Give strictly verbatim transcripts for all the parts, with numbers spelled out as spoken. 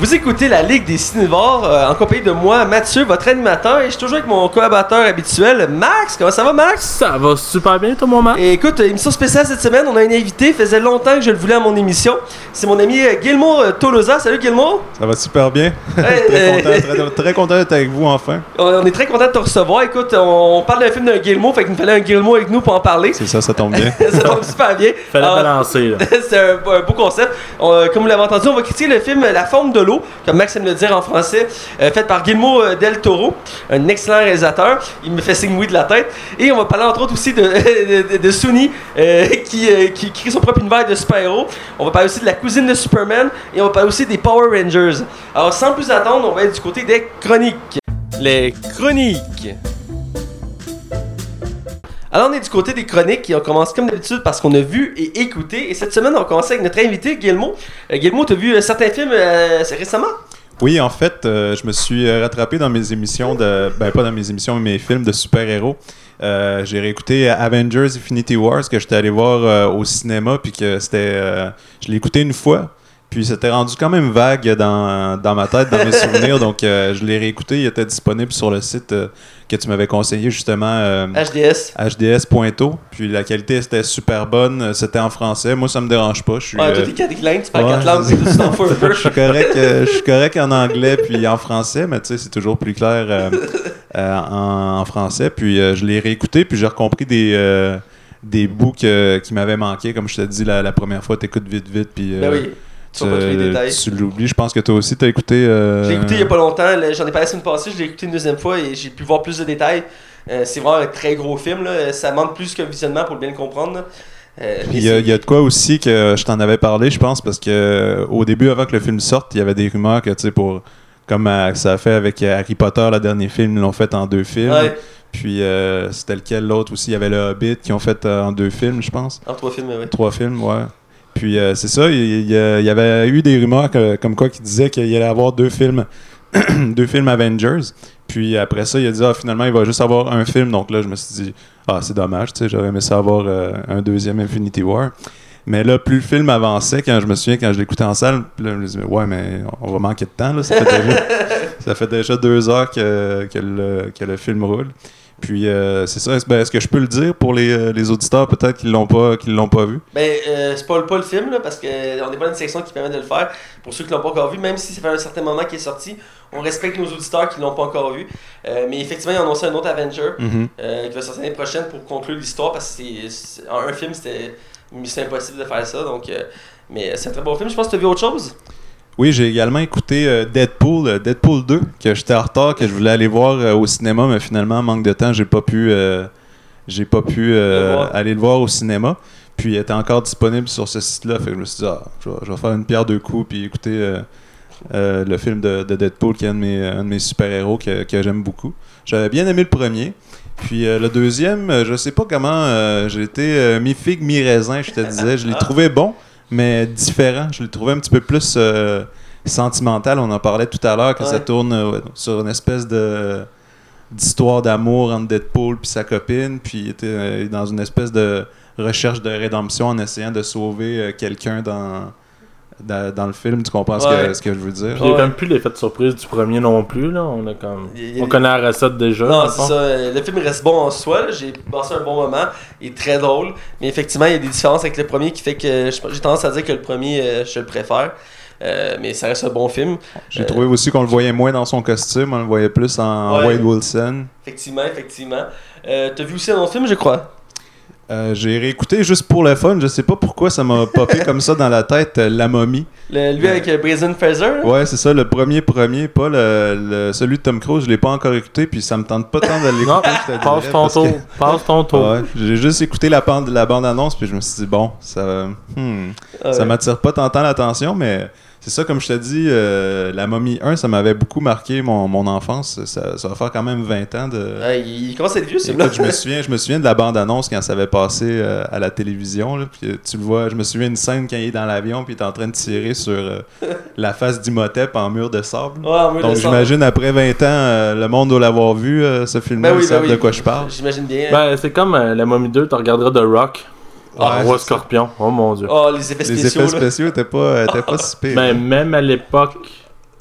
Vous écoutez la Ligue des Cinévores euh, en compagnie de moi, Mathieu, votre animateur, et je suis toujours avec mon collaborateur habituel, Max. Comment ça va, Max? Ça va super bien, toi, mon Max? Et écoute, émission spéciale cette semaine, on a un invité, faisait longtemps que je le voulais à mon émission. C'est mon ami euh, Guillemot euh, Tolosa. Salut, Guillemot. Ça va super bien. Hey, très, euh... content, très, très content d'être avec vous enfin. On est très content de te recevoir. Écoute, on, on parle d'un film d'un Guillemot, fait qu'il nous fallait un Guillemot avec nous pour en parler. C'est ça, ça tombe bien. Ça tombe super bien. Fallait Alors, balancer, là. C'est un, un beau concept. On, euh, comme vous l'avez entendu, on va critiquer le film La forme de l'eau, comme Max aime le dire en français, euh, fait par Guillermo euh, del Toro, un excellent réalisateur. Il me fait signe oui de la tête. Et on va parler entre autres aussi de, de, de, de Sony, euh, qui, euh, qui crée son propre univers de super-héros. On va parler aussi de la cousine de Superman. Et on va parler aussi des Power Rangers. Alors sans plus attendre, on va être du côté des chroniques. Les chroniques. Alors, on est du côté des chroniques et on commence comme d'habitude parce qu'on a vu et écouté. Et cette semaine, on va commencer avec notre invité, Guillemot. Euh, Guillemot, tu as vu euh, certains films euh, récemment? Oui, en fait, euh, je me suis rattrapé dans mes émissions de... Ben, pas dans mes émissions, mais mes films de super-héros. Euh, j'ai réécouté Avengers Infinity Wars que j'étais allé voir euh, au cinéma, puis que c'était... Euh, je l'ai écouté une fois. Puis c'était rendu quand même vague dans, dans ma tête, dans mes souvenirs. Donc euh, je l'ai réécouté, il était disponible sur le site euh, que tu m'avais conseillé justement. Euh, H D S. H D S point to. Puis la qualité était super bonne, c'était en français. Moi ça me dérange pas. Je suis, Ouais, euh, toi t'es quadrilingue, tu parles ouais, quatre langues, tu t'en fous un peu. Je suis correct, euh, je suis correct en anglais puis en français, mais tu sais c'est toujours plus clair euh, euh, en, en français. Puis euh, je l'ai réécouté, puis j'ai recompris des... Euh, des bouts que, qui m'avaient manqué. Comme je t'ai dit la, la première fois, t'écoutes vite vite. Puis, euh, Ben oui. Tu, pas tous les détails. tu l'oublies. Je pense que toi aussi, t'as écouté... Euh... J'ai écouté il y a pas longtemps. Là, j'en ai parlé la semaine passée. Je l'ai écouté une deuxième fois et j'ai pu voir plus de détails. Euh, c'est vraiment un très gros film. Là. Ça manque plus qu'un visionnement pour bien le comprendre. Euh, il y, y a de quoi aussi que je t'en avais parlé, je pense, parce que au début, avant que le film sorte, il y avait des rumeurs que, tu sais, pour... Comme euh, ça a fait avec Harry Potter, le dernier film, ils l'ont fait en deux films. Ouais. Puis euh, c'était lequel l'autre aussi? Il y avait le Hobbit qui ont fait euh, en deux films, je pense. En trois films, oui. Trois films, ouais. Puis euh, c'est ça, il y, y, y avait eu des rumeurs que, comme quoi qui disaient qu'il y allait avoir deux films deux films Avengers. Puis après ça, il a dit ah, finalement il va juste avoir un film. Donc là, je me suis dit ah, c'est dommage, tu sais, j'aurais aimé ça avoir euh, un deuxième Infinity War. Mais là, plus le film avançait, quand je me souviens, quand je l'écoutais en salle, là, je me disais ouais, mais on va manquer de temps, là. Ça fait déjà, ça fait déjà deux heures que, que, le, que le film roule. Puis euh, c'est ça, est-ce, ben, est-ce que je peux le dire pour les, euh, les auditeurs peut-être qui l'ont pas, qui l'ont pas vu? Ben, euh, spoil pas le film, là, parce qu'on n'est pas dans une section qui permet de le faire. Pour ceux qui l'ont pas encore vu, même si ça fait un certain moment qu'il est sorti, on respecte nos auditeurs qui l'ont pas encore vu. Euh, mais effectivement, ils ont annoncé un autre Avenger Mm-hmm. euh, qui va sortir l'année prochaine pour conclure l'histoire, parce que c'est, c'est, en un film, c'était c'est impossible de faire ça. Donc, euh, mais c'est un très bon film. Je pense que tu as vu autre chose? Oui, j'ai également écouté euh, Deadpool, euh, Deadpool deux, que j'étais en retard, que je voulais aller voir euh, au cinéma, mais finalement, manque de temps, j'ai pas pu, euh, j'ai pas pu euh, le aller le voir au cinéma. Puis il était encore disponible sur ce site-là, fait que je me suis dit, ah, je vais, je vais faire une pierre deux coups, puis écouter euh, euh, le film de, de Deadpool, qui est un de mes, un de mes super-héros que, que j'aime beaucoup. J'avais bien aimé le premier. Puis euh, le deuxième, euh, je sais pas comment, euh, j'ai été euh, mi-figue, mi-raisin, je te disais. Je l'ai trouvé bon, mais différent. Je l'ai trouvé un petit peu plus euh, sentimental. On en parlait tout à l'heure, que ouais. ça tourne euh, sur une espèce de d'histoire d'amour entre Deadpool puis sa copine. Puis il était euh, dans une espèce de recherche de rédemption en essayant de sauver euh, quelqu'un dans... Dans, dans le film, tu comprends ce, ouais. que, ce que je veux dire? Il n'y a comme plus l'effet de surprise du premier non plus. Là. On, a comme... Il y a... on connaît la recette déjà. Non, c'est ça. Le film reste bon en soi. Là. J'ai passé un bon moment. Il est très drôle. Mais effectivement, il y a des différences avec le premier qui fait que j'ai tendance à dire que le premier, euh, je le préfère. Euh, mais ça reste un bon film. J'ai euh... trouvé aussi qu'on le voyait moins dans son costume. On le voyait plus en ouais. Wade Wilson. Effectivement, effectivement. Euh, t'as vu aussi un autre film, je crois? Euh, j'ai réécouté juste pour le fun, je sais pas pourquoi ça m'a popé comme ça dans la tête, euh, La Momie. Le, lui avec euh, Brendan Fraser? Là? Ouais, c'est ça, le premier premier, pas le, le celui de Tom Cruise, je l'ai pas encore écouté, puis ça me tente pas tant de l'écouter. Non, je te passe dirais, ton tour, que... passe ton tour. Ouais, j'ai juste écouté la bande, la bande annonce, puis je me suis dit bon, ça, hmm, ah, ça ouais. m'attire pas tant, tant l'attention, mais c'est ça, comme je te dis, euh, La Momie un, ça m'avait beaucoup marqué mon, mon enfance. Ça, ça va faire quand même vingt ans de... Ouais, il commence à être vieux, c'est Écoute, je me souviens, je me souviens de la bande-annonce quand ça avait passé euh, à la télévision. Là, puis tu le vois, je me souviens d'une scène quand il est dans l'avion puis il est en train de tirer sur euh, la face d'Imhotep en mur de sable. Ouais, en mur Donc de sable. j'imagine après vingt ans, euh, le monde doit l'avoir vu, euh, ce film-là, ben oui, ils savent ben oui. de quoi je parle. J'imagine bien. Ben, c'est comme euh, La Momie deux, tu regarderas The Rock. Ouais, Roi Scorpion. Oh mon dieu. Oh, les effets Les spéciaux. effets là. spéciaux étaient pas, étaient pas si pires. Ben, même à l'époque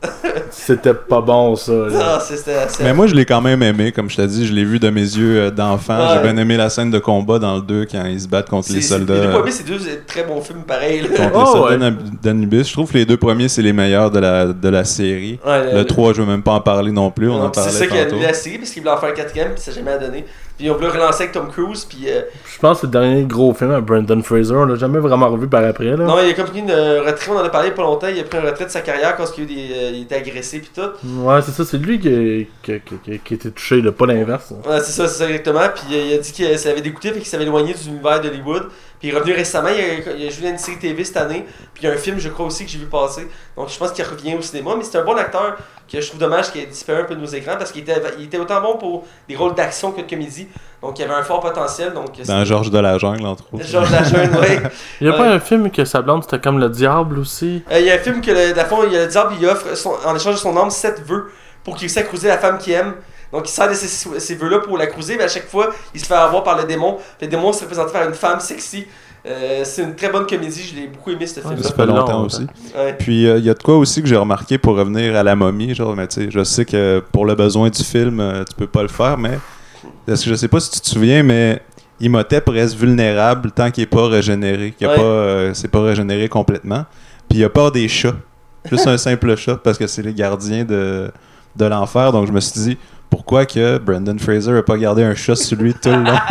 C'était pas bon, ça. Là. Non, c'était assez... Mais moi, je l'ai quand même aimé. Comme je t'ai dit, je l'ai vu de mes yeux euh, d'enfant. Ouais. J'ai bien aimé la scène de combat dans le deux quand ils se battent contre c'est, les c'est- soldats. Les deux euh, premiers, c'est deux très bons films pareils. Là. contre Oh, les soldats ouais. d'An- d'Anubis. Je trouve que les deux premiers, c'est les meilleurs de la, de la série. Ouais, Le trois, je veux même pas en parler non plus. On en donc, c'est parlait ça qui a tantôt. annulé la série, parce qu'il voulait en faire un quatrième, puis ça n'a jamais donné. Puis ils ont voulu relancer avec Tom Cruise, puis... Euh, Je pense que c'est le dernier gros film à Brendan Fraser. On l'a jamais vraiment revu par après. Là. non, il a comme pris une euh, retraite, on en a parlé il y a pas longtemps, il a pris une retraite de sa carrière quand il, a eu des, euh, il était agressé, puis tout. Ouais, c'est ça. C'est lui qui, qui, qui, qui, qui était touché, là, pas l'inverse. Là. Ouais, c'est ça, c'est ça exactement. Puis euh, il a dit que ça l'avait dégoûté, fait qu'il s'avait éloigné de l'univers d'Hollywood. Puis il est revenu récemment, il a, il a joué dans une série T V cette année. Puis il y a un film, je crois aussi, que j'ai vu passer. Donc je pense qu'il revient au cinéma. Mais c'est un bon acteur que je trouve dommage qu'il ait disparu un peu de nos écrans parce qu'il était, il était autant bon pour des rôles d'action que de comédie. Donc il avait un fort potentiel. Donc, Dans Georges de la Jungle, entre autres. Georges Lajeune, oui. Il y a Ouais. pas un film que sa blonde c'était comme le diable aussi. Euh, Il y a un film que, le, dans le fond, il y a le diable, il offre son- en échange de son âme sept vœux pour qu'il réussisse à cruiser la femme qu'il aime. Donc il sert de ces, ces vœux-là pour la cruiser, mais à chaque fois, il se fait avoir par le démon. Le démon se représente par une femme sexy. Euh, c'est une très bonne comédie, je l'ai beaucoup aimé ce film. Ça Ça fait fait longtemps long, aussi. Ouais. Puis il y a de quoi aussi que j'ai remarqué pour revenir à la momie, genre, mais tu sais, je sais que pour le besoin du film, euh, tu peux pas le faire, mais parce que je sais pas si tu te souviens, mais Imhotep reste vulnérable tant qu'il est pas régénéré, qu'il a Ouais. pas, euh, c'est pas régénéré complètement. Puis il a peur des chats, juste un simple chat, parce que c'est les gardiens de, de l'enfer. Donc je me suis dit, pourquoi que Brendan Fraser a pas gardé un chat sur lui tout le long?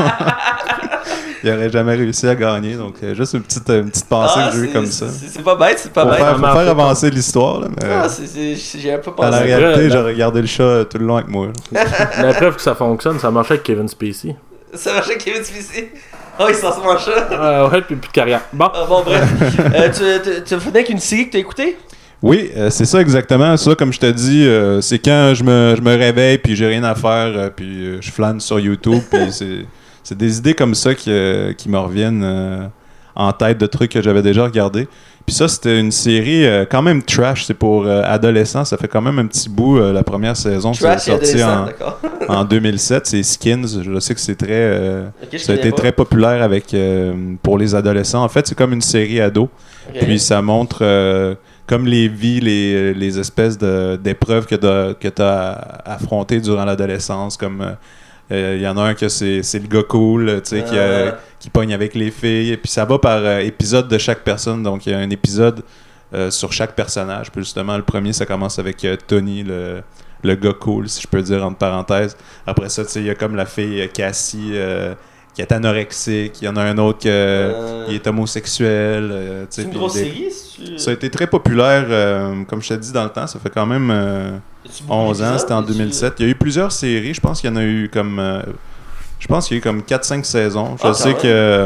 Il aurait jamais réussi à gagner, donc euh, juste une petite, une petite pensée Ah, que j'ai eu c'est- comme ça. C'est c'est pas bête, c'est pas Pour bête. faire, ça pour faire marche pas. avancer l'histoire, là, mais Ah, euh, c'est- c'est- j'ai un peu dans la pensé. vrai, réalité, là. j'aurais regardé le chat euh, tout le long avec moi. là. La preuve que ça fonctionne, ça marchait avec Kevin Spacey. Ça marchait avec Kevin Spacey. Oh, il s'en sort en chat. Ouais, ouais, puis plus de carrière. Bon. Ah, bon, bref. euh, tu tu, tu venais avec une série que t'as écoutée? Oui, euh, c'est ça exactement. Ça, comme je te dis, euh, c'est quand je me, je me réveille puis j'ai rien à faire, euh, puis euh, je flâne sur YouTube, puis c'est, c'est des idées comme ça qui, euh, qui me reviennent euh, en tête de trucs que j'avais déjà regardés. Puis ça, c'était une série euh, quand même trash, c'est pour euh, adolescents, ça fait quand même un petit bout, euh, la première saison, c'est Trash et sorti adolescent, en, d'accord. en deux mille sept, c'est Skins, je sais que c'est très... euh, Ok, je ça a connais été pas. très populaire avec euh, pour les adolescents. En fait, c'est comme une série ado. Ok. Puis ça montre euh, comme les vies, les, les espèces de, d'épreuves que tu as affrontées durant l'adolescence. Comme il euh, y en a un que c'est, c'est le gars cool, tu sais, qui, euh, Ah. qui pogne avec les filles. Et puis ça va par euh, épisode de chaque personne. Donc il y a un épisode euh, sur chaque personnage. Puis justement, le premier, ça commence avec euh, Tony, le, le gars cool, si je peux dire entre parenthèses. Après ça, tu sais, il y a comme la fille euh, Cassie euh, qui est anorexique. Il y en a un autre qui Euh, est homosexuel. euh, tu sais, c'est une puis grosse des- série? c'est-tu- Ça a été très populaire, euh, comme je t'ai dit dans le temps, ça fait quand même euh, y-tu beaucoup onze ans, d'épisodes? c'était en Y-tu- deux mille sept. Il y a eu plusieurs séries, je pense qu'il y en a eu comme euh, je pense qu'il y a eu comme quatre cinq saisons. Je Ah, quand sais même. que euh,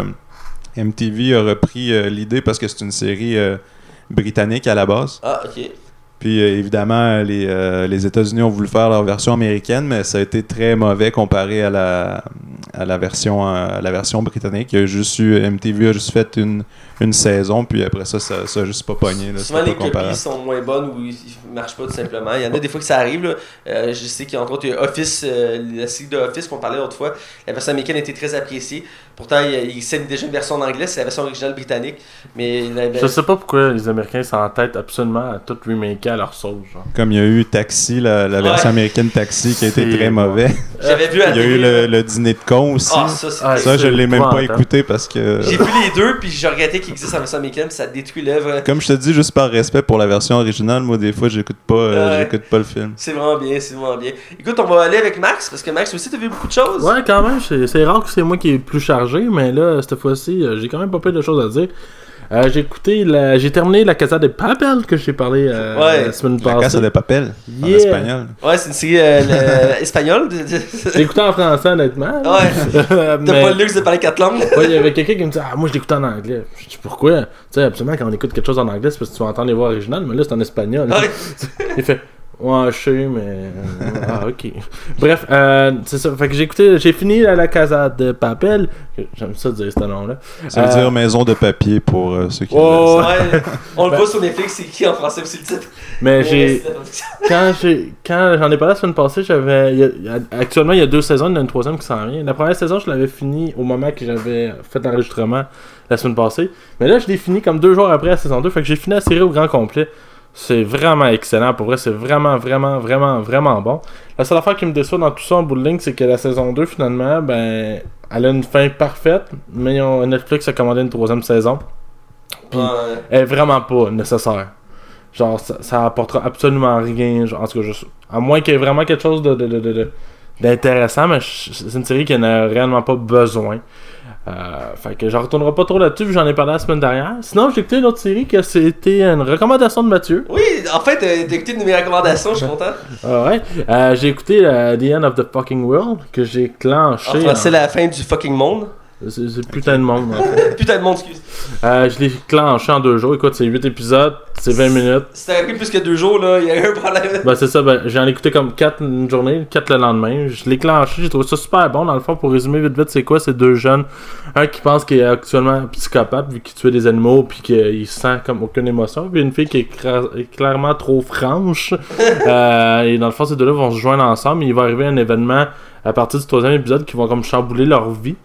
M T V a repris euh, l'idée parce que c'est une série euh, britannique à la base. Ah, ok. Puis euh, évidemment, les, euh, les États-Unis ont voulu faire leur version américaine, mais ça a été très mauvais comparé à la, à la, version, à la version britannique. Il y a juste eu, M T V a juste fait une, une saison, puis après ça, ça, ça a juste pas pogné. Là, Souvent, c'était les pas comparable. copies sont moins bonnes ou ils ils marchent pas tout simplement. Il y en a des fois que ça arrive. Là. Euh, je sais qu'entre autres, il y a Office, euh, la série de Office qu'on parlait l'autre fois. La version américaine a été très appréciée. Pourtant, il, il saigne déjà une version en anglais, c'est la version originale britannique. Mais la, la- Je sais pas pourquoi les Américains s'entêtent absolument à tout remaker à leur sauce. Genre. Comme il y a eu Taxi, la, la version Ouais. américaine Taxi, qui a été C'est- très mauvais. j'avais vu à Il y a la eu télé, le, là. le dîner de con aussi. Ah, ça, c'est Ah, ça, je c'est l'ai même pas épouvantable. écouté parce que... J'ai vu les deux, puis j'ai regretté qu'il existe en version américaine, puis ça détruit l'œuvre. Comme je te dis, juste par respect pour la version originale, moi, des fois, j'écoute pas, euh, Ouais. j'écoute pas le film. C'est vraiment bien, c'est vraiment bien. Écoute, on va aller avec Max, parce que Max aussi, t'as vu beaucoup de choses. Ouais, quand même, c'est, c'est rare que c'est moi qui est plus chargé, mais là, cette fois-ci, euh, j'ai quand même pas peu de choses à dire. Euh, j'ai écouté, la... j'ai terminé la Casa de Papel que j'ai parlé euh, Ouais. la semaine La passée. Casa de Papel, en Yeah. espagnol. Ouais, c'est une série euh, le- espagnole. de- de- J'ai écouté en français, honnêtement. là. Ouais. Euh, T'as mais- pas le luxe de parler quatre langues. Ouais, il y avait quelqu'un qui me disait Ah, moi je l'écoute en anglais. Je dis pourquoi Tu sais, absolument, quand on écoute quelque chose en anglais, c'est parce que tu vas entendre les voix originales, mais là c'est en espagnol. Ouais. Il fait Ouais, je sais, mais. euh, ah, ok. Bref, euh, c'est ça. Fait que j'ai écouté, j'ai fini la, la Casa de Papel. J'aime ça dire ce nom-là. Ça veut Euh, dire maison de papier pour euh, ceux qui... Oh, Ouais. On le voit sur Netflix, c'est écrit en français aussi le titre. Mais j'ai. c'est la traduction. Quand j'ai quand j'en ai parlé la semaine passée, j'avais il y a- il y a- actuellement il y a deux saisons, il y en a une troisième qui s'en vient. La première saison, je l'avais fini au moment que j'avais fait l'enregistrement la semaine passée. Mais là, je l'ai fini comme deux jours après la saison deux, fait que j'ai fini la série au grand complet. C'est vraiment excellent. Pour vrai, c'est vraiment, vraiment, vraiment, vraiment bon. La seule affaire qui me déçoit dans tout ça en bout de ligne, c'est que la saison deux, finalement, ben, elle a une fin parfaite, mais on, Netflix a commandé une troisième saison. Puis, Ouais. elle est vraiment pas nécessaire. Genre, ça, ça apportera absolument rien. Genre, en tout cas, je, à moins qu'il y ait vraiment quelque chose de, de, de, de, de d'intéressant, mais je, c'est une série qui n'a réellement pas besoin. Euh, fait que j'en retournerai pas trop là-dessus, vu que j'en ai parlé la semaine dernière. Sinon, j'ai écouté une autre série que c'était une recommandation de Mathieu. Oui, en fait, euh, t'as écouté une de mes recommandations, je suis content. Ah ouais. Euh, j'ai écouté euh, The End of the Fucking World, que j'ai clenché. En français, la fin du fucking monde. C'est, c'est putain de monde. En fait. Putain de monde, excuse. Euh, je l'ai clenché en deux jours. Écoute, c'est huit épisodes, c'est vingt minutes. Si t'avais pris plus que deux jours, là, il y a eu un problème. Ben c'est ça, ben, j'en ai écouté comme quatre une journée, quatre le lendemain. Je l'ai clenché, j'ai trouvé ça super bon. Dans le fond, pour résumer vite vite, c'est quoi? C'est deux jeunes. Un qui pense qu'il est actuellement psychopathe vu qu'il tue des animaux puis qu'il sent comme aucune émotion. Puis une fille qui est, cra- est clairement trop franche. euh, et dans le fond, ces deux-là vont se joindre ensemble. Et il va arriver un événement à partir du troisième épisode qui va comme chambouler leur vie.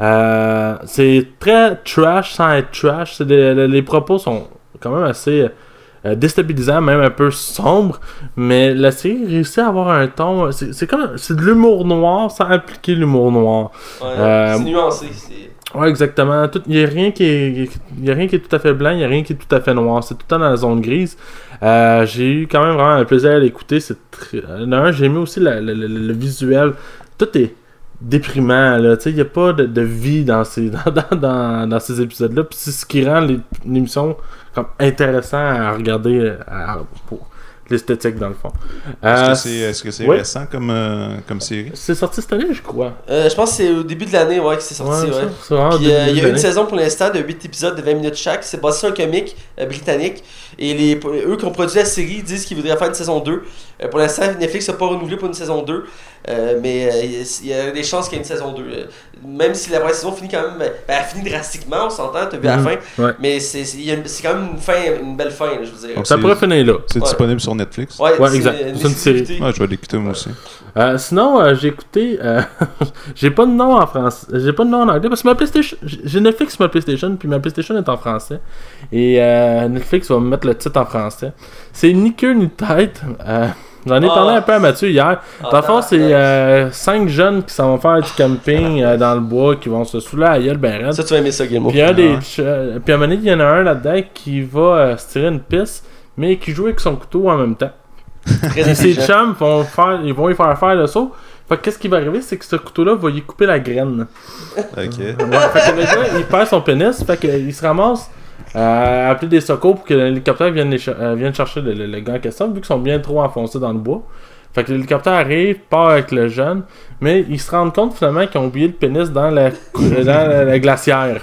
Euh, c'est très trash sans être trash. C'est des, les, les propos sont quand même assez euh, déstabilisants, même un peu sombres. Mais la série réussit à avoir un ton. C'est, c'est comme c'est de l'humour noir sans impliquer l'humour noir. Ouais, Euh, c'est nuancé. C'est... Ouais, exactement. Il n'y a rien qui est, y a rien qui est tout à fait blanc, il n'y a rien qui est tout à fait noir. C'est tout le temps dans la zone grise. Euh, j'ai eu quand même vraiment un plaisir à l'écouter. C'est très... D'un, j'ai aimé aussi la, la, la, le visuel. Tout est déprimant, là. Tu sais, il n'y a pas de, de vie dans ces, dans, dans, dans, dans ces épisodes-là. Puis c'est ce qui rend les, l'émission comme intéressant à regarder à, pour l'esthétique, dans le fond. Est-ce Euh, que c'est, est-ce que c'est ouais. récent comme, euh, comme série? C'est sorti cette année, je crois. Euh, je pense que c'est au début de l'année ouais, que c'est sorti. Ouais, Ouais, ça, c'est vraiment Puis au euh, début il y de a une l'année. saison pour l'instant de huit épisodes de vingt minutes chaque. C'est basé sur un comique euh, britannique. Et les, eux qui ont produit la série disent qu'ils voudraient faire une saison deux. Euh, pour l'instant, Netflix n'a pas renouvelé pour une saison deux. Euh, mais euh, il y a des chances qu'il y ait une saison deux. Euh, même si la première saison finit quand même. Ben, elle finit drastiquement, on s'entend, t'as vu à la Mhm. fin. Ouais. Mais c'est, c'est, il y a une- c'est quand même une fin, une belle fin, là, je veux dire. Donc, Ça c'est- pourrait finir là. C'est Ouais. disponible sur Netflix? Ouais, Ouais, exact. C'est une série. exclusivité. Ouais, je vais l'écouter moi aussi. Euh, sinon, euh, j'ai écouté. Euh, j'ai pas de nom en français. J'ai pas de nom en anglais parce que ma PlayStation. J'ai Netflix sur ma PlayStation, puis ma PlayStation est en français. Et euh, Netflix va me mettre le titre en français. C'est Ni queue ni tête. Euh, J'en ai Ah. parlé un peu à Mathieu hier. Ah, Dans le fond, c'est nice. euh, cinq jeunes qui s'en vont faire du camping euh, dans le bois, qui vont se saouler à la gueule ben raide. Ça, tu vas aimer ça, Guillemot. Puis un des Ouais. ch- euh, puis à un moment donné, il y en a un là-dedans qui va euh, se tirer une piste, mais qui joue avec son couteau en même temps. Très Et ses intelligent. chums vont, faire, ils vont y faire faire le saut. Fait que qu'est-ce qui va arriver, c'est que ce couteau-là va y couper la graine. Ok. Ouais, fait que le gars, il perd son pénis, fait qu'il se ramasse euh, à appeler des secours pour que l'hélicoptère vienne, les cher- euh, vienne chercher le, le, le gars en question, vu qu'ils sont bien trop enfoncés dans le bois. Fait que l'hélicoptère arrive, part avec le jeune, mais ils se rendent compte finalement qu'ils ont oublié le pénis dans la, dans la, la glacière.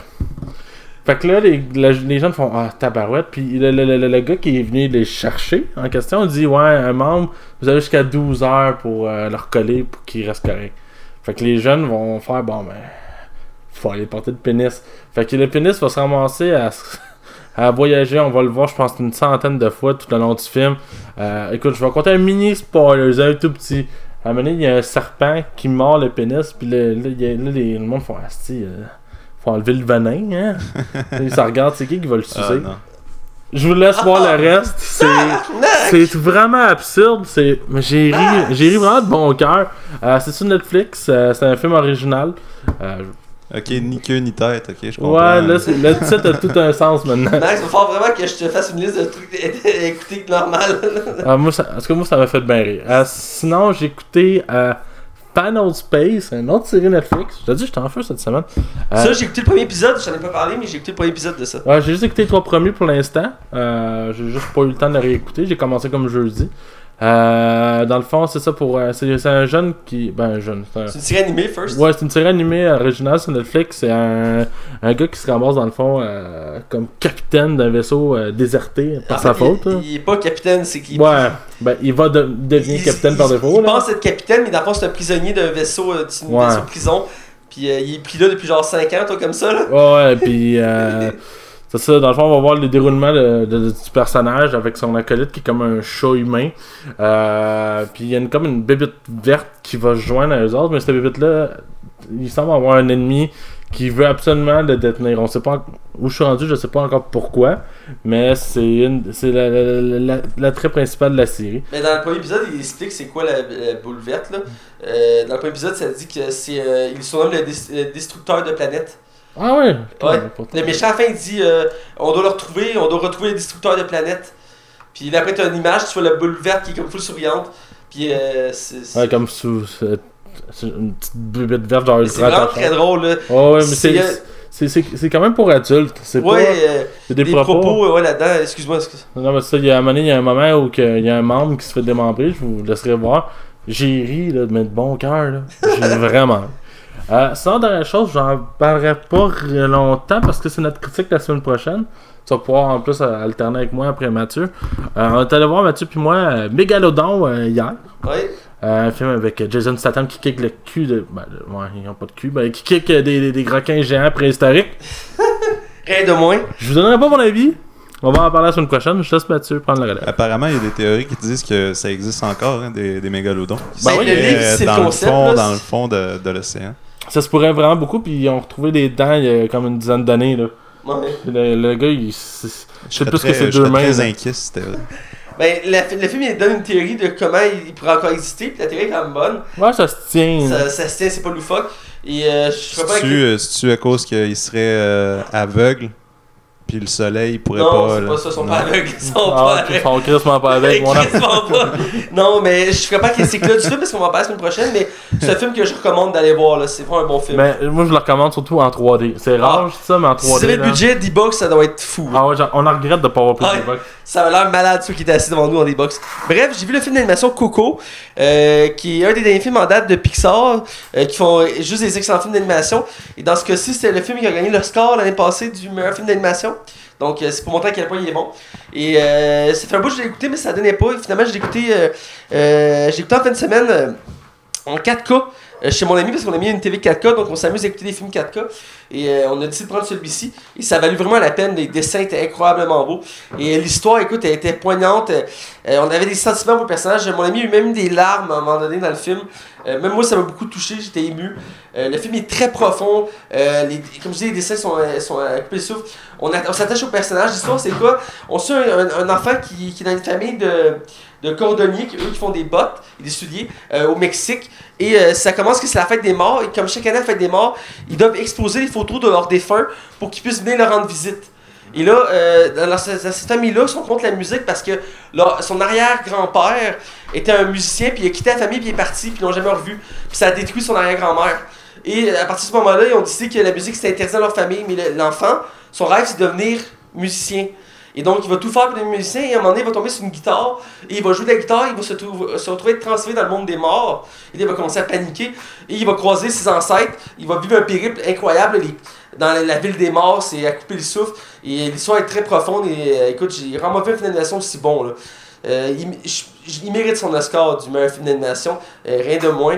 Fait que là, les, le- les jeunes font ah, tabarouette. Puis le, le, le, le gars qui est venu les chercher en question dit ouais, un membre, vous avez jusqu'à douze heures pour euh, le recoller pour qu'il reste correct. Fait que les jeunes vont faire bon, ben, faut aller porter le pénis. Fait que le pénis va se ramasser à, à voyager. On va le voir, je pense, une centaine de fois tout le long du film. Euh, écoute, je vais raconter un mini spoiler, un tout petit. À un moment donné, il y a un serpent qui mord le pénis. Puis là, là, il y a- là, les- le monde font asti. Euh, faut enlever le venin, hein. Ils se regardent, c'est qui qui va le Ah, sucer. non. Je vous laisse voir le reste. C'est, c'est vraiment absurde. C'est, mais j'ai ri, j'ai ri vraiment de bon cœur. Euh, c'est sur Netflix. euh, c'est un film original. Euh, Ok, ni queue ni tête, ok, je comprends. ouais, là, c'est, le titre a tout un sens maintenant. Max, il va falloir vraiment que je te fasse une liste de trucs à écouter normal. Euh, moi, ça, en tout cas, moi, ça m'a fait bien rire. Euh, sinon, j'ai écouté euh, Final Space, une autre série Netflix. Je t'ai dit, j'étais en feu cette semaine. Euh, Ça, j'ai écouté le premier épisode, je t'en ai pas parlé, mais j'ai écouté le premier épisode de ça. Ouais, j'ai juste écouté les trois premiers pour l'instant. Euh, j'ai juste pas eu le temps de les réécouter. J'ai commencé comme jeudi. Euh, dans le fond, c'est ça pour. euh, c'est, c'est un jeune qui. Ben, un jeune. C'est un- C'est une série animée, first. Ouais, c'est une série animée originale sur Netflix. C'est un, un gars qui se ramasse dans le fond euh, comme capitaine d'un vaisseau euh, déserté par En sa fait, faute. Il, là. il est pas capitaine, c'est qu'il. Ouais, ben il va de- devenir il- capitaine il- par il- défaut. Il là. pense être capitaine, mais dans le fond, c'est un prisonnier d'un vaisseau, euh, d'une Ouais. vaisseau prison. Puis euh, il est pris là depuis genre cinq ans, toi, comme ça, là. Ouais, ouais, puis euh, c'est ça, dans le fond, on va voir le déroulement de, de- du personnage avec son acolyte qui est comme un chat humain. Euh, puis il y a une, comme une bébite verte qui va se joindre à eux autres, mais cette bébite-là, il semble avoir un ennemi qui veut absolument le détenir. On sait pas où je suis rendu, je sais pas encore pourquoi, mais c'est une c'est la, la, la, la, l'attrait principal de la série. Mais dans le premier épisode, il explique c'est quoi la, la boule verte là. Euh, dans le premier épisode, ça dit que c'est euh, il surnomme le, des, le destructeur de planètes. Ah ouais. Ouais. Le méchant à la fin il dit euh, on doit le retrouver, on doit retrouver le destructeur de planètes. Puis là après t'as une image, tu vois la boule verte qui est comme full souriante. Puis euh, c'est, c'est... Ouais, comme sous c'est, c'est une petite bubette verte genre c'est vraiment très drôle là. Oh, ouais, mais c'est, c'est, euh... c'est, c'est, c'est quand même pour adultes. C'est ouais, pas. Euh, c'est des, des propos. propos euh, ouais, là-dedans, excuse-moi, excuse. Non, mais ça, il y a un moment, il y a un moment où il y a un membre qui se fait démembrer, je vous laisserai voir. J'ai ri, là, mais de bon cœur, là. J'ai vraiment. Euh, sinon, dernière chose, j'en parlerai pas longtemps parce que c'est notre critique la semaine prochaine. Tu vas pouvoir en plus alterner avec moi après Mathieu. Euh, on est allé voir Mathieu puis moi euh, Mégalodon euh, hier. Ouais. Euh, un film avec Jason Statham qui kick le cul de. Ben, ouais, ils n'ont pas de cul, ben, qui kick des, des, des requins géants préhistoriques. Rien de moins. Je vous donnerai pas mon avis. On va en parler la semaine prochaine. Je laisse Mathieu prendre la relève. Apparemment, il y a des théories qui disent que ça existe encore, hein, des, des mégalodons. Ben oui, le livre, c'est dans le concept. Le fond, là, dans le fond de, de l'océan. Ça se pourrait vraiment beaucoup, puis ils ont retrouvé des dents il y a comme une dizaine d'années. Là. Ouais. Le, le gars, il. C'est, Je c'est plus très, que ses je deux serais mains. très là. inquiet si c'était vrai. Ben, la, le film il donne une théorie de comment il, il pourrait encore exister, puis la théorie est quand même bonne. Ouais, ça se tient. Ça, ça se tient, c'est pas loufoque. Et euh, je serais pas Si tu, euh, si tu à cause qu'il serait euh, aveugle, puis le soleil, il pourrait non, pas. c'est là. pas ça, ils sont Non. pas aveugles. Ils sont Ah, pas ils aveugles. sont crissement pas avec, mon ami. Crissement pas. Non, mais je ferais pas la critique là du film parce qu'on va en parler la semaine prochaine, mais c'est un film que je recommande d'aller voir, là. C'est vraiment un bon film. Mais moi, je le recommande surtout en trois D. C'est rare, je dis ça, mais en si trois D. vous avez le là. budget d'e-box, ça doit être fou. Ah ouais, genre, on en regrette de pas avoir plus Ouais. de box. Ça a l'air malade ceux qui étaient assis devant nous dans des box. Bref, j'ai vu le film d'animation Coco, euh, qui est un des derniers films en date de Pixar, euh, qui font juste des excellents films d'animation. Et dans ce cas-ci, c'est le film qui a gagné l'Oscar l'année passée du meilleur film d'animation. Donc euh, c'est pour montrer à quel point il est bon. Et euh, ça fait un bout que je l'ai écouté, mais ça donnait pas. Et finalement, je l'ai écouté, euh, euh, j'ai écouté en fin de semaine euh, en quatre K. euh, Chez mon ami parce qu'on a mis une T V quatre K, donc on s'amuse à écouter des films quatre K. Et euh, on a décidé de prendre celui-ci. Et ça a valu vraiment la peine. Les dessins étaient incroyablement beaux. Et euh, l'histoire, écoute, elle était poignante. Euh, on avait des sentiments pour le personnage. Mon ami a eu même des larmes à un moment donné dans le film. Euh, même moi, ça m'a beaucoup touché. J'étais ému. Euh, le film est très profond. Euh, les, comme je dis, les dessins sont, sont à couper le souffle. On, a, on s'attache au personnage. L'histoire, c'est quoi? On suit un, un, un enfant qui, qui est dans une famille de, de cordonniers, qui, eux qui font des bottes et des souliers euh, au Mexique. Et euh, ça commence que c'est la fête des morts. Et comme chaque année, la fête des morts, ils doivent exposer les photos de leurs défunts pour qu'ils puissent venir leur rendre visite. Et là, euh, dans, dans cette, dans cette famille-là, ils sont contre la musique parce que leur, son arrière-grand-père était un musicien, puis il a quitté la famille, puis il est parti, puis ils l'ont jamais revu. Puis ça a détruit son arrière-grand-mère. Et à partir de ce moment-là, ils ont décidé que la musique c'était interdit dans leur famille, mais le, l'enfant, son rêve c'est de devenir musicien. Et donc il va tout faire pour devenir musicien, et à un moment donné, il va tomber sur une guitare, et il va jouer de la guitare, il va se, trouver, se retrouver transféré dans le monde des morts, et là, il va commencer à paniquer, et il va croiser ses ancêtres, il va vivre un périple incroyable, les, dans la, la ville des morts, c'est à couper le souffle, et l'histoire est très profonde, et euh, écoute, j'ai vraiment fait un film d'animation aussi bon, là. Euh, il, je, il mérite son Oscar du meilleur film d'animation, euh, rien de moins.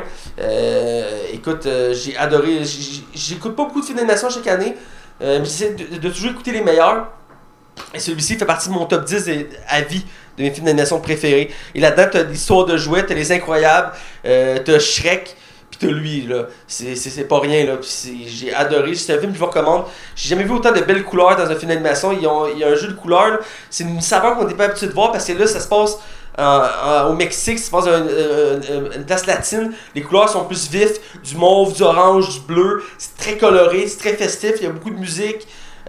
Euh, écoute, euh, j'ai adoré. J'ai, j'écoute pas beaucoup de films d'animation chaque année, euh, mais j'essaie de, de toujours écouter les meilleurs. Et celui-ci fait partie de mon top dix de, à vie de mes films d'animation préférés. Et là-dedans, t'as l'histoire de jouets, t'as les incroyables, euh, t'as Shrek. Pis t'as lui, là. C'est, c'est, c'est pas rien, là. C'est, j'ai adoré. C'est un film que je vous recommande. J'ai jamais vu autant de belles couleurs dans un film d'animation. Il y a, il y a un jeu de couleurs, là. C'est une saveur qu'on n'est pas habitué de voir parce que là, ça se passe en, en, au Mexique. Ça se passe dans une, une, une place latine. Les couleurs sont plus vives. Du mauve, du orange, du bleu. C'est très coloré, c'est très festif. Il y a beaucoup de musique.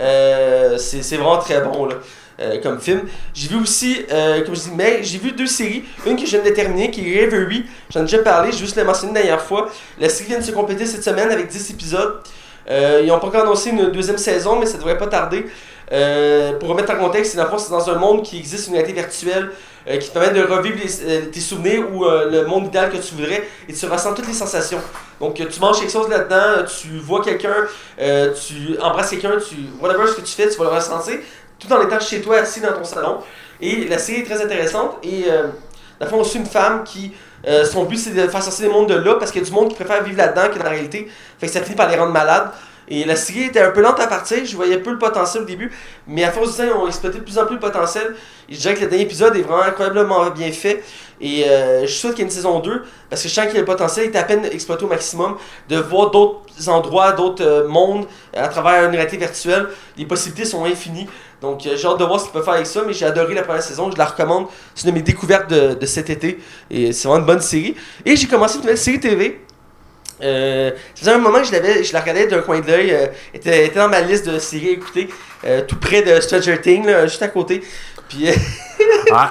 Euh, c'est, c'est vraiment très bon, là. Euh, comme film. J'ai vu aussi, euh, comme je dis, mais j'ai vu deux séries. Une que je viens de terminer, qui est Reverie. J'en ai déjà parlé, j'ai juste l'ai mentionné la dernière fois. La série vient de se compléter cette semaine avec dix épisodes. Euh, ils n'ont pas encore annoncé une deuxième saison, mais ça devrait pas tarder. Euh, pour remettre en contexte, c'est dans, le fond, c'est dans un monde qui existe une réalité virtuelle euh, qui te permet de revivre les, euh, tes souvenirs ou euh, le monde idéal que tu voudrais et tu ressens toutes les sensations. Donc tu manges quelque chose là-dedans, tu vois quelqu'un, euh, tu embrasses quelqu'un, tu whatever ce que tu fais, tu vas le ressentir. Tout en étant chez toi, assis dans ton salon. Et la série est très intéressante. Et euh, dans le fond, on suit une femme qui, euh, son but, c'est de faire sortir les mondes de là parce qu'il y a du monde qui préfère vivre là-dedans que dans la réalité. Fait que ça finit par les rendre malades. Et la série était un peu lente à partir. Je voyais peu le potentiel au début. Mais à force du temps, ils ont exploité de plus en plus le potentiel. Et je dirais que le dernier épisode est vraiment incroyablement bien fait. Et euh, je souhaite qu'il y ait une saison deux parce que je sens que le potentiel est à peine exploité au maximum. De voir d'autres endroits, d'autres euh, mondes à travers une réalité virtuelle, les possibilités sont infinies. Donc euh, j'ai hâte de voir ce qu'il peut faire avec ça, mais j'ai adoré la première saison, je la recommande. C'est une de mes découvertes de, de cet été et c'est vraiment une bonne série. Et j'ai commencé une nouvelle série T V. Euh, ça faisait un moment que je, l'avais, je la regardais d'un coin de l'œil, euh, était, était dans ma liste de séries à écouter, euh, tout près de Stranger Things, là, juste à côté. Puis. Euh, Ah.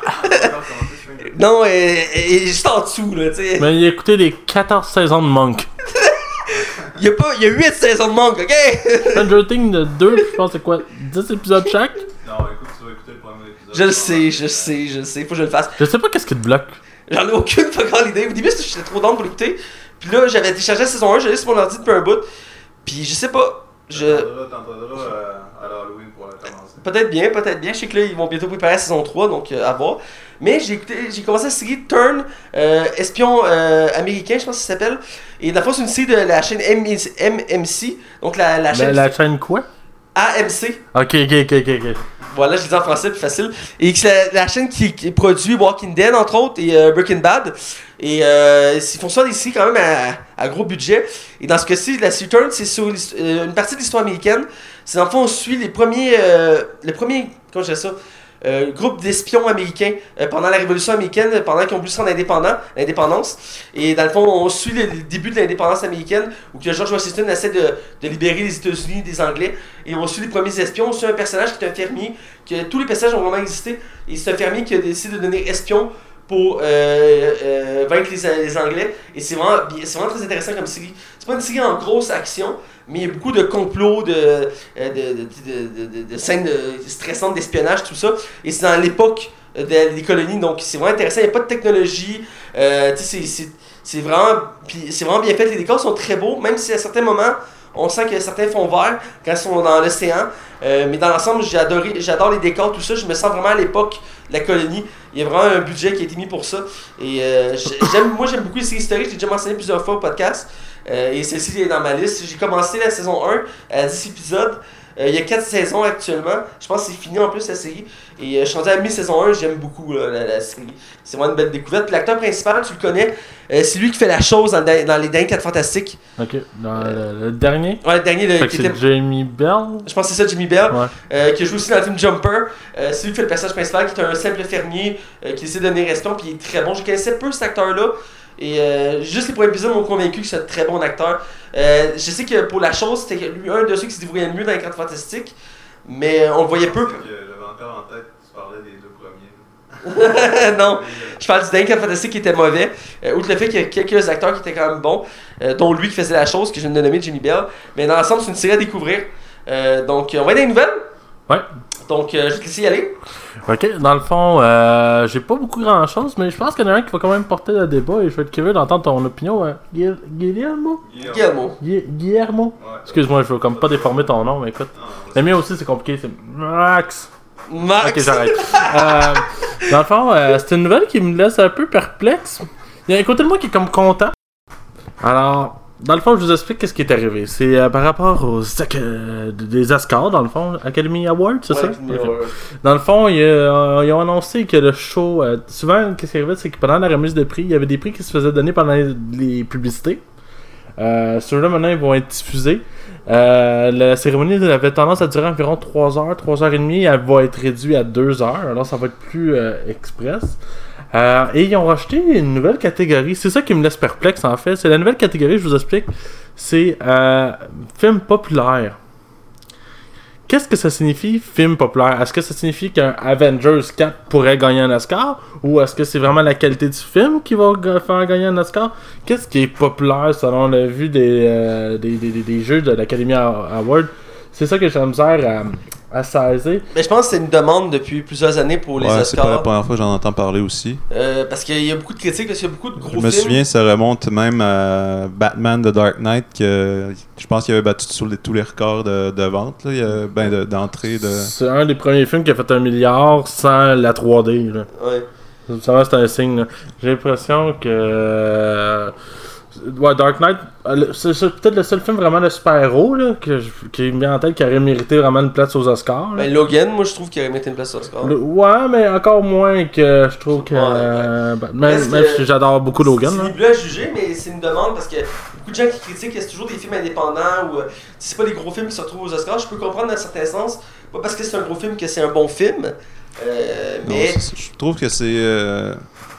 non, euh, euh, juste en dessous, là, tu sais. Mais il a écouté les quatorze saisons de Monk. Il y a pas, il y a huit saisons de Monk, ok? Stranger Things de deux, je pense c'est quoi, dix épisodes chaque? Non, écoute, tu vas écouter le premier épisode. Je le sais, je sais, je sais, faut que je le fasse. Je sais pas qu'est-ce qui te bloque. J'en ai aucune pas grande idée. Au début, j'étais trop down pour l'écouter. Puis là, j'avais téléchargé la saison un, j'allais sur mon ordi depuis un bout. Puis je sais pas. Je... T'entendras à l'Halloween pour la commencer. Peut-être bien, peut-être bien. Je sais que là, ils vont bientôt préparer la saison trois, donc euh, à voir. Mais j'ai écouté, j'ai commencé la série Turn, euh, espion euh, américain, je pense que ça s'appelle. Et dans le fond, c'est une série de la chaîne M M C. Donc la, la chaîne. La, la chaîne quoi? A M C. Ok, ok, ok, ok. ok. Voilà, je l'ai dit en français, plus facile. Et c'est la, la chaîne qui, qui produit Walking Dead, entre autres, et euh, Breaking Bad. Et euh, ils font ça ici quand même à, à gros budget. Et dans ce cas-ci, la série Turn, c'est sur euh, une partie de l'histoire américaine. C'est dans le fond, on suit les premiers. Euh, les premiers. Comment je dirais ça? Euh, groupe d'espions américains euh, pendant la Révolution américaine, pendant qu'ils ont voulu se rendre indépendants, l'indépendance. Et dans le fond, on suit le, le début de l'indépendance américaine où que George Washington essaie de, de libérer les États-Unis des Anglais. Et on suit les premiers espions. On suit un personnage qui est un fermier, que tous les personnages ont vraiment existé. Et c'est un fermier qui a décidé de devenir espion pour euh, euh, vaincre les, les Anglais. Et c'est vraiment, c'est vraiment très intéressant comme série. C'est pas une série en grosse action, mais il y a beaucoup de complots, de, de, de, de, de, de, de scènes de, stressantes d'espionnage, tout ça. Et c'est dans l'époque des colonies, donc c'est vraiment intéressant. Il n'y a pas de technologie. Euh, c'est, c'est, c'est, vraiment, c'est vraiment bien fait. Les décors sont très beaux, même si à certains moments, on sent que certains font vert quand ils sont dans l'océan. Euh, mais dans l'ensemble, j'ai adoré, j'adore les décors, tout ça. Je me sens vraiment à l'époque de la colonie. Il y a vraiment un budget qui a été mis pour ça. Et euh, j'aime, moi, j'aime beaucoup les séries historiques. J'ai déjà mentionné plusieurs fois au podcast. Euh, et celle-ci est dans ma liste. J'ai commencé la saison un à dix épisodes. Euh, il y a quatre saisons actuellement. Je pense que c'est fini en plus la série. Et euh, je suis rendu à mi-saison un, j'aime beaucoup là, la, la série. C'est vraiment une belle découverte. Puis l'acteur principal, tu le connais, euh, c'est lui qui fait la chose dans, dans les derniers quatre Fantastiques. Ok, dans le, le dernier? Ouais, le dernier. Le, qui était... c'est Jamie Bell? Je pense que c'est ça, Jimmy Bell. Ouais. Euh, qui joue aussi dans le film Jumper. Euh, c'est lui qui fait le personnage principal, qui est un simple fermier, euh, qui essaie de devenir espion, puis il est très bon. Je connaissais peu cet acteur-là. Et euh, juste les premiers épisodes m'ont convaincu que c'est un très bon acteur. Euh, je sais que pour la chose, c'était lui un de ceux qui se débrouillait le mieux dans les quatre Fantastiques. Mais on le voyait peu. J'avais encore en tête, tu parlais des deux premiers. Non, je parle du dernier quatre Fantastiques qui était mauvais. Euh, outre le fait qu'il y a quelques acteurs qui étaient quand même bons, euh, dont lui qui faisait la chose, que je viens de nommer, Jimmy Bell. Mais dans l'ensemble, c'est une série à découvrir. Euh, donc, on va aller dans les nouvelles. Ouais. Donc, euh, je vais te laisser y aller. Ok, dans le fond, euh, j'ai pas beaucoup grand chose, mais je pense qu'il y en a un qui va quand même porter le débat et je vais être curieux d'entendre ton opinion. Euh, Guil- Guillermo Guillermo. Gui- Guillermo Ouais. Excuse-moi, je veux comme pas déformer ton nom, mais écoute. Le mien aussi, c'est compliqué, c'est Max. Max. Ok, j'arrête. euh, dans le fond, euh, c'est une nouvelle qui me laisse un peu perplexe. Il y a un côté de moi qui est comme content. Alors, dans le fond, je vous explique qu'est-ce qui est arrivé. C'est euh, par rapport aux euh, des Oscars, dans le fond, Academy Awards, c'est Ouais, ça? Academy Ok. Awards. Dans le fond, ils, euh, ils ont annoncé que le show... Euh, souvent, qu'est-ce qui arrivait, c'est que pendant la remise de prix, il y avait des prix qui se faisaient donner pendant les, les publicités. Euh, Ceux-là, maintenant, ils vont être diffusés. Euh, la cérémonie avait tendance à durer environ trois heures, trois heures trente. Elle va être réduite à deux heures, alors ça va être plus euh, express. Euh, et ils ont rajouté une nouvelle catégorie. C'est ça qui me laisse perplexe, en fait. C'est la nouvelle catégorie, je vous explique. C'est euh, film populaire. Qu'est-ce que ça signifie, film populaire? Est-ce que ça signifie qu'un Avengers quatre pourrait gagner un Oscar? Ou est-ce que c'est vraiment la qualité du film qui va g- faire gagner un Oscar? Qu'est-ce qui est populaire selon le vu des, euh, des, des, des, des jeux de l'Academy Award? C'est ça que j'ai la misère à, à saisir. Mais je pense que c'est une demande depuis plusieurs années pour les Ouais, c'est pas la Oscars. première fois que j'en entends parler aussi. Euh, parce qu'il y a beaucoup de critiques, parce qu'il y a beaucoup de gros Je me films. souviens, ça remonte même à Batman The Dark Knight, que je pense qu'il avait battu sur les- tous les records de, de vente, là, il y a- ben, de- d'entrée. De... C'est un des premiers films qui a fait un milliard sans la trois D. Là. Ouais. Ça, c'est un signe. Là. J'ai l'impression que... euh, Ouais, Dark Knight, euh, c'est, c'est peut-être le seul film vraiment de super-héros là, que je- qui me vient en tête qui aurait mérité vraiment une place aux Oscars. là. Ben, Logan, moi, je trouve qu'il aurait mérité une place au Oscar. Le- ouais, mais encore moins que je trouve que. Ouais, ouais. euh, ben, même Reste même que si j'adore beaucoup Logan. C'est là. nébuleux à juger, mais c'est une demande parce que beaucoup de gens qui critiquent que c'est toujours des films indépendants ou euh, si c'est pas des gros films qui se retrouvent aux Oscars. Je peux comprendre dans un certain sens, pas parce que c'est un gros film que c'est un bon film, euh, Non, mais c'est ça. Je trouve que c'est. euh,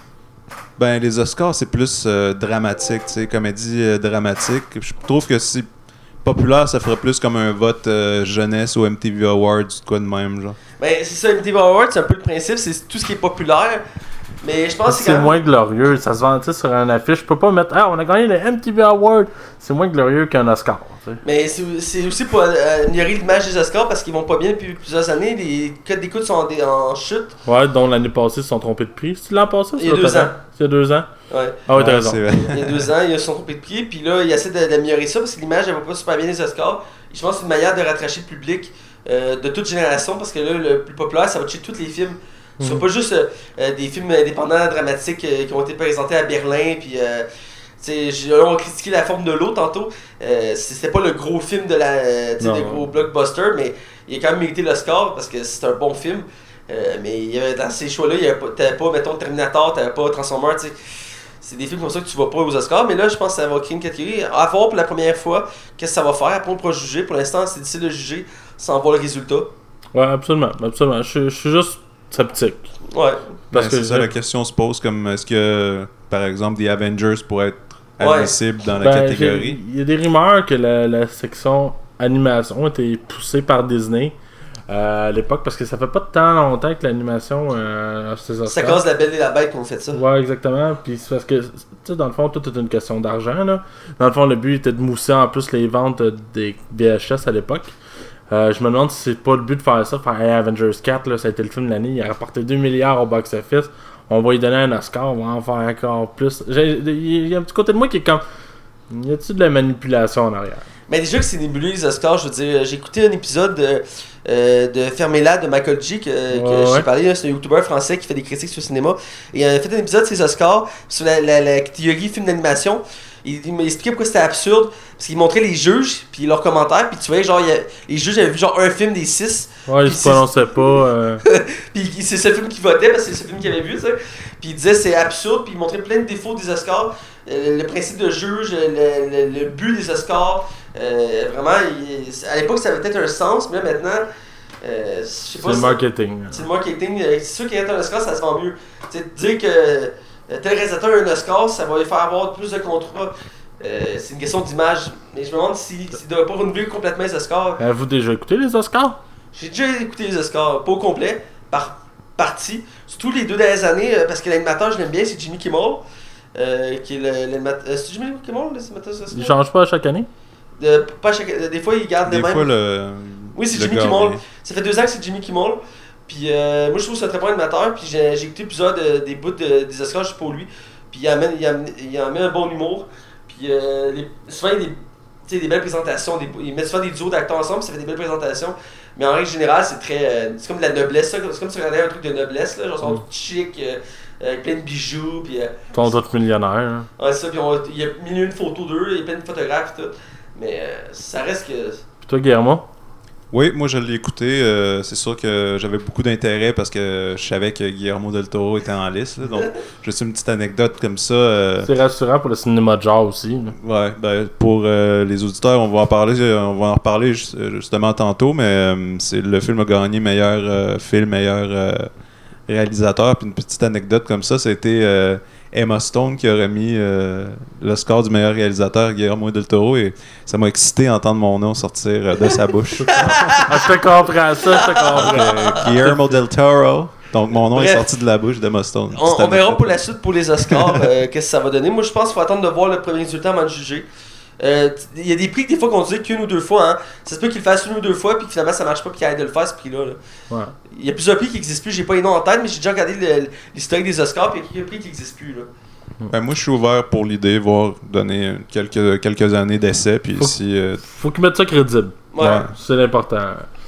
Ben, les Oscars, c'est plus euh, dramatique, tu sais, comédie euh, dramatique. Je trouve que si populaire, ça ferait plus comme un vote euh, jeunesse au M T V Awards ou quoi de même, genre. ben, c'est ça, M T V Awards, c'est un peu le principe, c'est tout ce qui est populaire. Mais je pense que c'est C'est quand même... moins glorieux, ça se vend tu sais, sur un affiche. Je peux pas mettre Ah, on a gagné le M T V Award. C'est moins glorieux qu'un Oscar. tu sais. Mais c'est c'est aussi pour euh, améliorer l'image des Oscars parce qu'ils vont pas bien depuis plusieurs années. Les codes d'écoute sont en, dé- en chute. Ouais, dont l'année passée, ils se sont trompés de prix. C'est l'an passé, Il y a ça, deux t'as- ans. Il y a deux ans. Ouais. Ah ouais, t'as Ouais, raison. c'est vrai. Il y a deux ans, ils se sont trompés de prix. Puis là, ils essaient de- d'améliorer ça parce que l'image, elle va pas super bien des Oscars. Et je pense que c'est une manière de rattracher le public euh, de toute génération parce que là, le plus populaire, ça va toucher tous les films. Ce ne Mhm. pas juste euh, euh, des films indépendants, dramatiques euh, qui ont été présentés à Berlin. Puis, euh, tu sais, j'ai- là, on a critiqué La forme de l'eau tantôt. Euh, c'est- C'était pas le gros film de la, euh, tu sais, Non. le gros blockbuster, mais il a quand même mérité l'Oscar parce que c'est un bon film. Euh, mais il y avait, dans ces choix-là, il y avait pas, t'avais pas, mettons, Terminator, t'avais pas Transformers, tu sais. C'est des films comme ça que tu vas pas aux Oscars, mais là, je pense que ça va créer une catégorie. À voir pour la première fois, qu'est-ce que ça va faire. Après, on pourra juger. Pour l'instant, c'est difficile de juger sans voir le résultat. Ouais, absolument. absolument. Je, suis- je suis juste sceptique. Ouais. Parce Ben, que c'est ça, je- la question se pose comme est-ce que, par exemple, The Avengers pourrait être Ouais. admissible dans la Ben, catégorie? j'ai- Il y a des rumeurs que la, la section animation a été poussée par Disney euh, à l'époque parce que ça fait pas tant longtemps que l'animation euh, a ses Ça Oscars. cause la belle et la bête qu'on fait ça. Ouais, exactement. Puis c'est parce que, tu sais, dans le fond, tout est une question d'argent. Là. Dans le fond, le but était de mousser en plus les ventes euh, des V H S à l'époque. Euh, je me demande si c'est pas le but de faire ça, faire hey, Avengers quatre, là, ça a été le film de l'année, il a rapporté deux milliards au box-office. On va lui donner un Oscar, on va en faire encore plus. J'ai- Il y a un petit côté de moi qui est comme. Y a-t-il de la manipulation en arrière? Mais déjà que c'est nébuleux les Oscars, je veux dire, j'ai écouté un épisode de, euh, de Fermez-la de Michael G que, que Ouais, j'ai ouais. parlé, là, c'est un youtubeur français qui fait des critiques sur le cinéma. Et il a fait un épisode sur les Oscars, sur la, la, la catégorie film d'animation. Il, il m'a expliqué pourquoi c'était absurde, parce qu'il montrait les juges, puis leurs commentaires, puis tu voyais genre, il y a- les juges avaient vu genre un film des six, Ouais, il Puis se c'est- prononçait pas. euh, puis il- c'est ce film qu'il votait, parce que c'est ce film qu'il avait vu, tu sais. Puis il disait c'est absurde, puis il montrait plein de défauts des Oscars, euh, le principe de juge, le, le, le but des Oscars, euh, vraiment, il- à l'époque ça avait peut-être un sens, mais là maintenant, euh, je sais C'est pas le si- marketing. c'est le marketing. euh, C'est sûr qu'il y a un Oscar, ça se vend mieux. Tu sais, dire que euh, tel réalisateur a un Oscar, ça va lui faire avoir plus de contrats. Euh, c'est une question d'image. Mais je me demande s'il si, ne devrait pas renouveler complètement les Oscars. Avez-vous déjà écouté les Oscars? J'ai déjà écouté les Oscars, pas au complet, par partie. Surtout les deux dernières années, euh, parce que l'animateur, je l'aime bien, c'est Jimmy Kimmel. Euh, qui est le- l'animateur. Euh, c'est Jimmy Kimmel, l'animateur des Oscars? Ils changent pas à chaque année? De- pas chaque- euh, Des fois, il garde Des les mêmes. fois, le. Oui, c'est le Jimmy gars, Kimmel. mais- Ça fait deux ans que c'est Jimmy Kimmel. Puis euh, moi, je trouve que c'est un très bon animateur. Puis j'ai j'ai écouté plusieurs de- des bouts de- des Oscars juste pour lui. Puis il amène, il amène, il amène un bon humour. Puis euh, les- souvent, il y a des, tu sais, des belles présentations. Des, ils mettent souvent des duos d'acteurs ensemble, ça fait des belles présentations. Mais en règle générale, c'est très. euh, c'est comme de la noblesse. ça. C'est comme si tu regardais un truc de noblesse. Là, genre, ils sont Mm. tout chic, euh, avec plein de bijoux. Puis euh, Ils sont tous millionnaires. hein. ouais, ça. Puis on- il y a mis une photo d'eux, il y a plein de photographes et tout. Mais euh, ça reste que. Puis toi, Guillermo? Oui, moi je l'ai écouté. euh, c'est sûr que j'avais beaucoup d'intérêt parce que je savais que Guillermo del Toro était en liste. là. donc, juste une petite anecdote comme ça. euh, C'est rassurant pour le cinéma de genre aussi. là. Ouais, ben, pour euh, les auditeurs, on va en parler, euh, on va en reparler juste- justement tantôt, mais euh, c'est le film a gagné meilleur euh, film, meilleur euh, réalisateur. Puis une petite anecdote comme ça, c'était euh, Emma Stone qui a remis euh, le score du meilleur réalisateur à Guillermo del Toro et ça m'a excité d'entendre mon nom sortir euh, de sa bouche. Ah, je te comprends ça, je te comprends. Euh, Guillermo del Toro. Donc mon nom Bref. est sorti de la bouche d'Emma Stone. On, Petite on verra anecdote. pour la suite pour les Oscars euh, qu'est-ce que ça va donner. Moi je pense qu'il faut attendre de voir le premier résultat avant de juger. Euh, Il y a des prix que des fois qu'on dit qu'une ou deux fois, hein. Ça se peut qu'il le fasse une ou deux fois puis que finalement ça marche pas puis qu'il arrête de le faire ce prix-là. là. Ouais. Il y a plusieurs prix qui existent plus, j'ai pas les noms en tête, mais j'ai déjà regardé le- l'historique des Oscars puis il y a quelques prix qui existent plus. Là. Ben, moi je suis ouvert pour l'idée, voir donner quelques, quelques années d'essai. Puis Faut- si. euh, Faut qu'ils mettent ça crédible. Ouais. Ouais. C'est l'important.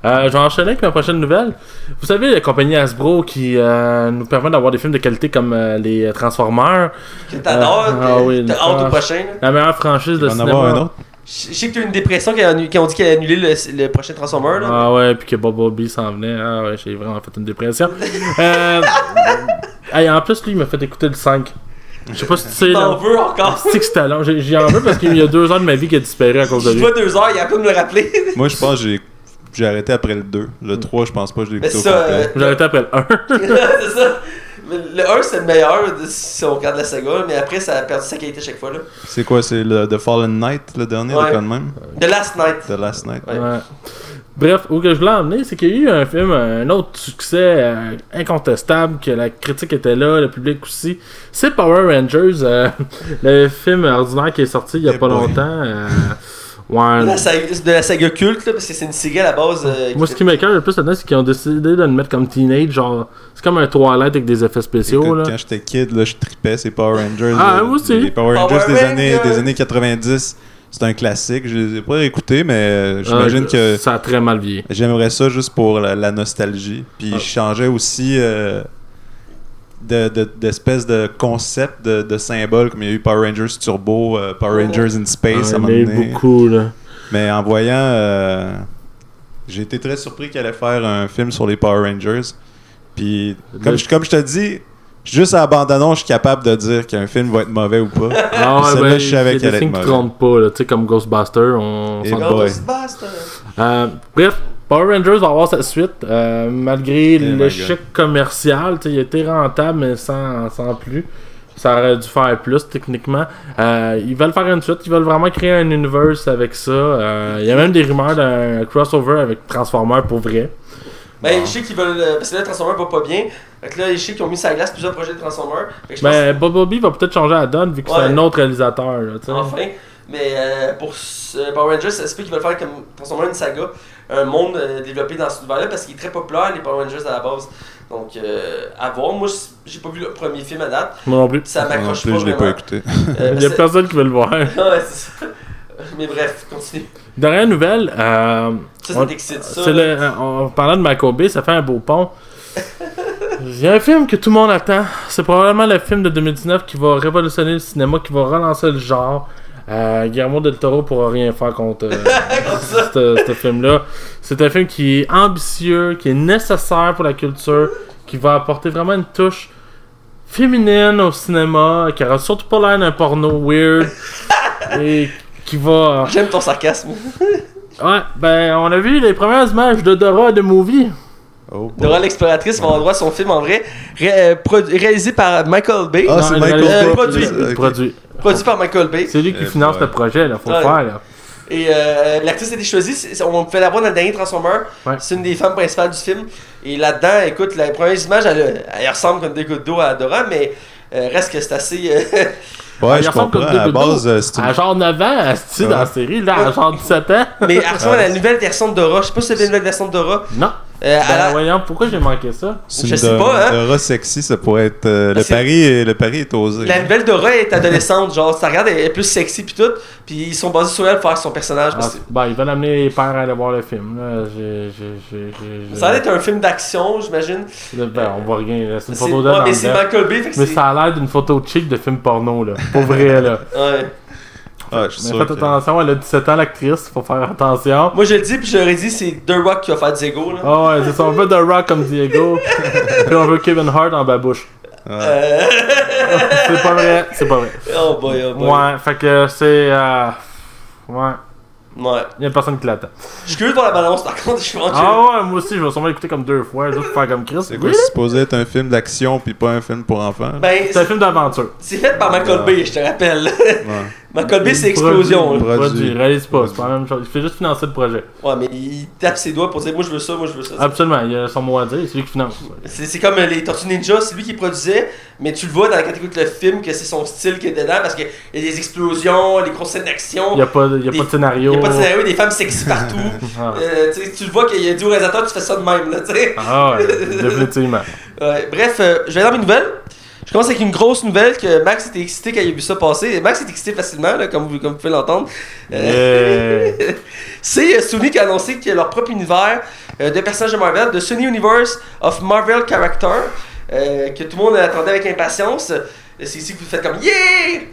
Euh, je vais enchaîner avec ma prochaine nouvelle. Vous savez, la compagnie Hasbro qui euh, nous permet d'avoir des films de qualité comme euh, les Transformers. Que t'adores, Euh, ah que oui, t'as le hâte au Trans- prochain. là. La meilleure franchise Il de va en cinéma. avoir un autre. Je je sais que t'as eu une dépression qui a annu- qui ont dit qu'elle a annulé le, le prochain Transformer. Là. Ah ouais, puis que Bumblebee s'en venait. Ah ouais, j'ai vraiment fait une dépression. euh, hey, en plus, lui, il m'a fait écouter le cinq. Je sais pas si tu sais. T'en Là, veux encore. c'est que c'était long. J'ai- J'y en veux parce qu'il y a deux heures de ma vie qui a disparu à cause de Je lui. vois deux heures, il a pas de me le rappeler. Moi, je pense que j'ai j'ai arrêté après le deux. Le trois, je pense pas que je l'ai Mais écouté au ça, complet. euh, J'ai arrêté après le un. c'est ça. Mais le un, c'est le meilleur de- si on regarde la saga, mais après, ça a perdu sa qualité chaque fois. Là. C'est quoi, c'est le The Fallen Knight, le dernier, Ouais. de quoi de même? The Last Night. The Last Night. Ouais. Ouais. Bref, où que je voulais emmener, c'est qu'il y a eu un film, un autre succès euh, incontestable, que la critique était là, le public aussi. C'est Power Rangers, euh, le film ordinaire qui est sorti il y a Eh pas boy. longtemps. euh, ouais. De la, saga, de la saga culte, là, parce que c'est une saga à la base. euh, Moi, ce qui m'écoeure le plus là-dedans, c'est qu'ils ont décidé de le mettre comme teenage, genre, c'est comme un Twilight avec des effets spéciaux, Écoute, là. quand j'étais kid, là, je tripais ces Power Rangers. Ah, là. moi aussi. Les Power Power Rangers des années, Rangers. des années quatre-vingt-dix, c'est un classique. Je les ai pas réécoutés, mais euh, j'imagine Euh, que Ça a très mal vieilli. j'aimerais ça juste pour la, la nostalgie. Puis Ah. je changeais aussi euh, de, de, d'espèces de concepts, de, de symboles, comme il y a eu Power Rangers Turbo, euh, Power Oh. Rangers in Space à un Ouais, moment mais donné. beaucoup, là. Mais en voyant, euh, j'ai été très surpris qu'elle allait faire un film sur les Power Rangers. Puis, comme, Le- je, comme je te dis, juste à la bande-annonce, je suis capable de dire qu'un film va être mauvais ou pas. Ah ouais, Celle-là, ben, je savais il y a qu'elle des allait films être qui mauvaise. trompent pas, là, tu sais, comme Ghostbusters, on Et s'en bon. boy. Ghostbusters. Euh, bref, Power Rangers va avoir sa suite, euh, malgré my l'échec commercial, tu sais, il a été rentable, mais sans, sans plus. Ça aurait dû faire plus, techniquement. Euh, ils veulent faire une suite, ils veulent vraiment créer un univers avec ça. Euh, Il y a même des rumeurs d'un crossover avec Transformers pour vrai. Ben, je sais qu'ils veulent. euh, Parce que là, Transformers va pas bien. Fait que là, je sais qu'ils ont mis sur la glace plusieurs projets de Transformers. Fait que je pense Mais Bumblebee va peut-être changer la donne vu que c'est Ouais. un autre réalisateur. Là, tu sais. Enfin, mais euh, pour euh, Power Rangers, ça se peut qu'ils veulent faire comme Transformers une saga, un monde euh, développé dans cet univers-là parce qu'il est très populaire, les Power Rangers à la base. Donc, euh, à voir. Moi, j'ai pas vu le premier film à date. Moi non plus. Ça Moi non m'accroche plus, pas je l'ai pas vraiment. écouté. Euh, Il y a parce- personne qui veut le voir. Ouais, c'est ça. Mais bref, continue. Dernière nouvelle, euh, Ça, ça on- t'excite, ça. c'est là. le, en parlant de Michael Bay, ça fait un beau pont. Il y a un film que tout le monde attend. C'est probablement le film de deux mille dix-neuf qui va révolutionner le cinéma, qui va relancer le genre. Euh, Guillermo del Toro pourra rien faire contre euh, ce ce film-là. C'est un film qui est ambitieux, qui est nécessaire pour la culture, qui va apporter vraiment une touche féminine au cinéma, qui aura surtout pas l'air d'un porno weird et qui va... J'aime ton sarcasme. Ouais, ben on a vu les premières images de Dora de Movie. Oh, boy. Dora l'exploratrice va avoir droit à son film en vrai, ré- euh, produ- réalisé par Michael Bay, Ah, Non, c'est il Michael réalise Bay. pas, Produit. il- il Ok. produit. produit par Michael Bay. C'est lui qui Eh finance boy. le projet, là, faut le Ouais. faire, là. Et euh, l'actrice a été choisie, c'est- on pouvait la voir dans le dernier Transformer. Ouais. C'est une des femmes principales du film. Et là-dedans, écoute, les premières images, elle, elle ressemble comme des gouttes d'eau à Dora, mais euh, reste que c'est assez. euh, Ouais, Il je ressemble comprends. comme À deux la base, gouttes d'eau. euh, c'est une... À genre neuf ans, asti, dans la série, là, à genre dix-sept ans. mais elle ressemble à la nouvelle version de Dora. Je sais pas si c'est la nouvelle version de Dora. Non. Euh, Ben, elle a- voyons, pourquoi j'ai manqué ça? c'est je une sais Dora- pas, hein. Dora sexy, ça pourrait être... euh, le, Ah, c'est- pari est, le pari est osé. La nouvelle Dora est adolescente, genre, ça regarde, elle est plus sexy pis tout, puis ils sont basés sur elle pour faire son personnage. Ah, parce que ben, ils veulent amener les pères à aller voir le film, là. J'ai. j'ai- j'ai- j'ai- ça a l'air d'être un film d'action, j'imagine. Ben, on voit rien, là. C'est une C'est- photo ouais, d'elle mais en c'est dedans. Michael Bay, fait que Mais c'est. ça a l'air d'une photo cheap de film porno, là. Pour vrai, là. Ouais. Ah, je suis Mais sûr faites que- attention, elle a dix-sept ans, l'actrice, faut faire attention. Moi je le dis, puis je l'aurais dit, c'est The Rock qui va faire Diego, là. Ah ouais, c'est ça, on veut The Rock comme Diego, puis on veut Kevin Hart en babouche. Ouais. Euh... C'est pas vrai, c'est pas vrai. oh boy, oh boy. Ouais, fait que c'est... Euh... Ouais, Ouais. y'a personne qui l'attend. Je suis curieux de voir la balance, par contre, je suis vraiment Ah ouais, moi aussi, je vais sûrement l'écouter comme deux fois, juste pour faire comme Chris. C'est quoi, c'est supposé être un film d'action puis pas un film pour enfants? Ben, C'est un c'est film d'aventure. c'est fait par Michael Ouais. Bay, je te rappelle. Ouais. Michael Bay, c'est Il produit, Explosion, il là. Produit. produit, il réalise pas, c'est pas la même chose. Il fait juste financer le projet. Ouais, mais il tape ses doigts pour dire, moi je veux ça, moi je veux ça. Absolument, il a son mot à dire, c'est lui qui finance. C'est c'est comme euh, les Tortues Ninja, c'est lui qui produisait, mais tu le vois dans, quand tu écoutes le film que c'est son style qui est dedans parce qu'il y a des explosions, les grosses scènes d'action. Il y a pas, il y a Des- pas de scénario. Il y a pas de scénario, des femmes sexy partout. Ah, Euh, tu sais, tu le vois qu'il a dit au réalisateur, tu fais ça de même, là, tu sais. ah ouais, définitivement. Ouais, bref, euh, je vais dans mes nouvelles. Je commence avec une grosse nouvelle que Max était excité quand il a vu ça passer. Max est excité facilement, là, comme, vous, comme vous pouvez l'entendre. Euh, Yeah. c'est euh, Sony qui a annoncé que leur propre univers euh, de personnages de Marvel, de Sony Universe of Marvel Character, euh, que tout le monde attendait avec impatience. C'est ici que vous faites comme Yeah!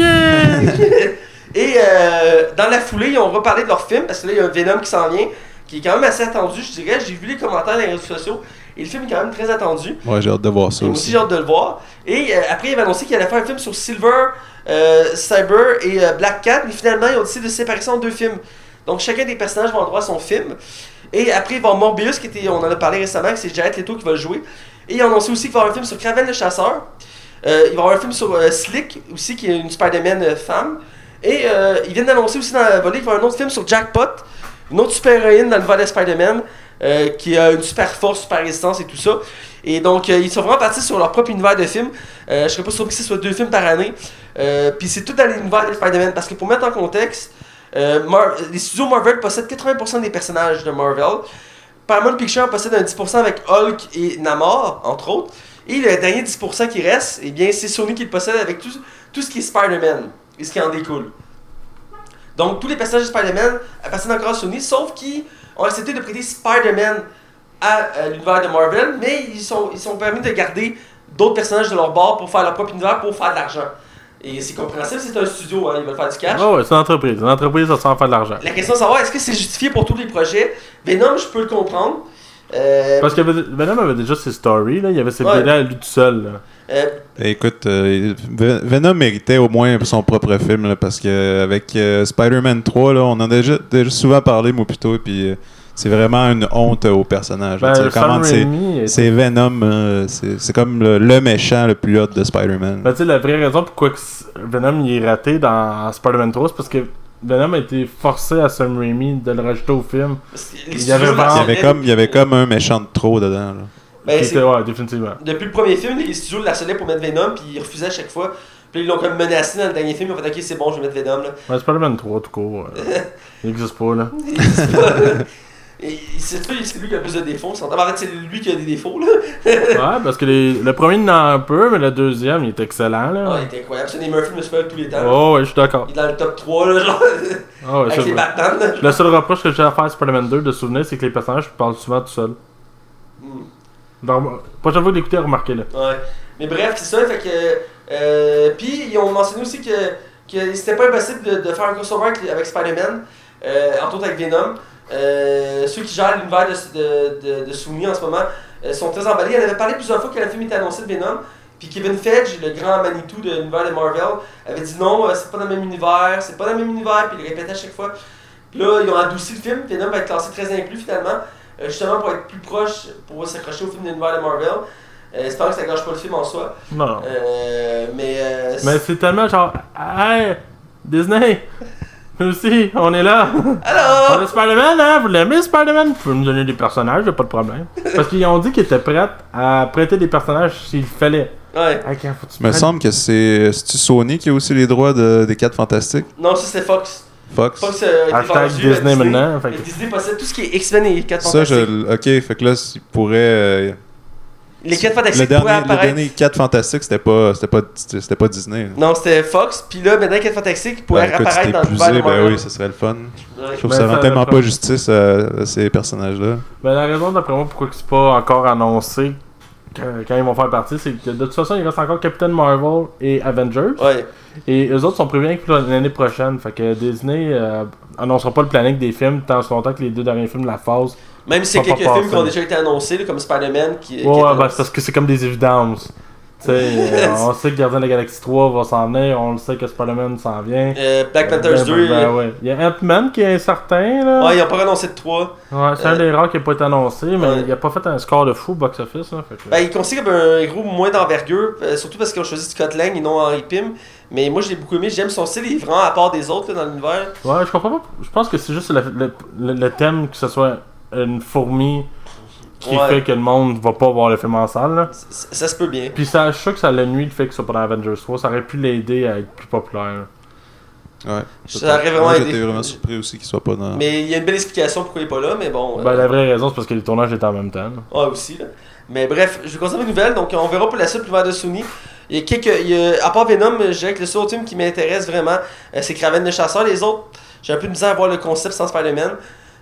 Yeah! Et euh, dans la foulée, ils ont reparlé de leur film, parce que là, il y a un Venom qui s'en vient, qui est quand même assez attendu, je dirais. J'ai vu les commentaires dans les réseaux sociaux, et le film est quand même très attendu. Ouais, j'ai hâte de voir ça Et aussi. aussi, j'ai hâte de le voir. Et euh, après, il avait annoncé qu'il allait faire un film sur Silver, euh, Cyber et euh, Black Cat, mais finalement, ils ont décidé de séparer ça en deux films. Donc, chacun des personnages va avoir droit à son film. Et après, il va y avoir Morbius, qui était, on en a parlé récemment, que c'est Jared Leto qui va le jouer. Et ils ont annoncé aussi qu'il va y avoir un film sur Kraven le chasseur. Euh, il va y avoir un film sur euh, Slick, aussi, qui est une Spider-Man euh, femme. Et euh, ils viennent d'annoncer aussi dans la volée qu'il va y avoir un autre film sur Jackpot, une autre super-héroïne dans le volet de Spider-Man, euh, qui a une super force, super résistance et tout ça. Et donc, euh, ils sont vraiment partis sur leur propre univers de films. Euh, je serais pas surpris que ce soit deux films par année. Euh, Puis c'est tout dans l'univers de Spider-Man. Parce que pour mettre en contexte, euh, Mar- les studios Marvel possèdent quatre-vingts pour cent des personnages de Marvel. Paramount Pictures possède un dix pour cent avec Hulk et Namor, entre autres. Et le dernier dix pour cent qui reste, eh bien, c'est Sony qui le possède avec tout, tout ce qui est Spider-Man et ce qui en découle. Donc, tous les personnages de Spider-Man appartiennent encore à Sony, sauf qu'ils ont accepté de prêter Spider-Man à euh, l'univers de Marvel, mais ils sont, ils sont permis de garder d'autres personnages de leur bord pour faire leur propre univers, pour faire de l'argent. Et c'est compréhensible, c'est un studio, hein, ils veulent faire du cash. Oh ouais, c'est une entreprise. Une entreprise, ça sent faire de l'argent. La question est de savoir, est-ce que c'est justifié pour tous les projets? Venom, je peux le comprendre. Euh, Parce que Venom avait déjà ses stories, là. Il y avait ses Ouais. B D à lui tout seul, là. euh, Écoute, euh, Ven- Venom méritait au moins son propre film, là, parce que avec euh, Spider-Man trois, là, on en a déjà, déjà souvent parlé, moi plutôt, puis euh, c'est vraiment une honte au personnage. là. Ben, Tu sais, comment Sam c'est- Raimi est- c'est Venom, euh, c'est c'est comme le, le méchant le plus hot de Spider-Man. Ben, tu sais, la vraie raison pourquoi que s- Venom il est raté dans Spider-Man trois, c'est parce que Venom a été forcé à Sam Raimi de le rajouter au film. les Il y avait studios vraiment- Il y avait l'acceptaient. comme, il y avait comme un méchant de trop dedans. Là. Ben, Qui c'est- était- ouais, définitivement. Depuis le premier film, les studios l'harcelaient pour mettre Venom, puis ils refusaient à chaque fois. Puis ils l'ont comme menacé dans le dernier film, ils ont fait ok, c'est bon, je vais mettre Venom. Là. Ouais, Spider-Man trois, tout court. euh, il existe pas, là. C'est pas- Et c'est pas- c'est lui qui a le plus de défauts. on s'entend. En fait, c'est lui qui a des défauts. Là. Ouais, parce que les- le premier il en a un peu, mais le deuxième, il est excellent, là. Ah, il était incroyable. C'est des Murphy me fait tous les temps. Oh, ouais, je suis d'accord. Il est dans le top trois, là, genre, Ah ouais, avec c'est les vrai. Batman. Là. Le seul reproche que j'ai à faire à Spider-Man deux de souvenir, c'est que les personnages parlent souvent tout seuls. Hmm. Donc, prochaine fois que l'écouter, remarquez-le. Ouais. Mais bref, c'est ça. Fait que. Euh, Puis, ils ont mentionné aussi que, que c'était pas impossible de, de faire un crossover avec, avec Spider-Man, euh, entre autres avec Venom. Euh, ceux qui gèrent l'univers de, de, de, de Sony en ce moment euh, sont très emballés. Elle avait parlé plusieurs fois que le film était annoncé de Venom. Puis Kevin Feige, le grand Manitou de l'univers de Marvel, avait dit non, euh, c'est pas dans le même univers, c'est pas dans le même univers, puis il le répétait à chaque fois. Puis là, ils ont adouci le film. Venom va être classé très inclus finalement, euh, justement pour être plus proche, pour s'accrocher au film de l'univers de Marvel. Euh, J'espère que ça gâche pas le film en soi. Non, non. Euh, mais. Euh, Mais c'est tellement genre, hey, Disney, nous aussi, on est là. On Alors! est Spider-Man, hein? Vous l'aimez, Spider-Man? Vous pouvez nous donner des personnages, y'a pas de problème. Parce qu'ils ont dit qu'ils étaient prêts à prêter des personnages s'il fallait. Ouais. Ah, quand faut que tu Il me prennes- semble que c'est c'est-tu Sony qui a aussi les droits de- des quatre Fantastiques. Non, ça c'est Fox. Fox. Fox euh, a été Hashtag vendu à Disney maintenant, fait Et que- Disney possède tout ce qui est X-Men et quatre Ça, je. Fantastiques. Ok, fait que là, il pourrait. euh, Les quatre le, Fantastiques dernier, pourraient le apparaître. dernier quatre Fantastiques, c'était pas, c'était pas, c'était pas Disney. Non, c'était Fox, puis là, maintenant, les quatre Fantastiques pourraient Ben, écoute, apparaître si dans t'es l'univers de épuisé, ben Marvel. oui, ce serait le fun. Ouais. Je trouve Ben, que ça ça, rend tellement le pas fun. justice à, à ces personnages-là. Ben, la raison, d'après moi, pourquoi c'est pas encore annoncé que- quand ils vont faire partie, c'est que de toute façon, il reste encore Captain Marvel et Avengers. Ouais. Et eux autres sont prévenus pour l'année prochaine. Fait que Disney euh, annoncera pas le planning des films tant ce longtemps que les deux derniers films de la phase. Même s'il y a Pas- pas quelques films qui ont passer. déjà été annoncés, là, comme Spider-Man qui. qui Ouais, est ouais, ben, annoncé. c'est parce que c'est comme des évidences. Tu sais, euh, on sait que Gardien de la Galaxie trois va s'en venir, on le sait que Spider-Man s'en vient. Euh, Black Ben, Panthers ben, deux. ben, ouais. Il y a Ant-Man qui est incertain, là. Ouais, ils ont pas annoncé de trois. Ouais, c'est un Euh, des rares qui n'a pas été annoncé, mais ouais. il a pas fait un score de fou box-office. Là, fait que- Ben, ils considèrent comme un héros moins d'envergure, euh, surtout parce qu'ils ont choisi Scott Lang et non Henry Pym. Mais moi, je l'ai beaucoup aimé, j'aime son style, il est vraiment à part des autres là, dans l'univers. Ouais, je comprends pas. Je pense que c'est juste le, le, le- le thème que ce soit une fourmi qui Ouais. fait que le monde va pas voir le film en salle. Là. Ça, ça se peut bien. Puis ça, je suis sûr que ça le nuit le fait que ce soit pas dans Avengers trois. Ça aurait pu l'aider à être plus populaire. Ouais. Ça aurait vraiment Moi, aidé. j'étais vraiment surpris aussi qu'il soit pas dans. Mais il y a une belle explication pourquoi il est pas là, mais bon. Ben, euh, la vraie raison, c'est parce que les tournages étaient en même temps. là. Ouais, aussi, là. Mais bref, je vais continuer mes nouvelles, donc on verra pour la suite l'univers de Sony. Il y a quelques. il y a- à part Venom, je dirais que le seul autre film qui m'intéresse vraiment, euh, c'est Kraven le chasseur. Les autres, j'ai un peu de misère à voir le concept sans Spider-Man.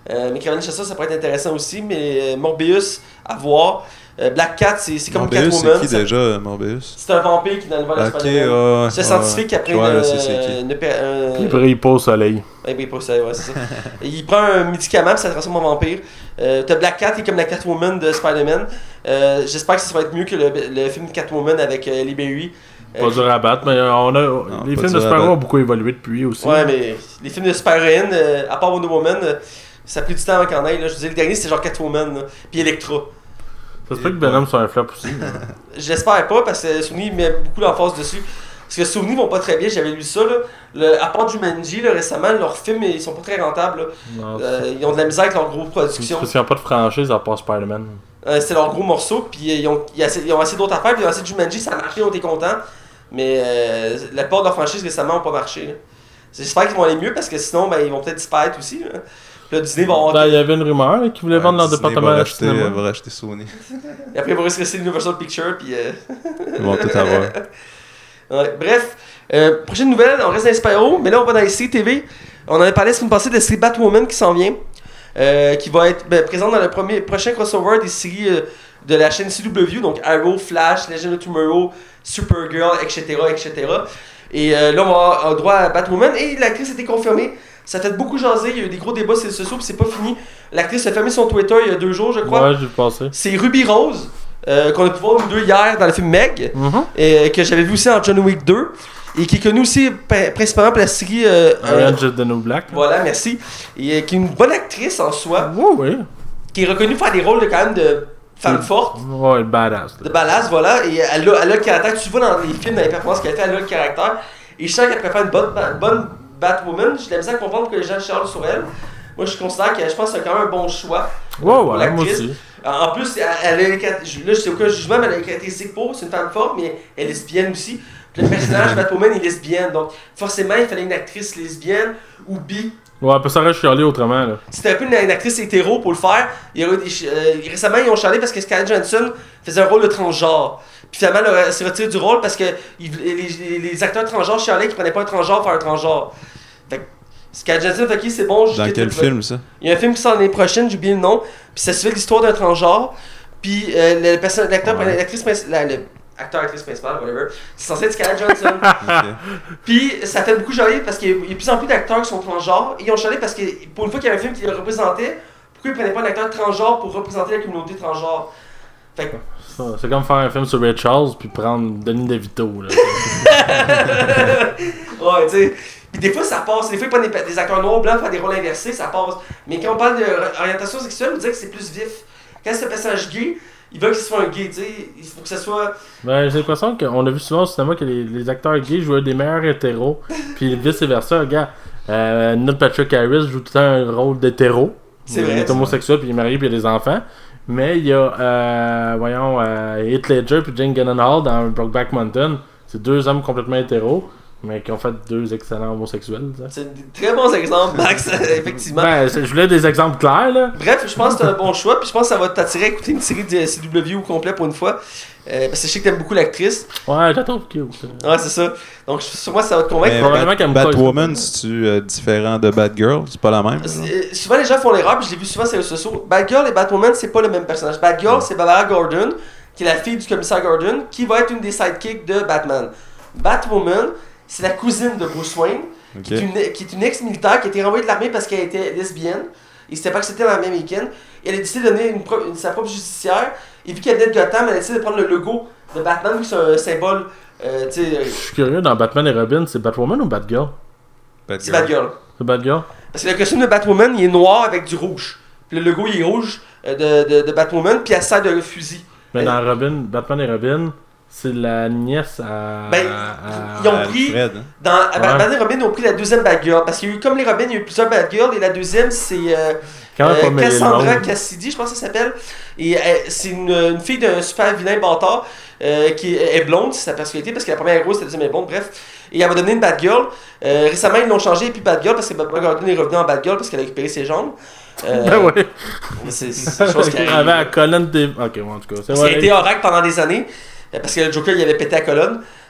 Euh, mais Caroline Chassa, ça pourrait être intéressant aussi. Mais euh, Morbius, à voir. Euh, Black Cat, c'est, c'est comme Morbius, Catwoman. c'est qui ça... déjà, Morbius? C'est un vampire qui est dans le vol de Ok, Spider-Man. ouais, C'est un scientifique qui a pris ouais, une, là, c'est, c'est qui. une, une, un... Il brille pas au soleil. Ouais, ben, pas ça, ouais, c'est ça. Il prend un médicament puis ça le transforme en vampire. Euh, t'as Black Cat qui est comme la Catwoman de Spider-Man. Euh, j'espère que ça va être mieux que le, le film Catwoman avec euh, Halle Berry. Pas dur à battre, mais on a, Non, les pas films de dur à super-héros battre. ont beaucoup évolué depuis aussi. Ouais, mais les films de super-héroïnes, euh, à part Wonder Woman, euh, ça a pris du temps avant qu'on aille. Là. Je veux dire, le dernier c'était genre Catwoman, là, puis Electra. Ça se peut que Venom soit un flop aussi. J'espère pas parce que Sony met beaucoup d'emphase dessus. Parce que Sony vont pas très bien, j'avais lu ça. Là. Le, à part Jumanji, là, récemment, leurs films ils sont pas très rentables. Là. Non, Euh, ils ont de la misère avec leurs grosses c'est productions. parce qu'ils n'ont pas de franchise à part Spider-Man. Euh, c'est leur gros morceau, puis euh, ils ont, ils, ont assez, ils ont assez d'autres affaires, puis ils ont assez de Jumanji, ça a marché, on était contents. Mais euh, la plupart de leurs franchises récemment n'ont pas marché. Là. J'espère qu'ils vont aller mieux parce que sinon, ben, ils vont peut-être disparaître aussi. Là. Puis là, Disney va avoir. Ben, il y avait une rumeur là, qui voulait vendre leur Disney département va de racheter, cinéma. euh, va racheter Sony. Et après, ils vont rester Universal Pictures, puis. Euh... Ils vont tout avoir. Ouais, bref, euh, prochaine nouvelle, on reste dans les super-héros, mais là on va dans les séries T V. On en avait parlé la semaine passée de la série Batwoman qui s'en vient, euh, qui va être ben, présente dans le premier, prochain crossover des séries euh, de la chaîne C W, donc Arrow, Flash, Legend of Tomorrow, Supergirl, et cetera, et cetera. Et euh, là on va avoir droit à Batwoman et l'actrice a été confirmée. Ça fait beaucoup jaser, il y a eu des gros débats sur les sociaux, puis c'est pas fini. L'actrice a fermé son Twitter il y a deux jours, je crois. Ouais, j'ai passé. C'est Ruby Rose, euh, qu'on a pu voir nous deux hier dans le film Meg. Mm-hmm. Et que j'avais vu aussi en John Wick deux et qui est connu aussi p- principalement pour la série euh, euh, Orange is the New Black. Là. voilà, merci, et euh, qui est une bonne actrice en soi, Ouais, ouais. qui est reconnue pour faire des rôles de quand même de femme forte, Ouais, badass. de badass, voilà, et elle a, elle a le caractère, tu vois dans les films, dans les performances qu'elle fait, elle a le caractère, et je sens qu'elle préfère une bonne, une bonne Batwoman. J'ai de la misère à comprendre que les gens chargent sur elle. Moi je considère que je pense que c'est quand même un bon choix. Ouais, pour ouais, moi l'actrice. aussi. En plus, elle, elle a les caractéristiques, là je sais aucun jugement, mais elle a les caractéristiques pour, c'est une femme forte, mais elle est lesbienne aussi. Le personnage Batwoman est lesbienne, donc forcément il fallait une actrice lesbienne ou bi. Ouais, puis ça aurait chialé autrement, là. C'était un peu une, une actrice hétéro pour le faire. Il y a eu des, euh, récemment, ils ont chialé parce que Scarlett Johansson faisait un rôle de transgenre. Puis finalement, elle s'est retirée du rôle parce que il, les, les, les acteurs transgenres chialaient qu'ils prenaient pas un transgenre pour faire un transgenre. Fait que Scarlett Johansson fait ok, c'est bon. je Dans quitte quel le- film, ça? Il y a un film qui sort l'année prochaine, j'ai oublié le nom. Puis ça suit l'histoire d'un transgenre. Puis euh, le perso- l'acteur, Ouais. l'actrice principale, le acteur, actrice principale, whatever, c'est censé être Scarlett Johansson. Ok. Puis ça fait beaucoup chialer parce qu'il y a il y a de plus en plus d'acteurs qui sont transgenres. Et ils ont chialé parce que pour une fois qu'il y avait un film qui le représentait, pourquoi ils prenaient pas un acteur transgenre pour représenter la communauté transgenre? Fait que, Ça, c'est comme faire un film sur Ray Charles puis prendre Denis DeVito, là. ouais, tu sais. Puis des fois ça passe, des fois ils prennent des, des acteurs noirs blancs pour faire des rôles inversés, ça passe. Mais quand on parle d'orientation sexuelle, on dirait que c'est plus vif. Quand c'est un personnage gay, ils veulent que ce soit un gay, tu sais. Il faut que ce soit. Ben, j'ai l'impression qu'on a vu souvent au cinéma que les, les acteurs gays jouaient des meilleurs hétéros, puis vice-versa. Regarde, euh, Neil Patrick Harris joue tout le temps un rôle d'hétéro. C'est Il vrai, est c'est homosexuel, puis il est marié, puis il a des enfants. Mais il y a, euh, voyons, euh, Heath Ledger puis Jane Gyllenhaal dans Brokeback Mountain. C'est deux hommes complètement hétéros, mais qui ont fait deux excellents homosexuels. ça. C'est des très bons exemples, Max, effectivement. Ben, c'est- je voulais des exemples clairs, là. Bref, je pense que c'est un bon choix, puis je pense que ça va t'attirer à écouter une série de C W au complet pour une fois. Euh, parce que je sais que t'aimes beaucoup l'actrice. Ouais, je la trouve cute. Ouais, c'est ça. Donc, sur moi, ça va te convaincre. Mais probablement Bat- qu'elle me colle. Batwoman, c'est-tu euh, différent de Batgirl? C'est pas la même? genre? C'est- souvent les gens font l'erreur, puis je l'ai vu souvent sur les réseaux sociaux. Batgirl et Batwoman, c'est pas le même personnage. Batgirl, c'est Barbara Gordon, qui est la fille du commissaire Gordon, qui va être une des sidekicks de Batman. Batwoman, c'est la cousine de Bruce Wayne, Ok. qui, est une, qui est une ex-militaire qui a été renvoyée de l'armée parce qu'elle était lesbienne. Et c'était pas accepté dans la même week-end. Et elle a décidé de donner une pro- une- sa propre justicière. Et vu qu'elle venait de Gotham, elle a décidé de prendre le logo de Batman, vu que c'est un symbole. Euh, tu sais, euh, Je suis curieux, dans Batman et Robin, c'est Batwoman ou Batgirl? c'est Batgirl. C'est Batgirl? Parce que le costume de Batwoman, il est noir avec du rouge. Puis le logo, il est rouge euh, de, de, de Batwoman, puis elle sert de fusil. Mais Euh, dans Robin, Batman et Robin, c'est la nièce à... Ben, à- ils ont pris- Alfred, hein? Dans à Ouais. Batman et Robin, ils ont pris la deuxième Batgirl. Parce qu'il y a eu, comme les Robin, il y a eu plusieurs Batgirls. Et la deuxième, c'est euh, Quand même euh, pas mêlé le Cassandra monde. Cassidy, je pense que ça s'appelle. Et euh, c'est une, une fille d'un super vilain bâtard euh, qui est, est blonde, c'est sa personnalité, parce que la première héros, c'était la deuxième est blonde, bref. Et elle va donner une Batgirl. Euh, récemment, ils l'ont changé, et puis Batgirl, parce que Barbara Gordon est revenue en Batgirl parce qu'elle a récupéré ses jambes. Euh, Ben ouais. mais c'est c'est une chose qui Elle arrive. avait à colonne des... Ok, bon, en tout cas, c'est Ça a vrai. été oracle pendant des années, euh, parce que le Joker, il avait pété la colonne.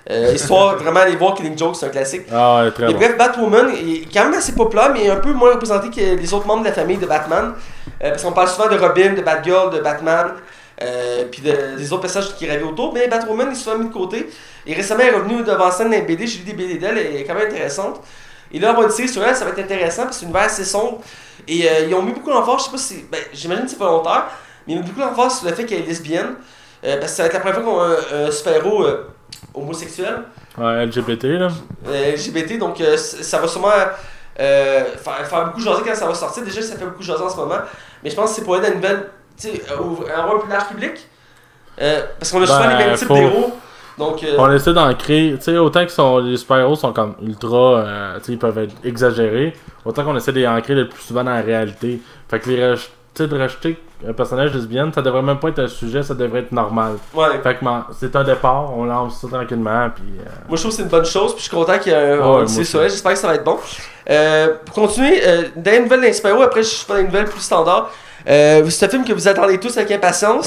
Euh, histoire vraiment aller voir Killing Joke, c'est un classique. Ah ouais, très Et bon. bref, Batwoman est quand même assez populaire, mais un peu moins représenté que les autres membres de la famille de Batman. Euh, parce qu'on parle souvent de Robin, de Batgirl, de Batman, euh, puis de, des autres personnages qui rêvaient autour. Mais Batwoman est souvent mis de côté. Et récemment, elle est revenue devant scène dans les B D. J'ai lu des B D d'elle, elle est quand même intéressante. Et là, on va une série sur elle, ça va être intéressant parce que c'est une univers assez sombre. Et euh, ils ont mis beaucoup d'emphase, je sais pas si. Ben, j'imagine que c'est volontaire, mais ils ont mis beaucoup d'emphase sur le fait qu'elle est lesbienne. Euh, parce que ça va être la première fois qu'on a un, un super-héros euh, homosexuel. Ouais, L G B T, là. Euh, L G B T, donc euh, ça va sûrement euh, faire, faire beaucoup jaser quand ça va sortir. Déjà, ça fait beaucoup jaser en ce moment. Mais je pense que c'est pour être une nouvelle. Tu sais, avoir un plus large public. Euh, parce qu'on a souvent Ben, les mêmes types faut- d'héros. Donc, euh, On essaie d'en créer, tu sais, autant que sont, les super-héros sont comme ultra, euh, tu sais, ils peuvent être exagérés, autant qu'on essaie d'en créer le plus souvent dans la réalité. Fait que les raj- tu sais, de rajouter un personnage lesbienne, ça devrait même pas être un sujet, ça devrait être normal. ouais. Fait que man, c'est un départ, on lance ça tranquillement, puis... euh, Moi, je trouve que c'est une bonne chose, puis je suis content qu'il y ait un Ouais, un moi série sur aussi. elle. J'espère que ça va être bon. Euh, pour continuer, euh, dans les nouvelles d'Inspiro, après, je suis pas dans les nouvelles plus standards. Euh, c'est un film que vous attendez tous avec impatience.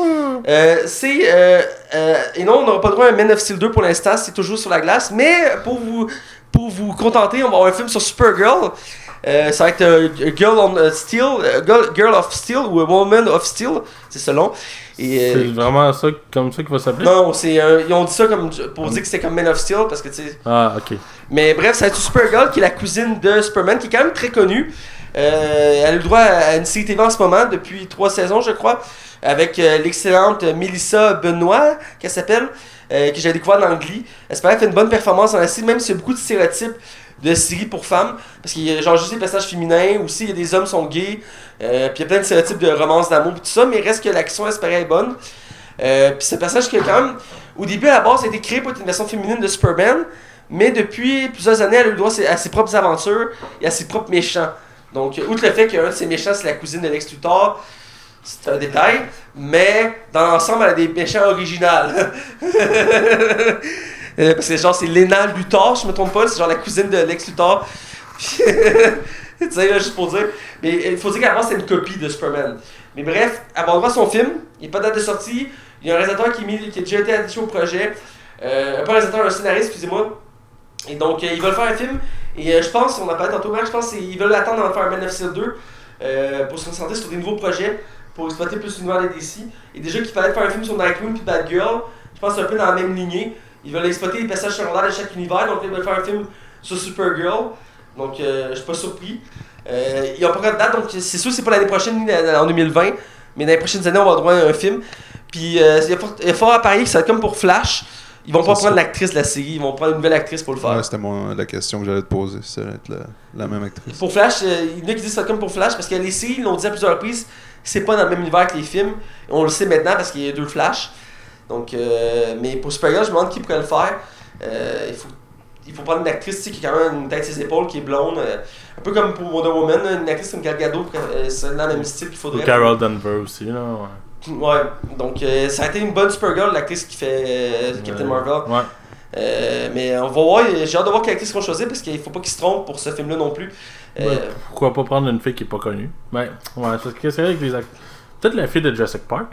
Euh, c'est. Euh, euh, et non, on n'aura pas le droit à un Man of Steel deux pour l'instant, c'est toujours sur la glace. Mais pour vous, pour vous contenter, on va avoir un film sur Supergirl. Euh, ça va être euh, Girl on Steel, euh, Girl, Girl of Steel ou A Woman of Steel, c'est selon. Et, euh, C'est vraiment ça, comme ça qu'il va s'appeler? non, c'est, euh, ils ont dit ça comme, pour dire que c'était comme Man of Steel parce que tu sais. Ah, ok. Mais bref, ça va être Supergirl qui est la cousine de Superman, qui est quand même très connue. Euh, elle a eu le droit à une série T V en ce moment, depuis trois saisons, je crois, avec euh, l'excellente Melissa Benoît, qu'elle s'appelle, euh, que j'ai découvert dans Glee. J'espère qu'elle fait une bonne performance dans la série, même s'il y a beaucoup de stéréotypes de séries pour femmes, parce qu'il y a genre juste des personnages féminins, aussi il y a des hommes qui sont gays, euh, puis il y a plein de stéréotypes de romance d'amour, tout ça, mais il reste que l'action espérée est bonne. Euh, puis c'est un personnage qui, quand même, au début à la base, a été créé pour être une version féminine de Superman, mais depuis plusieurs années, elle a eu le droit à ses propres aventures et à ses propres méchants. Donc, outre le fait qu'un de ses méchants, c'est la cousine de Lex Luthor, c'est un détail, mais dans l'ensemble, elle a des méchants originales. Euh, Parce que genre, c'est Lena Luthor, je me trompe pas, c'est genre la cousine de Lex Luthor. Tu sais, là, juste pour dire. Mais il faut dire qu'avant, c'était une copie de Superman. Mais bref, elle va voir son film, il n'y a pas de date de sortie, il y a un réalisateur qui, est mis, qui a déjà été attaché au projet, euh, pas un réalisateur, un scénariste, excusez-moi. Et donc, euh, ils veulent faire un film, et euh, je pense, on en parlait tantôt, je pense qu'ils veulent attendre d'en faire un Man of Steel deux euh, pour se concentrer sur des nouveaux projets, pour exploiter plus l'univers des D C. Et déjà qu'il fallait faire un film sur Nightwing puis Batgirl, je pense que c'est un peu dans la même lignée. Ils veulent exploiter les passages secondaires de chaque univers, donc ils veulent faire un film sur Supergirl. Donc, euh, je suis pas surpris. Euh, ils n'ont pas encore de date, donc c'est sûr que c'est pas l'année prochaine ni en deux mille vingt, mais dans les prochaines années, on va avoir droit à un film. Puis, euh, il y a fort, il y a fort à parier que ça va être comme pour Flash. Ils vont pas C'est prendre ça. l'actrice de la série, ils vont prendre une nouvelle actrice pour le faire. Ouais, c'était mon, la question que j'allais te poser, si ça allait être la, la même actrice. Pour Flash, euh, il y en a qui disent que ça va être comme pour Flash, parce que les séries, ils l'ont dit à plusieurs reprises, c'est pas dans le même univers que les films. On le sait maintenant parce qu'il y a deux Flash. Donc, euh, mais pour Supergirl, je me demande qui pourrait le faire. Euh, il, faut, il faut prendre une actrice tu sais, qui a quand même une tête sur ses épaules, qui est blonde. Euh, un peu comme pour Wonder Woman, une actrice comme Gal Gadot, euh, c'est dans le même style qu'il Ou faudrait. Carol Danvers aussi, là, ouais. Ouais, donc euh, ça a été une bonne Supergirl, l'actrice qui fait euh, Captain Ouais. Marvel. Ouais. Euh, mais on va voir, j'ai hâte de voir quelle actrice ils vont choisir parce qu'il faut pas qu'ils se trompent pour ce film-là non plus. Euh, Ouais, pourquoi pas prendre une fille qui est pas connue? Ben, ouais, parce que c'est vrai que les acteurs. Peut-être la fille de Jurassic Park.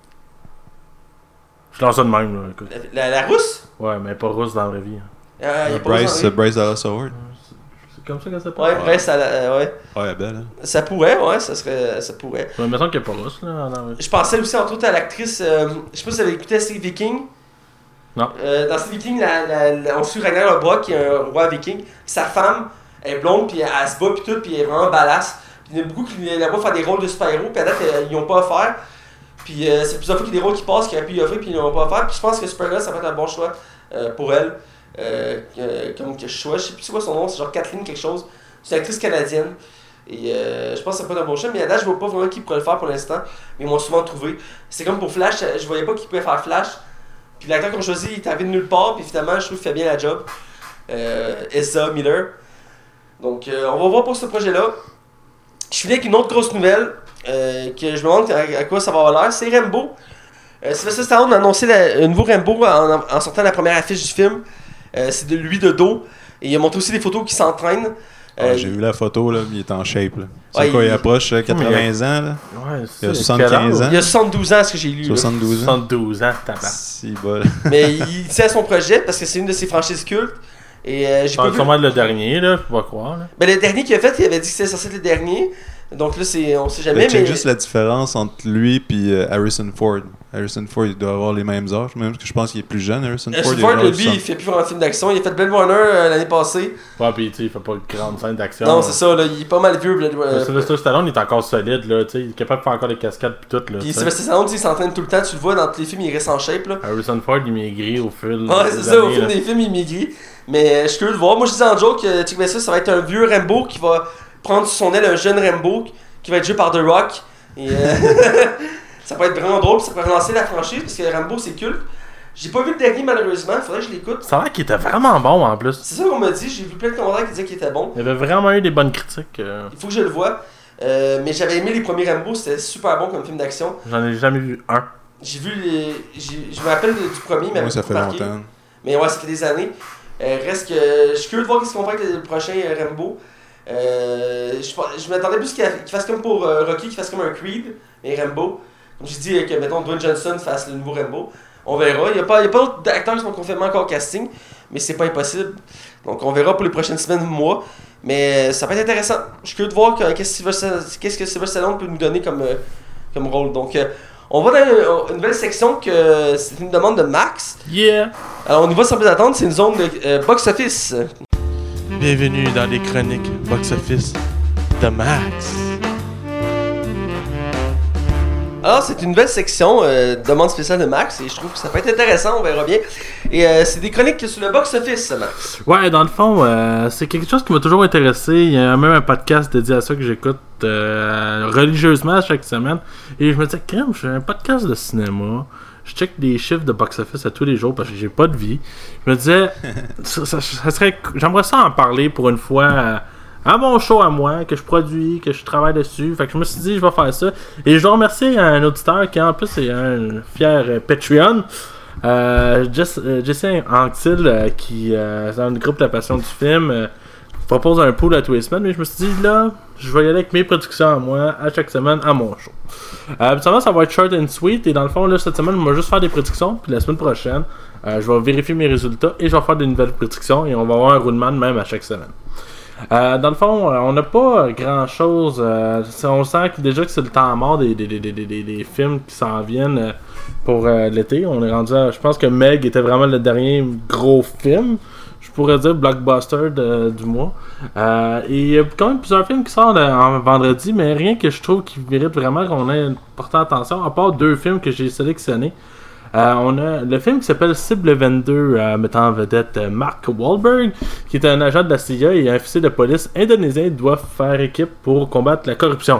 Je lance ça de même, là, écoute. la, la, la rousse? Ouais, mais pas russe dans la vraie vie. hein. Euh, y a pas Bryce, besoin, oui. Bryce Dallas Howard. C'est comme ça qu'elle s'appelle? Ouais, Bryce, ça, euh, ouais. Ouais, elle est belle, hein. Ça pourrait, ouais, ça serait, ça pourrait. Ouais, mettons qu'elle est pas russe, là. dans la vraie vie. Je pensais aussi entre autres à l'actrice, euh, je sais pas si vous avez écouté la série Viking. Non. Euh, dans cette Viking, la, la, la, on suit Ragnar Lodbrok qui est un roi viking. Sa femme elle est blonde, puis elle, elle se bat, puis tout, puis elle est vraiment badass. Puis il y en a beaucoup qui la voient faire des rôles de super-héros, puis à date, euh, ils n'ont pas à faire. Puis euh, c'est plusieurs fois qu'il y a des rôles qui passent, qu'ils auraient pu y offrir, puis ils n'ont pas à faire. Puis je pense que Supergirl, ça va être un bon choix euh, pour elle. Euh, euh, comme que choix, je sais plus c'est quoi son nom, c'est genre Kathleen quelque chose. C'est une actrice canadienne. Et euh, je pense que ça peut être un bon choix, mais à date, je vois pas vraiment qui pourrait le faire pour l'instant. Mais ils m'ont souvent trouvé. C'est comme pour Flash, je voyais pas qui pouvait faire Flash. Puis l'acteur qu'on choisit, il est arrivé de nulle part, puis finalement, je trouve qu'il fait bien la job. Euh, Ezra Miller. Donc, euh, on va voir pour ce projet-là. Je finis avec une autre grosse nouvelle, euh, que je me demande à, à quoi ça va avoir l'air. C'est Rambo. Euh, Sylvester Stallone a annoncé la, un nouveau Rambo en, en sortant la première affiche du film. Euh, c'est de lui de dos. Et il a montré aussi des photos qui s'entraînent. Ah, Euh, j'ai vu la photo, là, il est en shape. Là. C'est Ouais, quoi, il, il- approche euh, quatre-vingts ans, là? Ouais, Il a c'est- soixante-quinze ans. Il y a soixante-douze ans, ce que j'ai lu. là. soixante-douze ans. soixante-douze ans, tabac. Si, bol. Mais il tient à son projet parce que c'est une de ses franchises cultes. Et euh, j'ai Ça pas va vu. sûrement être le dernier, là, faut pas croire. Là. Ben, le dernier qu'il a fait, il avait dit que c'était censé être le dernier. Donc là, c'est, on sait jamais. Mais check Mais juste la différence entre lui et euh, Harrison Ford. Harrison Ford, il doit avoir les mêmes âges, même que je pense qu'il est plus jeune, Harrison Ford. Harrison il est Ford, genre lui, il soixante- fait plus vraiment de films d'action. Il a fait Blade Runner euh, l'année passée. Ouais, pis tu sais, il fait pas de grande scène d'action. Non, c'est ça, là, il est pas mal vieux. Blade Runner. Euh, Sylvester Stallone, il est encore solide, là, tu sais, il est capable de faire encore des cascades pis tout, là. Puis tu sais. Sylvester Stallone, tu sais, il s'entraîne tout le temps. Tu le vois dans tous les films, il reste en shape. Là. Harrison Ford, il maigrit au fil. Ouais, des c'est ça, au années, film là. des films, il maigrit. Mais euh, je suis curieux de voir. Moi, je disais en joke, euh, check bien ça, ça va être un vieux Rambo qui va prendre sous son aile un jeune Rambo qui va être joué par The Rock. Et euh, ça peut être vraiment drôle, puis ça peut relancer la franchise parce que Rambo, c'est culte. J'ai pas vu le dernier, malheureusement, faudrait que je l'écoute. Ça a l'air qu'il était vraiment bon en plus. C'est ça qu'on m'a dit, j'ai vu plein de commentaires qui disaient qu'il était bon. Il y avait vraiment eu des bonnes critiques. euh, Il faut que je le voie. Euh, mais j'avais aimé les premiers Rambo, c'était super bon comme film d'action. J'en ai jamais vu un. J'ai vu les. j'ai- Je me rappelle du premier, mais Moi, ça fait marqué. longtemps. Mais ouais, ça fait des années. Euh, reste que. Je suis curieux de voir qu'est-ce qu'on fait avec le prochain euh, Rambo. Euh, je je m'attendais plus qu'il qu'il fasse comme pour euh, Rocky, qu'il fasse comme un Creed, mais Rambo. Comme j'ai dit, euh, que mettons Dwayne Johnson fasse le nouveau Rambo. On verra. Il n'y a pas, il y a pas d'autres acteurs qui sont confirmés encore au casting, mais c'est pas impossible. Donc on verra pour les prochaines semaines ou mois. Mais euh, ça peut être intéressant. Je suis curieux de voir que- qu'est-ce que Sylvester- qu'est-ce que Sylvester Stallone peut nous donner comme, euh, comme rôle. Donc euh, on va dans une, une nouvelle section que c'est une demande de Max. Yeah! Alors on y va sans plus attendre, c'est une zone de euh, box-office. Bienvenue dans les chroniques box-office de Max. Alors, c'est une nouvelle section, euh, demande spéciale de Max, et je trouve que ça peut être intéressant, on verra bien. Et euh, c'est des chroniques sur le box-office, Max. Ouais, dans le fond, euh, c'est quelque chose qui m'a toujours intéressé. Il y a même un podcast dédié à ça que j'écoute euh, religieusement chaque semaine. Et je me disais, crème, j'ai un podcast de cinéma. Je check des chiffres de box-office à tous les jours parce que j'ai pas de vie. Je me disais, ça, ça- ça serait, j'aimerais ça en parler pour une fois euh, à mon show à moi, que je produis, que je travaille dessus. Fait que je me suis dit, je vais faire ça. Et je dois remercier un auditeur qui en plus est un fier euh, Patreon. Euh, Jess, euh, Jesse Anctil, euh, qui euh, dans le groupe La Passion du film, euh, propose un pool à tous les semaines. Mais je me suis dit, là, je vais y aller avec mes productions à moi, à chaque semaine, à mon show. Euh, habituellement, ça va être short and sweet. Et dans le fond, là, cette semaine, on va juste faire des prédictions. Puis la semaine prochaine, euh, je vais vérifier mes résultats et je vais faire des nouvelles prédictions. Et on va avoir un roulement de même à chaque semaine. Euh, dans le fond, euh, on n'a pas grand chose. Euh, on sent que déjà que c'est le temps mort des, des, des, des, des, des films qui s'en viennent euh, pour euh, l'été. On est rendu à, je pense que Meg était vraiment le dernier gros film. Je pourrais dire blockbuster de- du mois. Euh, et il y a quand même plusieurs films qui sortent euh, en vendredi, mais rien que je trouve qui mérite vraiment qu'on ait porté attention, à part deux films que j'ai sélectionnés. Euh, on a le film qui s'appelle Cible vingt-deux, euh, mettant en vedette euh, Mark Wahlberg, qui est un agent de la C I A et un officier de police indonésien doit faire équipe pour combattre la corruption.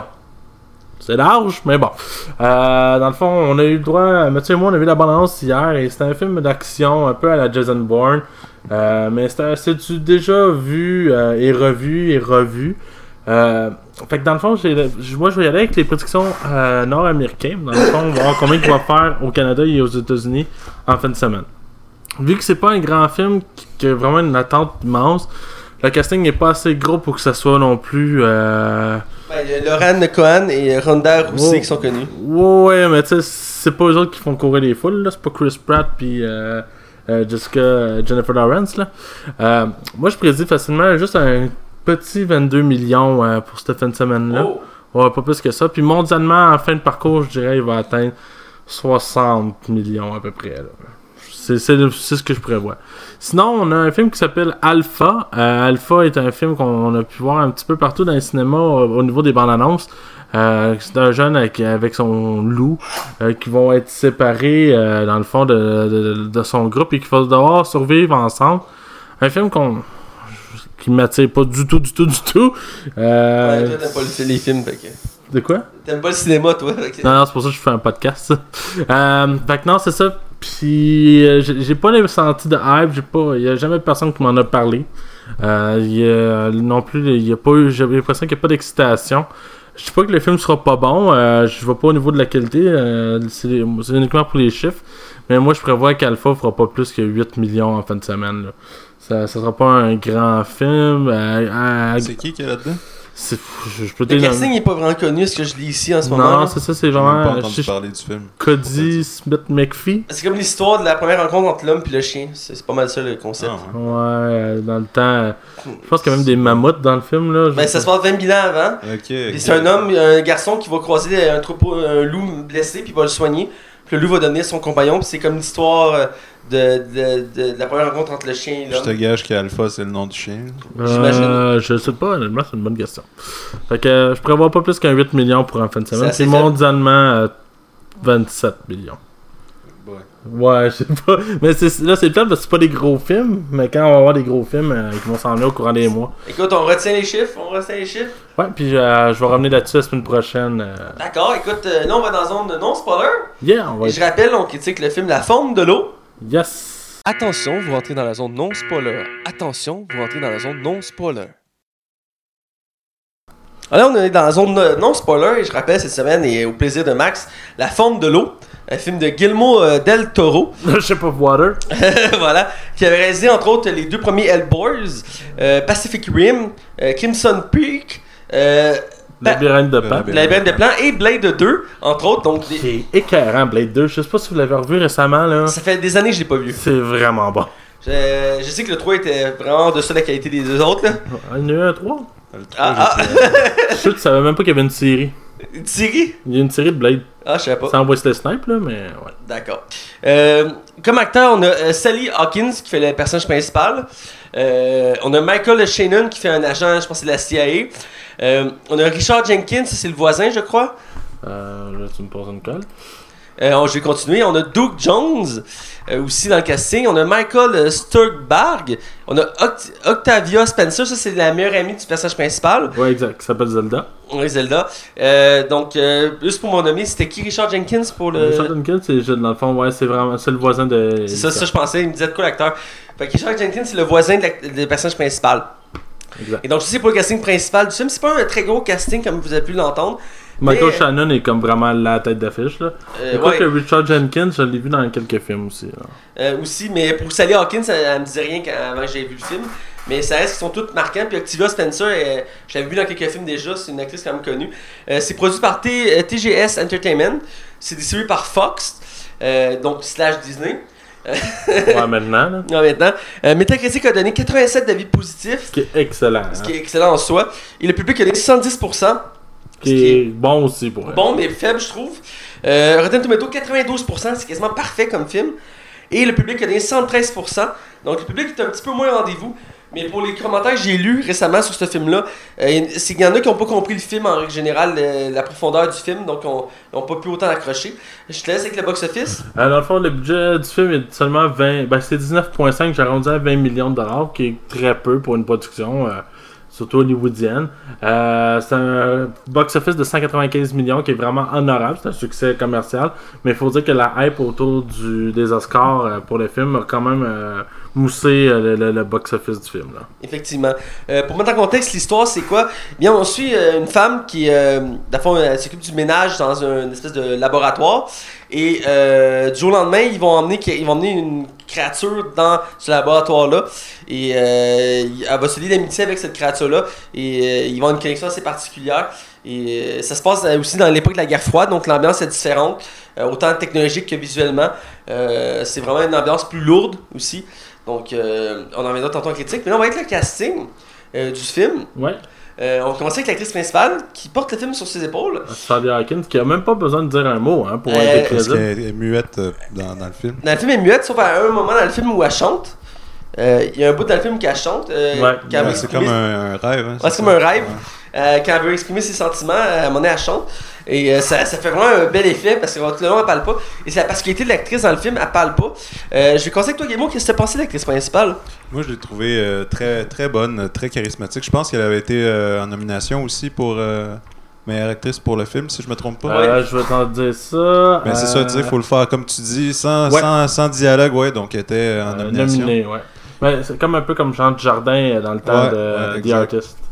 C'est large, mais bon. Euh, dans le fond, on a eu le droit, Mathieu et moi, on a vu la bande-annonce hier, et c'était un film d'action un peu à la Jason Bourne. Euh, mais c'est c'est du déjà vu euh, et revu et revu. Euh, fait que dans le fond, j'ai, moi je vais y aller avec les prédictions euh, nord-américaines. Dans le fond, on va voir combien il va faire au Canada et aux États-Unis en fin de semaine. Vu que c'est pas un grand film qui, qui a vraiment une attente immense, le casting n'est pas assez gros pour que ça soit non plus. Euh... Ben, il y a Laurent Cohen et Ronda Rousey Oh. qui sont connus. Ouais, mais tu sais, c'est pas eux autres qui font courir les foules, là. C'est pas Chris Pratt puis euh, euh, Jessica, euh, Jennifer Lawrence, là. Euh, moi, je prédis facilement juste un petit vingt-deux millions euh, pour cette fin de semaine-là. Oh. Ouais, pas plus que ça. Puis mondialement, en fin de parcours, je dirais, il va atteindre soixante millions à peu près, là. C'est, c'est, c'est ce que je prévois. Sinon, on a un film qui s'appelle Alpha. Euh, Alpha est un film qu'on a pu voir un petit peu partout dans les cinémas au, au niveau des bandes annonces. Euh, c'est un jeune avec, avec son loup euh, qui vont être séparés euh, dans le fond de, de, de son groupe et qui vont devoir survivre ensemble. Un film qu'on qui m'attire pas du tout, du tout, du tout. Euh, Ouais, toi, t'aimes pas le- les films, fait que. de quoi? T'aimes pas le cinéma, toi. fait que- Non, non, c'est pour ça que je fais un podcast. euh, fait que non, c'est ça. Puis, euh, j'ai, j'ai pas senti de hype. J'ai pas, y a jamais personne qui m'en a parlé. Euh, y a, non plus, il y a pas eu, j'ai l'impression qu'il n'y a pas d'excitation. Je dis pas que le film sera pas bon, euh, je vois pas au niveau de la qualité, euh, c'est, c'est uniquement pour les chiffres, mais moi je prévois qu'Alpha fera pas plus que huit millions en fin de semaine. Là. Ça, ça sera pas un grand film. Euh, à... C'est qui qui est là-dedans? C'est, je, je peux Le te casting n'est pas vraiment connu, est-ce que je lis ici en ce moment? Non, c'est ça, c'est J'ai même vraiment. pas entendu je- parler du film. Cody Smith McPhee. C'est comme l'histoire de la première rencontre entre l'homme et le chien. C'est, c'est pas mal ça le concept. Ah, ouais. Ouais, euh, dans le temps. euh, Je pense qu'il y a même des mammouths dans le film. Là. Je- Ben, ça se passe vingt mille ans avant. Ok. Puis ok. c'est un homme, un garçon qui va croiser un troupeau, un loup blessé, puis il va le soigner. Puis le loup va devenir son compagnon, puis c'est comme l'histoire euh, de, de, de, de la première rencontre entre le chien et Je te l'homme. gage qu'Alpha, c'est le nom du chien. j'imagine. Euh, je sais pas, honnêtement, c'est une bonne question. Fait que euh, je prévois pas plus qu'un huit millions pour en fin de semaine. C'est assez Puis faible. mondialement, euh, vingt-sept millions. Ouais. Ouais, je sais pas. Mais c'est, là, c'est plate parce que c'est pas des gros films. Mais quand on va avoir des gros films, euh, ils vont s'en venir au courant des mois. Écoute, on retient les chiffres, on retient les chiffres. Ouais, puis euh, je vais revenir là-dessus la semaine prochaine. euh. D'accord, écoute, euh, là on va dans la zone de non-spoiler. Yeah, on va Et être... je rappelle, on critique le film La forme de l'eau. Yes! Attention, vous rentrez dans la zone non-spoiler. Attention, vous rentrez dans la zone non-spoiler. Alors, on est dans la zone euh, non-spoiler, et je rappelle cette semaine, et au plaisir de Max, La forme de l'eau, un film de Guillermo euh, del Toro, Shape of Water. voilà, qui avait réalisé entre autres les deux premiers Hellboys, euh, Pacific Rim, euh, Crimson Peak, euh, Pa- Labyrinthe de Le Pan. labyrinthe. La Labyrinthe de Plan et Blade deux, entre autres. Donc, des- C'est écœurant, Blade deux. Je sais pas si vous l'avez revu récemment, là. ça fait des années que je l'ai pas vu. C'est vraiment bon. Je, je sais que le trois était vraiment de ça la qualité des deux autres. Là. Ah, il y en a eu un trois. Le trois, Ah, j'ai pas- Je suis sûr que tu savais même pas qu'il y avait une série. Une série? Il y a une série de Blade. Ah, je savais pas. Sans Wesley Snipes, là, mais ouais. D'accord. Euh, comme acteur, on a euh, Sally Hawkins qui fait le personnage principal. Euh, on a Michael Shannon qui fait un agent, je pense que c'est de la C I A. Euh, on a Richard Jenkins, c'est le voisin, je crois. Euh, là, tu me poses une colle. Euh, on- je vais continuer. On a Doug Jones euh, aussi dans le casting. On a Michael euh, Sturgbarg. On a Oct- Octavia Spencer. Ça, c'est la meilleure amie du personnage principal. Ouais, exact. Qui s'appelle Zelda. Oui, Zelda. Euh, donc, euh, juste pour mon nommer, c'était qui Richard Jenkins pour le. Richard Jenkins, c'est dans le fond, ouais, c'est vraiment c'est le voisin de. C'est ça, ça, je pensais. Il me disait de quoi l'acteur. Fait que Richard Jenkins, c'est le voisin de la- du personnage principal. Exact. Et donc, ça, c'est pour le casting principal du film. C'est pas un très gros casting, comme vous avez pu l'entendre. Michael mais- Shannon est comme vraiment la tête d'affiche, là. Euh, Je crois ouais. que Richard Jenkins, je l'ai vu dans quelques films aussi. Là. Euh, aussi, mais pour Sally Hawkins, elle, elle me disait rien quand, avant que j'avais vu le film. Mais ça reste qu'ils sont tous marquants. Puis Octavia Spencer, euh, je l'avais vu dans quelques films déjà, c'est une actrice quand même connue. Euh, c'est produit par T- euh, T G S Entertainment. C'est distribué par Fox, euh, donc slash Disney. Ouais, maintenant, là. Non, maintenant. Euh, Metacritic a donné quatre-vingt-sept d'avis positifs, Ce qui est excellent. ce hein. qui est excellent en soi. Et le public a donné soixante-dix pour cent. Qui ce qui est bon aussi pour elle. Bon, mais faible, je trouve. Euh, Rotten Tomato, quatre-vingt-douze pour cent, c'est quasiment parfait comme film. Et le public a donné soixante-treize pour cent. Donc le public est un petit peu moins au rendez-vous. Mais pour les commentaires que j'ai lus récemment sur ce film-là, euh, c'est qu'il y en a qui n'ont pas compris le film en règle générale, le- la profondeur du film, donc on n'ont pas pu autant accrocher. Je te laisse avec le box-office. Euh, dans le fond, le budget du film est seulement vingt. Ben, c'est dix-neuf virgule cinq, j'ai arrondi à vingt millions de dollars, qui est très peu pour une production, euh, surtout hollywoodienne. Euh, c'est un box-office de cent quatre-vingt-quinze millions, qui est vraiment honorable. C'est un succès commercial. Mais il faut dire que la hype autour du, des Oscars euh, pour le film a quand même euh, moussé euh, le, le- le box-office du film. Là. Effectivement. Euh, pour mettre en contexte, l'histoire, c'est quoi? Eh bien, on suit euh, une femme qui, euh, dans le fond, elle s'occupe du ménage dans un- une espèce de laboratoire. Et euh, du jour au lendemain, ils vont emmener, ils vont emmener une créature dans ce laboratoire-là. Et euh, elle va se lier d'amitié avec cette créature-là. Et euh, ils vont avoir une connexion assez particulière. Et euh, ça se passe aussi dans l'époque de la guerre froide, donc l'ambiance est différente, euh, autant technologique que visuellement. Euh, c'est vraiment une ambiance plus lourde aussi. Donc, euh, on en reviendra tantôt en critique. Mais là, on va être le casting euh, du film. Ouais. Euh, on va commencer avec l'actrice principale qui porte le film sur ses épaules. Sally Hawkins, qui a même pas besoin de dire un mot hein, pour Euh, être Parce crédible. qu'elle est muette euh, dans, dans le film. Dans le film, elle est muette, sauf à un moment dans le film où elle chante. Euh, Il y a un bout dans le film qu'elle chante. euh, Ouais. quand elle veut Ouais, c'est exprimer- comme un, un rêve. Hein, Ouais, c'est ça? comme un rêve. Ouais. Euh, quand elle veut exprimer ses sentiments, à un moment donné, elle chante. Et euh, ça, ça fait vraiment un bel effet parce que tout le long, elle parle pas. Et c'est la particularité de l'actrice dans le film, elle parle pas. Euh, je vais commencer avec toi, Guillemot. Qu'est-ce que t'as pensé de l'actrice principale? Moi, je l'ai trouvée euh, très, très bonne, euh, très charismatique. Je pense qu'elle avait été euh, en nomination aussi pour euh, meilleure actrice pour le film, si je me trompe pas. Euh, je vais t'en dire ça. Mais c'est ça, tu sais, il faut le faire comme tu dis, sans, Ouais. sans, sans dialogue, ouais, donc elle était euh, en Euh, nomination. nominé, ouais. Ben, c'est comme un peu comme Jean Jardin euh, dans le temps Ouais, de ouais, The exact. Artist.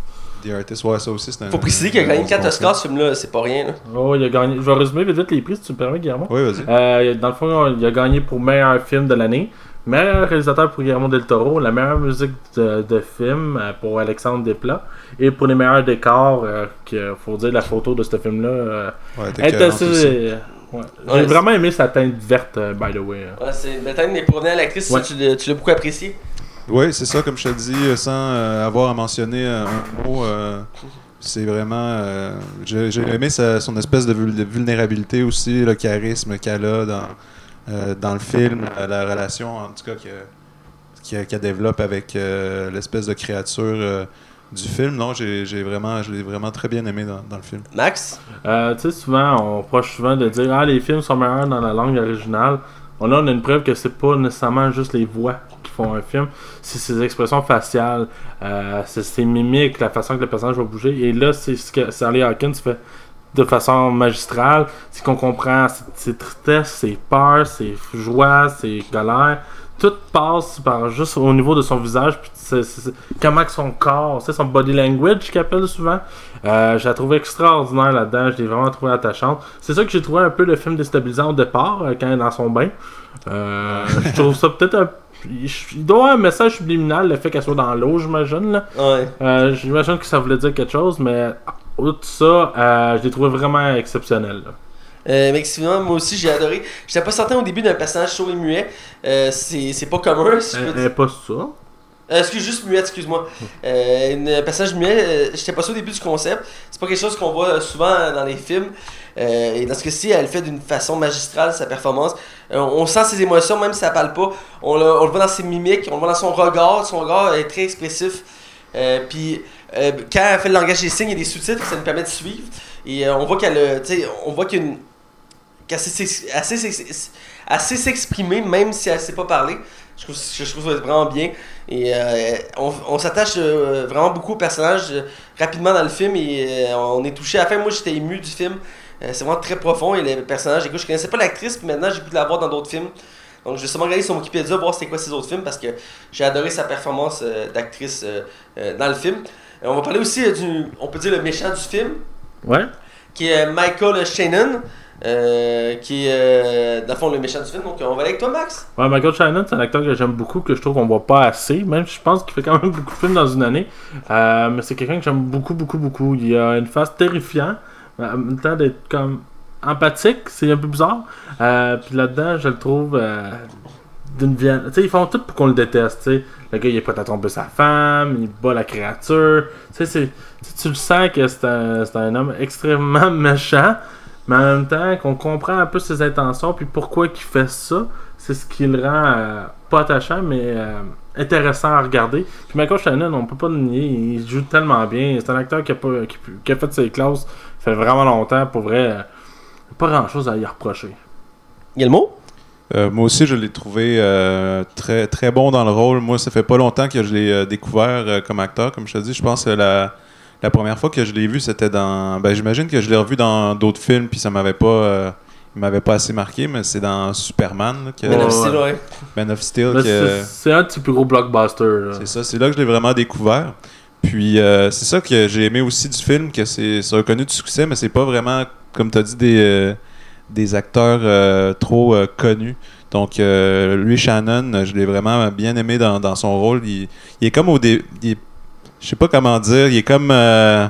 The Artist, ouais, ça aussi, c'est un... Faut préciser qu'il a gagné un quatre bon Oscars, ce film-là, c'est pas rien. Là. Oh, il a gagné. Je vais résumer vite vite les prix si tu me permets, Guillermo. Oui, vas-y. Euh, dans le fond, il a gagné pour meilleur film de l'année, meilleur réalisateur pour Guillermo del Toro, la meilleure musique de, de film euh, pour Alexandre Desplat, et pour les meilleurs décors, euh, qu'il faut dire la photo de ce film-là. Euh, Ouais, t'es est écœurante assez, aussi. euh, ouais. J'ai Ouais, vraiment aimé sa teinte verte, euh, by the way. hein. Ouais, c'est le thème des pour revenir à l'actrice, Ouais. tu, l'as- tu l'as beaucoup apprécié. Oui, c'est ça, comme je te dis, euh, sans euh, avoir à mentionner euh, un mot, euh, c'est vraiment... euh, j'ai j'ai aimé sa- son espèce de, vul- de vulnérabilité aussi, le charisme qu'elle a dans, euh, dans le film, euh, la relation, en tout cas, que- qu'elle qu'elle développe avec euh, l'espèce de créature euh, du film. Non, j'ai j'ai vraiment, je l'ai vraiment très bien aimé dans, dans le film. Max? Euh, tu sais, souvent, on reproche souvent de dire ah, les films sont meilleurs dans la langue originale. Bon, là, on a une preuve que c'est pas nécessairement juste les voix qui font un film, c'est ses expressions faciales, euh, c'est ses mimiques, la façon que le personnage va bouger. Et là, c'est ce que Sally Hawkins fait de façon magistrale, c'est qu'on comprend ses, ses tristesses, ses peurs, ses joies, ses colères. Tout passe par juste au niveau de son visage, puis c'est, c'est, c'est, comment que son corps, c'est son body language qu'il appelle souvent. Euh, je la trouve extraordinaire là-dedans, je l'ai vraiment trouvé attachante. C'est ça que j'ai trouvé un peu le film déstabilisant au départ, euh, quand elle est dans son bain. Euh, je trouve ça peut-être un. Il doit y avoir un message subliminal, le fait qu'elle soit dans l'eau, j'imagine. Là. Ouais. Euh, j'imagine que ça voulait dire quelque chose, mais outre ça, euh, je l'ai trouvé vraiment exceptionnel. Là. Euh, mais excusez-moi, moi aussi j'ai adoré. J'étais pas certain au début d'un personnage sourd et muet. Euh, c'est, c'est pas commun, si je peux Elle dire. est pas ça. Euh, excuse, juste muette, excuse-moi. Euh, un personnage muet, euh, j'étais pas sûr au début du concept. C'est pas quelque chose qu'on voit souvent dans les films. Euh, et dans ce cas-ci, elle fait d'une façon magistrale sa performance. Euh, on sent ses émotions, même si elle parle pas. On le, on le voit dans ses mimiques, on le voit dans son regard. Son regard est très expressif. Euh, Puis euh, quand elle fait le langage des signes, il y a des sous-titres, ça nous permet de suivre. Et euh, on voit qu'elle, a- tu sais, on voit qu'il y a une qu'elle sait s'ex- assez, s'ex- assez s'exprimer, même si elle ne sait pas parler. Je trouve, je trouve ça vraiment bien. Et euh, on, on s'attache euh, vraiment beaucoup au personnage euh, rapidement dans le film et euh, on est touché. À la fin, moi, j'étais ému du film. Euh, c'est vraiment très profond et le personnage, écoute, je connaissais pas l'actrice, puis maintenant, j'ai pu la voir dans d'autres films. Donc, je vais sûrement regarder sur Wikipédia voir c'est quoi ses autres films parce que j'ai adoré sa performance euh, d'actrice euh, euh, dans le film. Euh, on va parler aussi euh, du, on peut dire, le méchant du film, Ouais. qui est Michael Shannon. Euh, qui est euh, dans le fond le méchant du film. Donc on va aller avec toi, Max. Ouais, Michael Shannon, c'est un acteur que j'aime beaucoup, que je trouve qu'on voit pas assez. Même si je pense qu'il fait quand même beaucoup de films dans une année. Euh, mais c'est quelqu'un que j'aime beaucoup, beaucoup, beaucoup. Il a une face terrifiante, mais en même temps d'être comme empathique, c'est un peu bizarre. Euh, puis là-dedans, je le trouve euh, d'une violence. Tu sais, ils font tout pour qu'on le déteste. Tu sais, le gars, il est prêt à tromper sa femme, il bat la créature. Tu sais, c'est, tu le sens que c'est un, c'est un homme extrêmement méchant. Mais en même temps, qu'on comprend un peu ses intentions puis pourquoi il fait ça, c'est ce qui le rend euh, pas attachant, mais euh, intéressant à regarder. Puis Michael Shannon, on peut pas le nier, il joue tellement bien. C'est un acteur qui a, pas, qui, qui a fait ses classes, ça fait vraiment longtemps, pour vrai. Euh, pas grand chose à y reprocher. Guillemot? Euh, moi aussi, je l'ai trouvé euh, très, très bon dans le rôle. Moi, ça fait pas longtemps que je l'ai euh, découvert euh, comme acteur. Comme je te dis, je pense que la, la première fois que je l'ai vu, c'était dans... Ben, j'imagine que je l'ai revu dans d'autres films, puis ça m'avait pas... Euh, il m'avait pas assez marqué, mais c'est dans Superman. Là, que, Man of Ouais, Steel, ouais. ouais. Man of Steel. Là, que- c'est, c'est un de ses plus gros blockbusters. là. C'est ça, c'est là que je l'ai vraiment découvert. Puis euh, c'est ça que j'ai aimé aussi du film, que c'est, ça a connu du succès, mais c'est pas vraiment, comme tu as dit, des, euh, des acteurs euh, trop euh, connus. Donc euh, lui, Shannon, je l'ai vraiment bien aimé dans, dans son rôle. Il, il est comme au début... Je sais pas comment dire, il est comme... euh,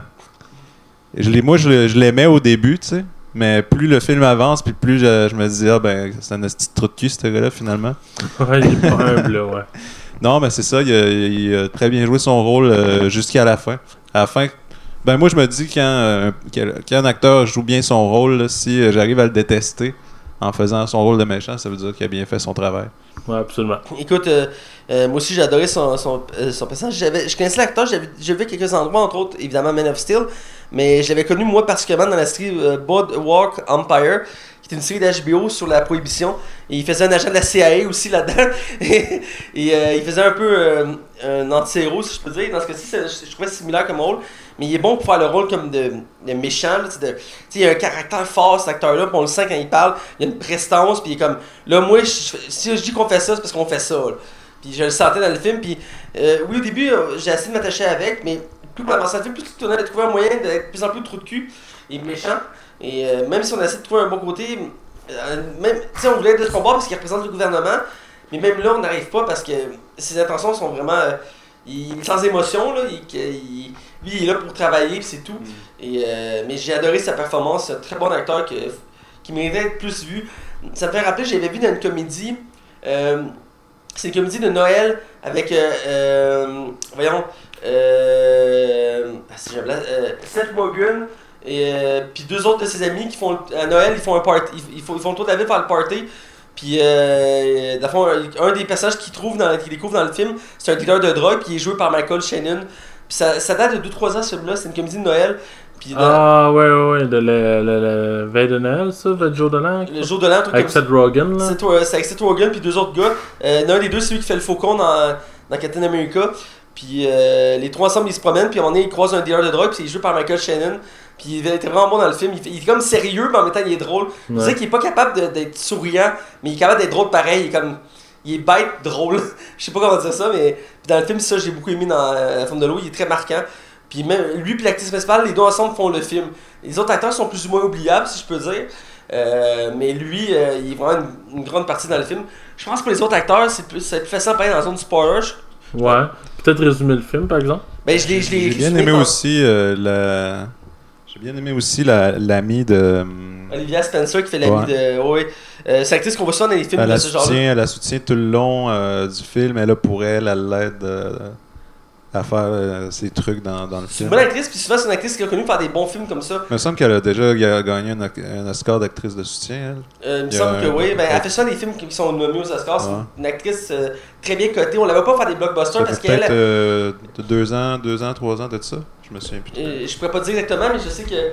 je l'ai, moi, je, le- je l'aimais au début, tu sais. Mais plus le film avance, puis plus je, je me dis, ah ben, c'est un petit trou de cul, ce gars-là, finalement. Ouais, il est pas humble, là, ouais. Non, mais c'est ça, il a, il a très bien joué son rôle euh, jusqu'à la fin. À la fin, ben moi je me dis quand, euh, quand un acteur joue bien son rôle, là, si euh, j'arrive à le détester en faisant son rôle de méchant, ça veut dire qu'il a bien fait son travail. Ouais, absolument. Écoute, euh, euh, moi aussi j'ai adoré son, son, euh, son personnage. J'avais, je connaissais l'acteur, j'avais, j'ai vu quelques endroits, entre autres évidemment Man of Steel, mais je l'avais connu moi particulièrement dans la série euh, Boardwalk Empire, qui est une série d'H B O sur la prohibition. Et il faisait un agent de la C I A aussi là-dedans. et et euh, il faisait un peu euh, un anti-héros, si je peux dire. Dans ce cas-ci, c'est- je, je trouvais similaire comme rôle. Mais il est bon pour faire le rôle comme de, de méchant. Là, tu sais, de- tu sais, il a un caractère fort, cet acteur-là. Puis on le sent quand il parle. Il y a une prestance. Puis il est comme, là, moi, je- si je dis qu'on fait ça, c'est parce qu'on fait ça. Là. Puis je le sentais dans le film. Puis euh, oui, au début, euh, j'ai essayé de m'attacher avec. Mais plus tu avançais le film, plus tu tournais à trouver un moyen d'être de plus en plus trou de cul et méchant. Et euh, même si on essaie de trouver un bon côté, euh, même, tu sais, on voulait être de combat parce qu'il représente le gouvernement, mais même là, on n'arrive pas parce que ses intentions sont vraiment. Euh, il est sans émotion, là. Il, il, lui, il est là pour travailler, puis c'est tout. Mm. Et, euh, mais j'ai adoré sa performance. C'est un très bon acteur que, qui méritait d'être plus vu. Ça me fait rappeler, j'avais vu dans une comédie. Euh, c'est une comédie de Noël avec. Euh, euh, voyons. Euh, si euh, Seth Rogen et euh, puis deux autres de ses amis qui font. À Noël, ils font un party. Ils, ils, font, ils font le tour de la ville faire le party. Puis, euh, dans le fond, un des personnages qu'ils trouvent dans, qu'ils découvrent dans le film, c'est un dealer de drogue, puis il est joué par Michael Shannon. Puis ça, ça date de deux trois ans, ce film-là, c'est une comédie de Noël. Puis dans... Ah, ouais, ouais, ouais, de le, le, le Veille de Noël, ça, le jour de l'an. Le jour de l'an, avec Seth Rogen, là. C'est, c'est avec Seth Rogen, puis deux autres gars. Euh, l'un des deux, c'est lui qui fait le faucon dans, dans Captain America. Puis euh, les trois ensemble, ils se promènent, puis à un moment donné, ils croisent un dealer de drogue, puis il est joué par Michael Shannon. Puis il était vraiment bon dans le film. Il, fait, il est comme sérieux, mais en même temps, il est drôle. Vous savez qu'il est pas capable de, d'être souriant, mais il est capable d'être drôle pareil. Il est comme. Il est bête, drôle. Je sais pas comment dire ça, mais dans le film, ça, j'ai beaucoup aimé dans euh, La Forme de l'eau. Il est très marquant. Puis même lui et l'actrice principale, les deux ensemble font le film. Les autres acteurs sont plus ou moins oubliables, si je peux dire. Euh, mais lui, euh, il est vraiment une, une grande partie dans le film. Je pense que pour les autres acteurs, c'est plus, c'est plus facile à parler dans la zone spoiler. Je... Ouais. Peut-être résumer le film, par exemple. Ben, je l'ai, je l'ai, j'ai bien aimé aussi euh, la. J'ai bien aimé aussi la, l'amie de. Olivia Spencer qui fait l'amie ouais. de. Oui. Euh, c'est l'actrice qu'on voit souvent dans les films elle de la ce soutient, genre-là. Elle la soutient tout le long euh, du film. Elle est là pour elle, elle l'aide euh, à faire euh, ses trucs dans, dans le c'est film. C'est une bonne actrice, puis souvent c'est une actrice qui est connue pour faire des bons films comme ça. Il me semble qu'elle a déjà gagné un, un Oscar d'actrice de soutien, elle. Euh, il me il semble que un... oui. Ben, elle fait ça des films qui sont nommés aux Oscars. Ouais. C'est une actrice euh, très bien cotée. On la voit pas faire des blockbusters ça parce fait qu'elle. Peut-être euh, deux ans, deux ans, trois ans de ça. Je me souviens plus. Euh, je pourrais pas dire exactement, mais je sais que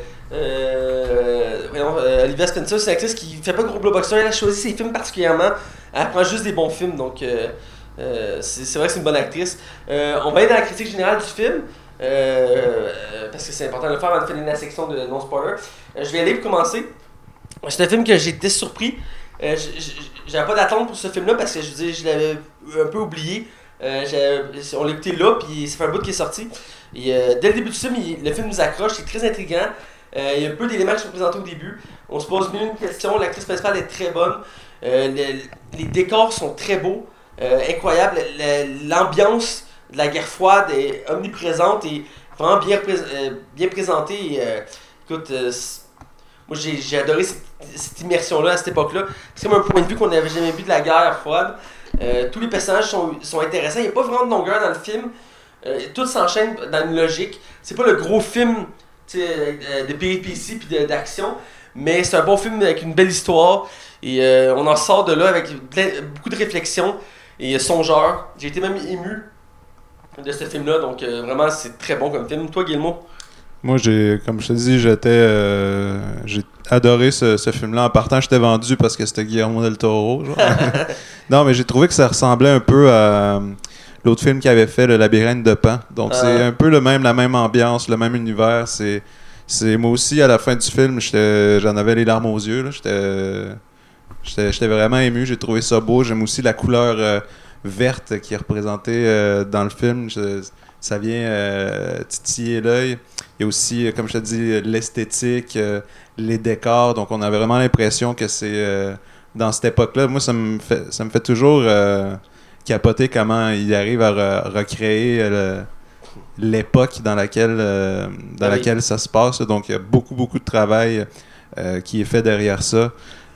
euh, voyons, euh, Olivia Spencer, c'est une actrice qui fait pas de gros blockbusters. Elle a choisi ses films particulièrement. Elle prend juste des bons films, donc euh, euh, c'est, c'est vrai que c'est une bonne actrice. Euh, on va aller dans la critique générale du film. Euh, parce que c'est important de le faire avant de finir la section de non-spoiler. Euh, je vais aller pour commencer. C'est un film que j'ai été surpris. Euh, j'avais pas d'attente pour ce film-là parce que je, dis, je l'avais un peu oublié. Euh, on l'a écouté là, puis ça fait un bout qui est sorti. Et, euh, dès le début du film, il, le film nous accroche, c'est très intriguant. Euh, il y a un peu d'éléments qui sont présentés au début. On se pose mille une questions, l'actrice principale est très bonne. Euh, les, les décors sont très beaux, euh, incroyables. L'ambiance de la guerre froide est omniprésente et vraiment bien, euh, bien présentée. Et, euh, écoute, euh, moi j'ai, j'ai adoré cette, cette immersion-là à cette époque-là. C'est comme un point de vue qu'on n'avait jamais vu de la guerre froide. Euh, tous les personnages sont, sont intéressants. Il n'y a pas vraiment de longueur dans le film. Euh, tout s'enchaîne dans une logique. C'est pas le gros film euh, de péripéties et d'action, mais c'est un bon film avec une belle histoire. Et euh, on en sort de là avec plein, beaucoup de réflexion et songeur. J'ai été même ému de ce film-là, donc euh, vraiment c'est très bon comme film. Toi, Guillemot? Moi, j'ai, comme je te dis, j'étais, euh, j'ai adoré ce, ce film-là. En partant, j'étais vendu parce que c'était Guillermo del Toro. Genre. Non, mais j'ai trouvé que ça ressemblait un peu à euh, l'autre film qu'il avait fait, Le Labyrinthe de Pan. Donc, ah. c'est un peu le même, la même ambiance, le même univers. C'est, c'est moi aussi, à la fin du film, j'étais, j'en avais les larmes aux yeux. Là. J'étais, j'étais, j'étais vraiment ému. J'ai trouvé ça beau. J'aime aussi la couleur euh, verte qui est représentée euh, dans le film. Je, ça vient euh, titiller l'œil. Il y a aussi, comme je te dis, l'esthétique, euh, les décors. Donc, on a vraiment l'impression que c'est euh, dans cette époque-là. Moi, ça me fait, ça me fait toujours euh, capoter comment il arrive à re- recréer euh, l'époque dans laquelle, euh, dans oui. laquelle ça se passe. Donc, il y a beaucoup, beaucoup de travail euh, qui est fait derrière ça.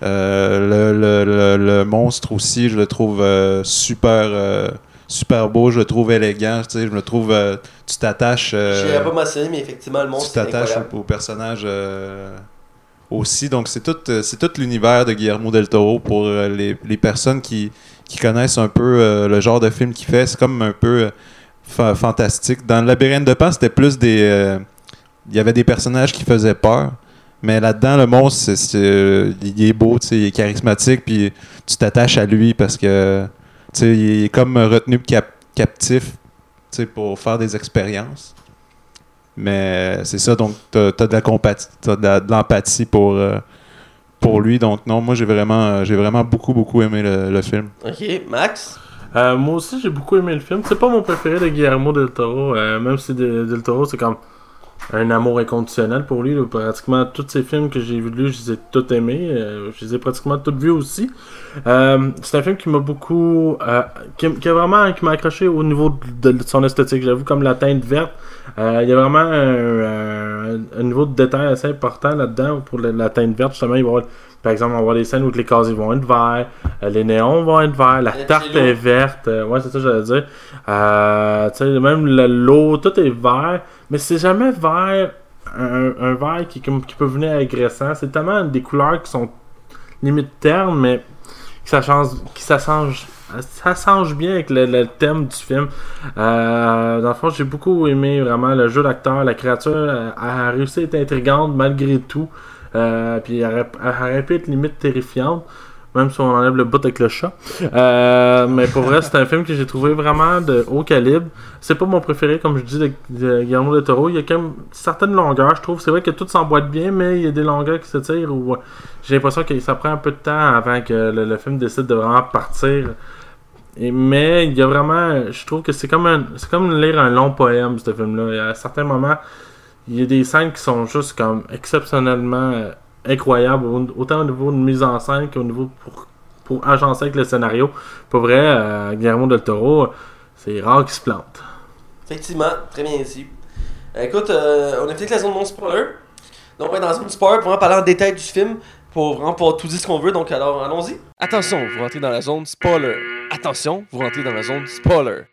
Euh, le, le, le, le monstre aussi, je le trouve euh, super... Euh, super beau, je le trouve élégant, tu sais, je me trouve, euh, tu t'attaches... Euh, je l'ai pas mentionné, mais effectivement, le monstre, tu t'attaches au, au personnage euh, aussi, donc c'est tout, c'est tout l'univers de Guillermo del Toro pour euh, les, les personnes qui, qui connaissent un peu euh, le genre de film qu'il fait, c'est comme un peu euh, fa- fantastique. Dans le Labyrinthe de Pan, c'était plus des... Il euh, y avait des personnages qui faisaient peur, mais là-dedans, le monstre, c'est, c'est, euh, il est beau, tu sais, il est charismatique, puis tu t'attaches à lui parce que... T'sais, il est comme retenu cap- captif pour faire des expériences. Mais c'est ça, donc t'as, t'as, de, la compati- t'as de, la, de l'empathie pour, euh, pour lui. Donc non, moi j'ai vraiment, j'ai vraiment beaucoup, beaucoup aimé le, le film. Ok, Max? Euh, moi aussi, j'ai beaucoup aimé le film. C'est pas mon préféré de Guillermo del Toro. Euh, même si de, del Toro, c'est comme un amour inconditionnel pour lui. Là. Pratiquement tous ses films que j'ai vus de lui, je les ai tous aimés. Euh, je les ai pratiquement tous vus aussi. Euh, c'est un film qui m'a beaucoup... Euh, qui, qui a vraiment qui m'a accroché au niveau de, de son esthétique. J'avoue, comme la teinte verte. Euh, il y a vraiment un, un, un niveau de détail assez important là-dedans pour la, la teinte verte. Justement, il va y avoir, par exemple, on va avoir des scènes où les casiers vont être verts, euh, les néons vont être verts, la Le tarte cello. est verte. Euh, ouais, c'est ça que j'allais dire. Euh, tu sais, même le- l'eau, tout est vert. Mais c'est jamais vert, un, un vert qui, comme, qui peut venir agressant. C'est tellement des couleurs qui sont limite ternes, mais qui ça change, qui ça change, ça change bien avec le, le thème du film. Euh, dans le fond, j'ai beaucoup aimé vraiment le jeu d'acteur, la créature euh, a réussi à être intrigante malgré tout. Euh, puis elle aurait, elle aurait pu être limite terrifiante. Même si on enlève le bout avec le chat. Euh, mais pour vrai, c'est un film que j'ai trouvé vraiment de haut calibre. C'est pas mon préféré, comme je dis, de, de Guillermo del Toro. Il y a quand même certaines longueurs, je trouve. C'est vrai que tout s'emboîte bien, mais il y a des longueurs qui s'étirent où j'ai l'impression que ça prend un peu de temps avant que le, le film décide de vraiment partir. Et, mais il y a vraiment... Je trouve que c'est comme, un, c'est comme lire un long poème, ce film-là. À certains moments, il y a des scènes qui sont juste comme exceptionnellement... incroyable, autant au niveau de mise en scène qu'au niveau pour, pour agencer avec le scénario. Pour vrai, euh, Guillermo del Toro, c'est rare qu'il se plante. Effectivement, très bien dit. Euh, écoute, euh, on a fait la zone non-spoiler. Donc, on va être dans la zone spoiler pour vraiment parler en détail du film, pour vraiment pouvoir tout dire ce qu'on veut. Donc, alors, allons-y. Attention, vous rentrez dans la zone spoiler. Attention, vous rentrez dans la zone spoiler.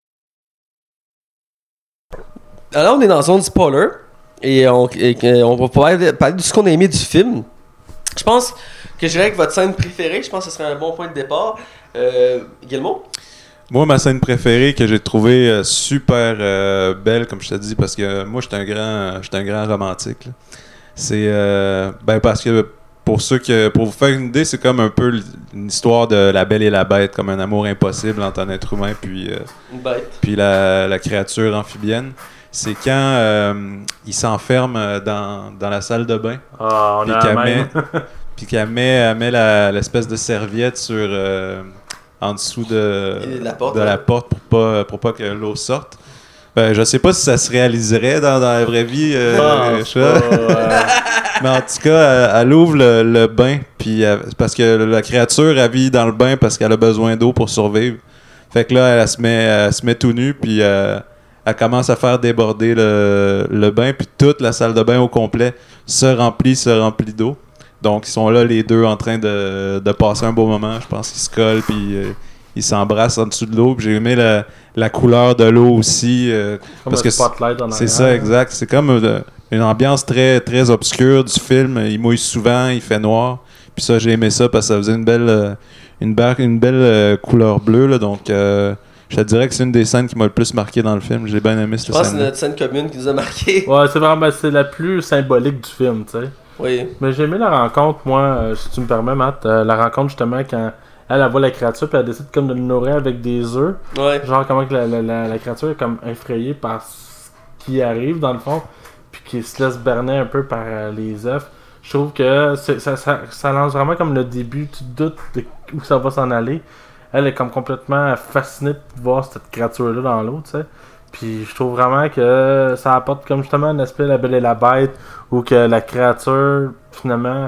Alors, on est dans la zone spoiler. Et on, et, et on va parler, parler de ce qu'on a aimé du film. Je pense que je dirais que votre scène préférée, je pense que ce serait un bon point de départ. Euh, Guillemot? Moi, ma scène préférée que j'ai trouvée euh, super euh, belle, comme je te dis, parce que euh, moi, j'étais un grand, j'étais un grand romantique. Là. C'est euh, ben parce que pour ceux que, pour vous faire une idée, c'est comme un peu une histoire de La Belle et la Bête, comme un amour impossible entre un être humain puis euh, Une bête. puis la, la créature amphibienne. C'est quand euh, il s'enferme dans, dans la salle de bain. Ah, on Puis a qu'elle la même. met, puis qu'elle met, elle met la, l'espèce de serviette sur, euh, en dessous de, Et la porte, de ouais. la porte pour pas, pour pas que l'eau sorte. Ben, je sais pas si ça se réaliserait dans, dans la vraie vie. Euh, Ah, je c'est sais pas, pas. euh, Mais en tout cas, elle, elle ouvre le, le bain. Puis elle- parce que la créature, elle vit dans le bain parce qu'elle a besoin d'eau pour survivre. Fait que là, elle, elle se, met, elle se met tout nue. Puis euh, elle commence à faire déborder le, le bain. Puis toute la salle de bain au complet se remplit, se remplit d'eau. Donc, ils sont là, les deux, en train de, de passer un beau moment. Je pense qu'ils se collent, puis euh, ils s'embrassent en dessous de l'eau. Puis j'ai aimé la, la couleur de l'eau aussi. euh, comme parce un que spotlight en c'est arrière. ça, exact. C'est comme euh, une ambiance très, très obscure du film. Il mouille souvent, il fait noir. Puis ça, j'ai aimé ça parce que ça faisait une belle, euh, une belle, une belle euh, couleur bleue. Là, donc, euh, je te dirais que c'est une des scènes qui m'a le plus marqué dans le film. J'ai bien aimé cette Je pense que c'est scène-là. notre scène commune qui nous a marqué. Ouais, c'est vraiment c'est la plus symbolique du film, tu sais. Oui. Mais j'ai aimé la rencontre, moi, euh, si tu me permets, Matt. euh, la rencontre, justement, quand elle, elle voit la créature, puis elle décide comme de le nourrir avec des œufs. Ouais. Genre, comment que la, la, la, la créature est comme effrayée par ce qui arrive, dans le fond, puis qui se laisse berner un peu par euh, les œufs. Je trouve que c'est, ça, ça, ça lance vraiment comme le début, tu te doutes de où ça va s'en aller. Elle est comme complètement fascinée de voir cette créature-là dans l'eau, tu sais. Puis je trouve vraiment que ça apporte comme justement un aspect La Belle et la Bête, où que la créature, finalement,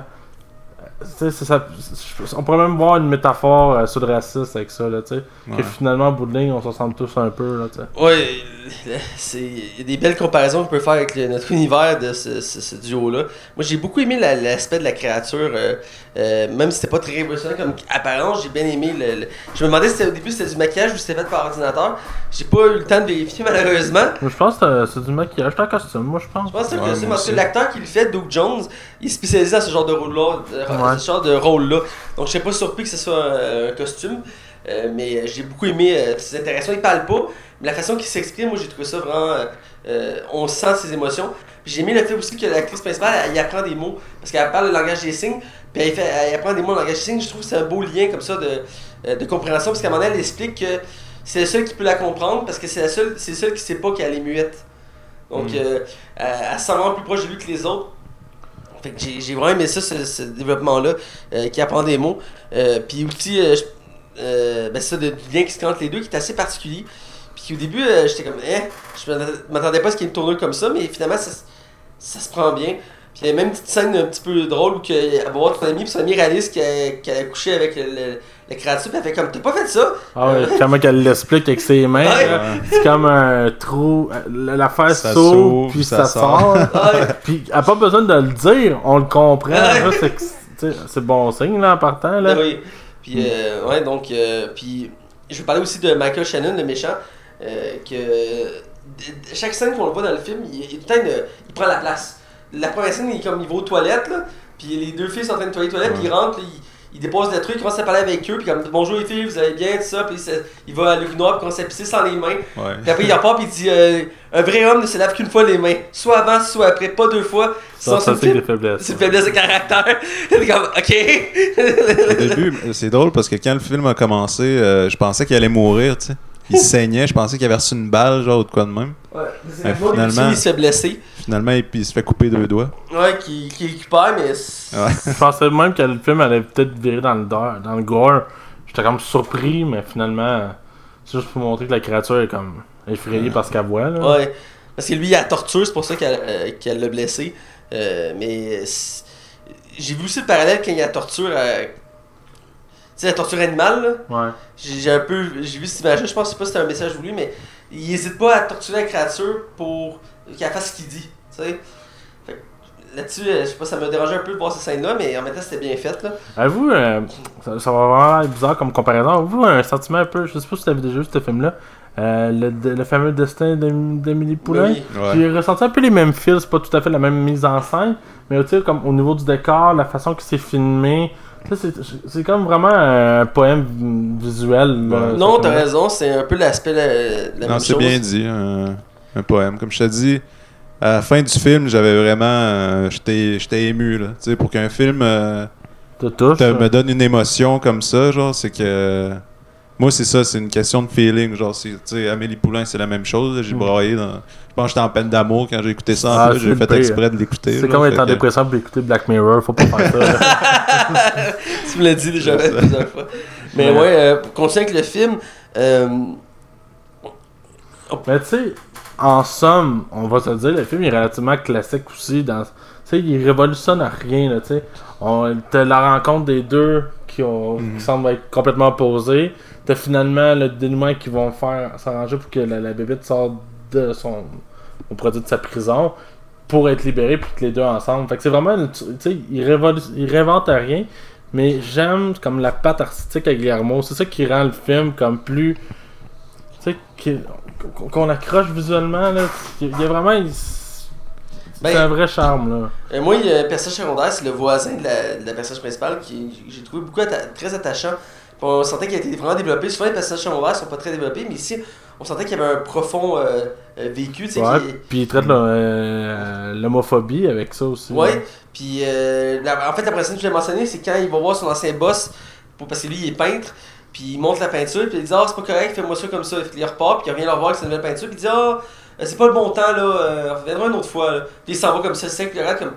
tu sais, c'est ça, on pourrait même voir une métaphore euh, sur le racisme avec ça, là, tu sais. Ouais. Que finalement, au bout de ligne, on s'en ressemble tous un peu, là, tu sais. Ouais, c'est il y a des belles comparaisons qu'on peut faire avec le- notre univers de ce, ce, ce duo-là. Moi, j'ai beaucoup aimé la- l'aspect de la créature, euh, euh, même si c'était pas très révolutionnaire comme apparence, j'ai bien aimé le, le- Je me demandais si c'était, au début c'était du maquillage ou si c'était fait par ordinateur. J'ai pas eu le temps de vérifier malheureusement. Moi, je pense que c'est- c'est du maquillage, c'est un costume, moi, je pense. Je pense que c'est Ouais, que c'est moi parce que aussi. l'acteur qui le fait, Doug Jones, il est spécialisé dans ce genre de rôle-là, de, Ouais. ce genre de rôle-là. Donc je serais pas surpris que ce soit un, un costume. Euh, mais euh, j'ai beaucoup aimé, euh, c'est intéressant, il parle pas, mais la façon qu'il s'exprime, moi j'ai trouvé ça vraiment, euh, euh, on sent ses émotions. Puis j'ai aimé le fait aussi que l'actrice principale, elle, elle apprend des mots, parce qu'elle parle le langage des signes, puis elle, fait, elle apprend des mots en langage des signes. Je trouve que c'est un beau lien comme ça de, euh, de compréhension, parce qu'à un moment donné, elle explique que c'est le seul qui peut la comprendre, parce que c'est la seule, c'est le seul qui sait pas qu'elle est muette. Donc Mm. euh, elle, elle se sent vraiment plus proche de lui que les autres. Fait que j'ai, j'ai vraiment aimé ça, ce, ce développement-là, euh, qui apprend des mots. Euh, puis aussi, euh, je- euh, ben ça, de, du lien qui se crée entre les deux qui est assez particulier. Puis au début, euh, j'étais comme, eh, je m'attendais pas à ce qu'il y ait une tournure comme ça, mais finalement, ça, ça se prend bien. Puis il y a même une petite scène un petit peu drôle où elle va voir ton ami, puis son ami réalise qu'elle qu a couché avec le, le, la créature, puis elle fait comme, t'as pas fait ça? Ah ouais, comment qu'elle l'explique avec ses mains. Ouais. Là, c'est comme un trou, l'affaire Ça s'ouvre, s'ouvre, puis ça ça sort. Ouais. Puis elle a pas besoin de le dire, on le comprend. Ouais. Là, c'est, c'est, c'est bon signe là, en partant. Là. Ben oui. Puis, euh, ouais, donc, euh, puis, je vais parler aussi de Michael Shannon, le méchant, euh, que d- d- chaque scène qu'on le voit dans le film, il, il, tout le temps, il, il prend la place. La première scène, il est comme, il va aux toilettes, là, puis les deux filles sont en train de nettoyer les toilettes, Ouais. puis il rentre, là, il, il dépose des trucs, il commence à parler avec eux, puis comme, bonjour les filles, vous allez bien, tout ça, puis ça, il va à l'urinoir, puis commence à pisser sans les mains. Ouais. Puis après, il repart, puis il dit, euh, un vrai homme ne se lave qu'une fois les mains, soit avant, soit après, pas deux fois. Ça, Sinon, ça c'est c'est une des faible- faiblesses. c'est une faiblesse de caractère. T'es comme, ok. Au début, c'est drôle parce que quand le film a commencé, euh, je pensais qu'il allait mourir, tu sais. Il saignait, je pensais qu'il avait reçu une balle, genre, ou de quoi de même. Ouais, c'est Mais le mot des finalement- petits, il se fait blesser. Finalement, il, il se fait couper deux doigts. Ouais, qui, qui récupère, mais. c'est- Ouais. Je pensais même que le film allait peut-être virer dans le, dor- dans le gore. J'étais comme surpris, mais finalement, c'est juste pour montrer que la créature est comme effrayée par ce qu'elle voit. Là. Ouais. Parce que lui, il a la torture, c'est pour ça qu'elle euh, qu'elle l'a blessé. Euh, mais. c'est- J'ai vu aussi le parallèle quand il y a la torture. euh, Tu sais, la torture animale, là. Ouais. J'ai j'ai un peu. J'ai vu cette image-là, je pense que c'est pas si c'était un message voulu, mais il hésite pas à torturer la créature pour qu'elle fasse ce qu'il dit. Tu sais. Fait que là-dessus, euh, je sais pas, ça m'a dérangé un peu de voir ces scènes-là, mais en même temps, c'était bien fait, là. Avez-vous, euh, ça, ça va vraiment être bizarre comme comparaison, avez-vous un sentiment un peu, je sais pas si tu avais déjà vu ce film-là, euh, le, de- le fameux destin d'Em- d'Émilie Poulain? Oui. Ouais. J'ai ressenti un peu les mêmes fils, c'est pas tout à fait la même mise en scène, mais tu sais, comme au niveau du décor, la façon que c'est filmé, là, c'est, c'est comme vraiment un poème visuel. Là, Ouais. ce Non, t'as film-là. raison, c'est un peu l'aspect de la Non, même c'est chose. bien dit, un, un poème. Comme je te dis, à la fin du film, j'avais vraiment. euh, j'étais, j'étais ému, là. Tu sais, pour qu'un film euh, Te touche. te- là. me donne une émotion comme ça, genre, c'est que. Moi, c'est ça, c'est une question de feeling. Genre, c'est- tu sais, Amélie Poulain, c'est la même chose. là. J'ai Mm. braillé dans. Je pense que j'étais en peine d'amour quand j'ai écouté ça. En Ah, plus, c'est j'ai le fait pire. exprès de l'écouter. C'est là, comme être fait en que- dépression pour écouter Black Mirror, faut pas faire ça. là. Tu me l'as dit déjà C'est ça. plusieurs fois. Mais Ouais. ouais, euh, pour continuer avec le film, euh, Mais tu sais, en somme, on va se le dire, le film est relativement classique aussi. Dans, tu sais, il révolutionne à rien, là, tu sais. On- T'as la rencontre des deux qui, ont, Mhm. qui semblent être complètement opposés. T'as finalement le dénouement qu'ils vont faire s'arranger pour que la, la bébête sorte de son, on pourrait dire de sa prison pour être libérée puis que les deux ensemble. Fait que c'est vraiment, une- tu sais, il, révolu- il réinvente rien. Mais j'aime comme la patte artistique à Guillermo. C'est ça qui rend le film comme plus... Tu sais, qui- qu'on qu'on accroche visuellement, là. Il y a vraiment... il- C'est Ben, un vrai charme, là. euh, moi, il y a un personnage secondaire, c'est le voisin de la, de la personnage principale qui j'ai trouvé beaucoup atta- très attachant. Puis on sentait qu'il a été vraiment développé. Souvent, les personnages secondaires sont pas très développés, mais ici, on sentait qu'il y avait un profond euh, euh, vécu. Tu sais, Ouais, qui- puis il traite là, euh, l'homophobie avec ça aussi. là. Ouais, puis euh, la- en fait, la première scène que je l'ai mentionné, c'est quand il va voir son ancien boss, pour, parce que lui, il est peintre, puis il montre la peinture, puis il dit « Ah, c'est pas correct, fais-moi ça comme ça. » Puis il repart, puis il revient leur voir avec sa nouvelle peinture, puis il dit « Ah, euh, c'est pas le bon temps, là, euh, on reviendra une autre fois. » là. Puis il s'en va comme ça, sec, puis il regarde comme...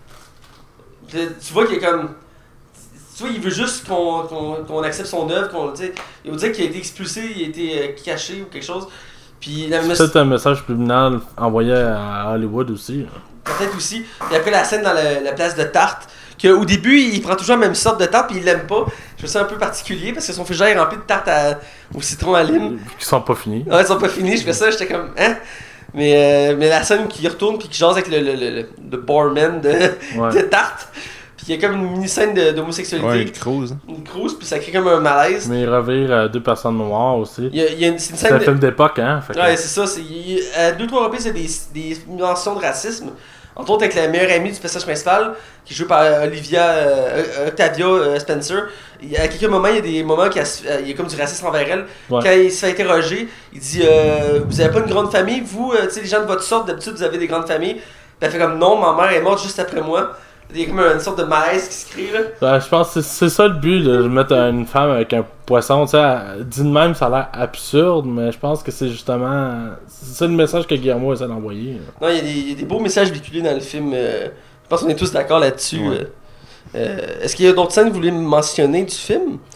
Puis là, tu vois qu'il est comme... Tu vois, il veut juste qu'on qu'on qu'on accepte son œuvre, qu'on, tu sais, il veut dire qu'il a été expulsé, il a été euh, caché ou quelque chose. Puis la C'est peut-être un message subliminal envoyé à Hollywood aussi. là. peut-être aussi. Et après la scène dans la, la place de tarte, qu'au début, il prend toujours la même sorte de tarte, puis il l'aime pas. Je trouve ça un peu particulier parce que son frigidaire est rempli de tartes à- au citron à lime. Qui sont pas finis. Ouais, ils sont pas finis, je fais ça, j'étais comme, hein? Mais, euh, mais la scène qui retourne, puis qui jase avec le, le, le, le- le barman de, Ouais. de tarte, puis il y a comme une mini-scène de- d'homosexualité, Ouais, il crouse. hein. une crouse, puis ça crée comme un malaise. Mais il revire euh, deux personnes noires aussi. Il y a, il y a une, c'est une C'est scène un de... film d'époque, hein. Fait que- Ouais, c'est ça. C'est, il- à deux, trois reprises, il y a des, des mentions de racisme. Entre autres, avec la meilleure amie du personnage principal, qui est jouée par euh, Olivia euh, Octavia euh, Spencer. Il y a- à quelques moments, il y a des moments qui il y a comme du racisme envers elle. Ouais. Quand il se fait interroger, il dit euh, Vous avez pas une grande famille, vous, euh, tu sais, les gens de votre sorte, d'habitude, vous avez des grandes familles. Puis elle fait comme Non, ma mère est morte juste après moi. Il y a comme une sorte de malaise qui se crée là. Ben, je pense que c'est c'est ça le but de mettre une femme avec un poisson. Tu sais, elle- dit de même, ça a l'air absurde, mais je pense que c'est justement. C'est ça le message que Guillermo essaie d'envoyer. là. Non, il y, a des- il y a des beaux messages véhiculés dans le film. euh, je pense qu'on est tous d'accord là-dessus. Ouais. euh. Euh, Est-ce qu'il y a d'autres scènes que vous voulez mentionner du film?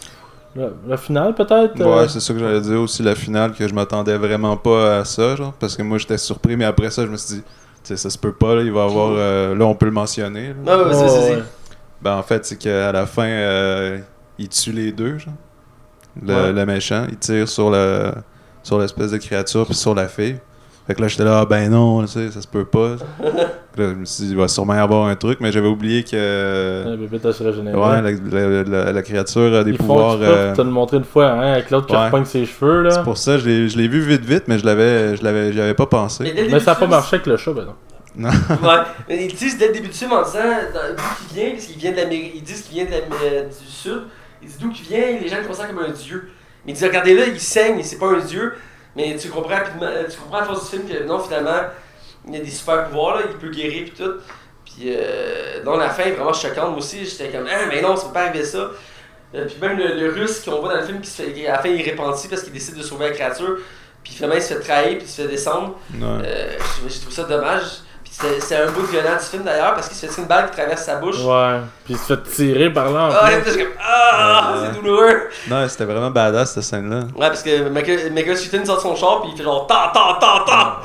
Le, le final, peut-être? Ouais, euh... c'est ça que j'allais dire aussi, la finale, que je m'attendais vraiment pas à ça, genre, parce que moi, j'étais surpris, mais après ça, je me suis dit, tu sais, ça se peut pas, là, il va y avoir... Euh, là, on peut le mentionner. Là. Ouais, ouais, c'est, Oh, c'est, c'est. ouais. Ben, en fait, c'est qu'à la fin, euh, il tue les deux, genre. Le, Ouais. le méchant, il tire sur le sur l'espèce de créature puis sur la fille. Fait que là, j'étais là, ah, ben non, tu sais, ça se peut pas. Là, je me suis dit, il va sûrement y avoir un truc, mais j'avais oublié que... Le bébé t'a se régénéré. Ouais, la, la, la, la créature a des Ils pouvoirs... font exprès euh, pour te le montrer une fois, hein, avec l'autre qui ouais. repogne ses cheveux, là. C'est pour ça, je l'ai, je l'ai vu vite vite, mais je l'avais, je l'avais, j'y avais pas pensé. Mais, dès le Mais début ça a du pas film, marché avec le chat, ben non. Non. Ouais, mais ils disent dès le début du film en disant dans- d'où qu'il vient, parce qu'il vient de l'Amérique, ils disent qu'il vient de la- du Sud, ils disent d'où qu'il vient, les gens le considèrent comme un dieu. Mais ils disent regardez là, il saigne, c'est pas un dieu, mais tu comprends rapidement, tu comprends à force du film que non, finalement, il a des super pouvoirs, là, il peut guérir pis tout. Puis euh, non, la fin est vraiment choquante, moi aussi, j'étais comme ah, mais non, ça peut pas arriver ça. Euh, puis même le, le russe qu'on voit dans le film, qui se fait, à la fin il est repenti parce qu'il décide de sauver la créature, puis finalement il se fait trahir, puis il se fait descendre. Ouais. Euh, j'ai, j'ai trouvé ça dommage. C'est, c'est un bout de violent du film d'ailleurs parce qu'il se fait tirer une balle qui traverse sa bouche. Ouais, puis il se fait tirer par là en Ah, plus. et puis je suis comme ah, Ouais. c'est douloureux. Non, c'était vraiment badass cette scène-là. Ouais, parce que Michael, Michael Keaton sort de son char puis il fait genre ta ta ta ta.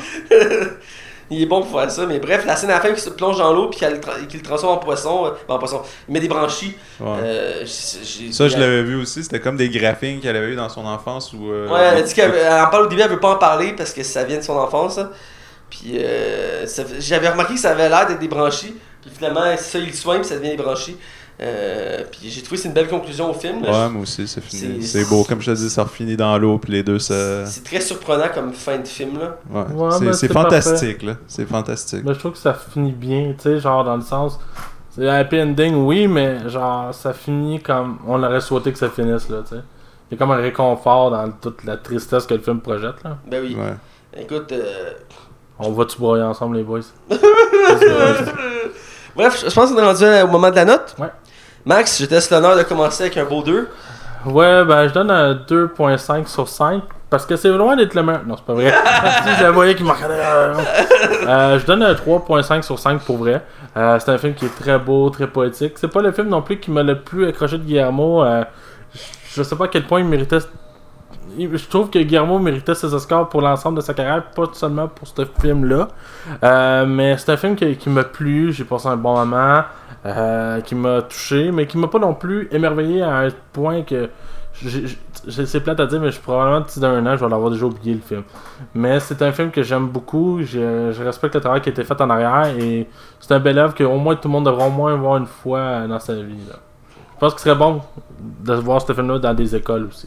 Il est bon pour faire ça, mais bref, la scène à la fin qui se plonge dans l'eau puis qu'il, tra- qu'il le transforme en poisson, euh, en poisson, il met des branchies. Ouais. Euh, j'ai, j'ai- Ça, je j'ai- l'avais vu aussi. C'était comme des graphiques qu'elle avait eu dans son enfance. Où, euh, Ouais, elle a dit qu'elle elle en parle au début, elle veut pas en parler parce que ça vient de son enfance. Hein. Puis euh, ça fait- j'avais remarqué que ça avait l'air d'être des branchies. Puis finalement, ça, il le soigne, puis ça devient des branchies. Euh, puis j'ai trouvé que c'est une belle conclusion au film. là. Ouais, moi aussi, c'est fini. C'est- C'est, beau. Comme je te dis, ça finit dans l'eau, puis les deux, ça. C'est très surprenant comme fin de film. Là. Ouais. Ouais, c'est, ben, c'est c'est fantastique, là. C'est fantastique. Mais je trouve que ça finit bien, tu sais, genre dans le sens. C'est un happy ending, oui, mais genre ça finit comme on aurait souhaité que ça finisse, là, tu sais. Il y a comme un réconfort dans toute la tristesse que le film projette, là. Ben oui. Ouais. Écoute. Euh... On va-tu broyer ensemble, les boys? Bref, je je pense qu'on est rendu au moment de la note. Ouais. Max, je te laisse l'honneur de commencer avec un beau deux. Ouais, ben je donne un deux virgule cinq sur cinq parce que c'est loin d'être le meilleur. Non, c'est pas vrai. Si je la voyais qui me regardait. Euh, je donne un trois virgule cinq sur cinq pour vrai. Euh, c'est un film qui est très beau, très poétique. C'est pas le film non plus qui m'a le plus accroché de Guillermo. Euh, je sais pas à quel point il méritait. Je trouve que Guillermo méritait ses Oscars pour l'ensemble de sa carrière, pas seulement pour ce film-là. Euh, mais c'est un film qui, qui m'a plu, j'ai passé un bon moment, euh, qui m'a touché, mais qui m'a pas non plus émerveillé à un point que. j'ai- j'ai- C'est plate à dire, mais je suis probablement d'ici d'un an, je vais l'avoir déjà oublié le film. Mais c'est un film que j'aime beaucoup, je, je respecte le travail qui a été fait en arrière, et c'est un bel œuvre qu'au moins tout le monde devrait au moins voir une fois dans sa vie. Là. Je pense que ce serait bon de voir ce film-là dans des écoles aussi.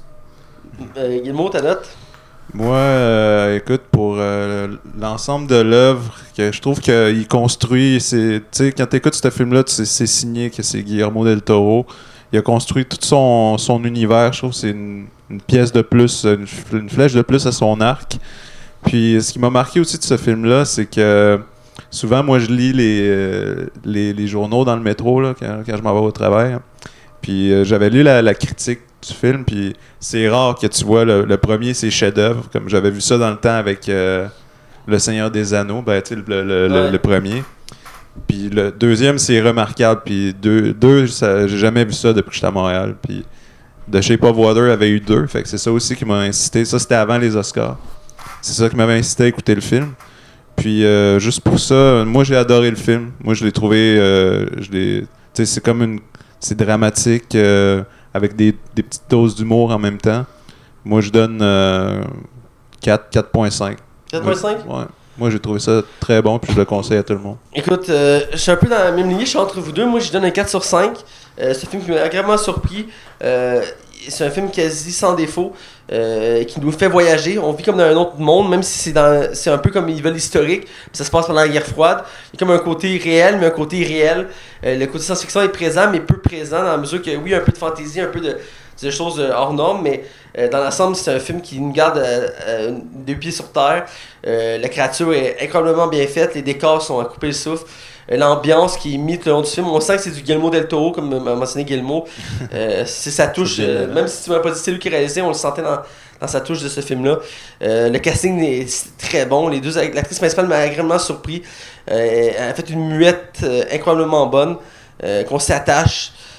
Euh, Guillemot, ta note. Moi, euh, écoute, pour euh, l'ensemble de l'œuvre, que je trouve qu'il construit, c'est, tu sais, quand tu écoutes ce film-là, tu sais, c'est signé que c'est Guillermo del Toro. Il a construit tout son, son univers. Je trouve que c'est une, une pièce de plus, une, une flèche de plus à son arc. Puis, ce qui m'a marqué aussi de ce film-là, c'est que souvent, moi, je lis les, euh, les, les journaux dans le métro là, quand, quand je m'en vais au travail. Puis, euh, j'avais lu la, la critique du film, puis c'est rare que tu vois le, le premier, c'est chef-d'œuvre, comme j'avais vu ça dans le temps avec euh, Le Seigneur des Anneaux, ben, tu sais, le, le, le, Ouais. le premier. Puis le deuxième, c'est remarquable. Puis deux, deux ça, j'ai jamais vu ça depuis que j'étais à Montréal. Puis The Shape of Water avait eu deux, fait que c'est ça aussi qui m'a incité. Ça, c'était avant les Oscars. C'est ça qui m'avait incité à écouter le film. Puis euh, juste pour ça, moi j'ai adoré le film. Moi je l'ai trouvé, euh, je l'ai, tu sais, c'est comme une, c'est dramatique euh, avec des, des petites doses d'humour en même temps. Moi je donne euh, quatre, quatre virgule cinq. quatre virgule cinq? Ouais. Moi j'ai trouvé ça très bon, puis je le conseille à tout le monde. Écoute, euh, je suis un peu dans la même lignée, je suis entre vous deux. Moi, je donne un quatre sur cinq. Euh, c'est un film qui m'a agréablement surpris. Euh, c'est un film quasi sans défaut, euh, qui nous fait voyager. On vit comme dans un autre monde, même si c'est dans, c'est un peu comme ils veulent historique. Puis ça se passe pendant la guerre froide. Il y a comme un côté réel, mais un côté irréel. Euh, le côté science-fiction est présent, mais peu présent, dans la mesure que, oui, il y a un peu de fantaisie, un peu de, de choses euh, hors normes, mais euh, dans l'ensemble, c'est un film qui nous garde euh, euh, deux pieds sur terre. Euh, la créature est incroyablement bien faite, les décors sont à couper le souffle. Euh, L'ambiance qui est mise tout le long du film, on sent que c'est du Guillermo del Toro, comme m'a mentionné Guillermo. Euh, c'est sa touche, euh, même si tu m'as pas dit que c'est lui qui réalisé, on le sentait dans, dans sa touche de ce film-là. Euh, le casting est très bon, les deux, l'actrice principale m'a agréablement surpris. Euh, elle a fait une muette euh, incroyablement bonne, euh, qu'on s'attache.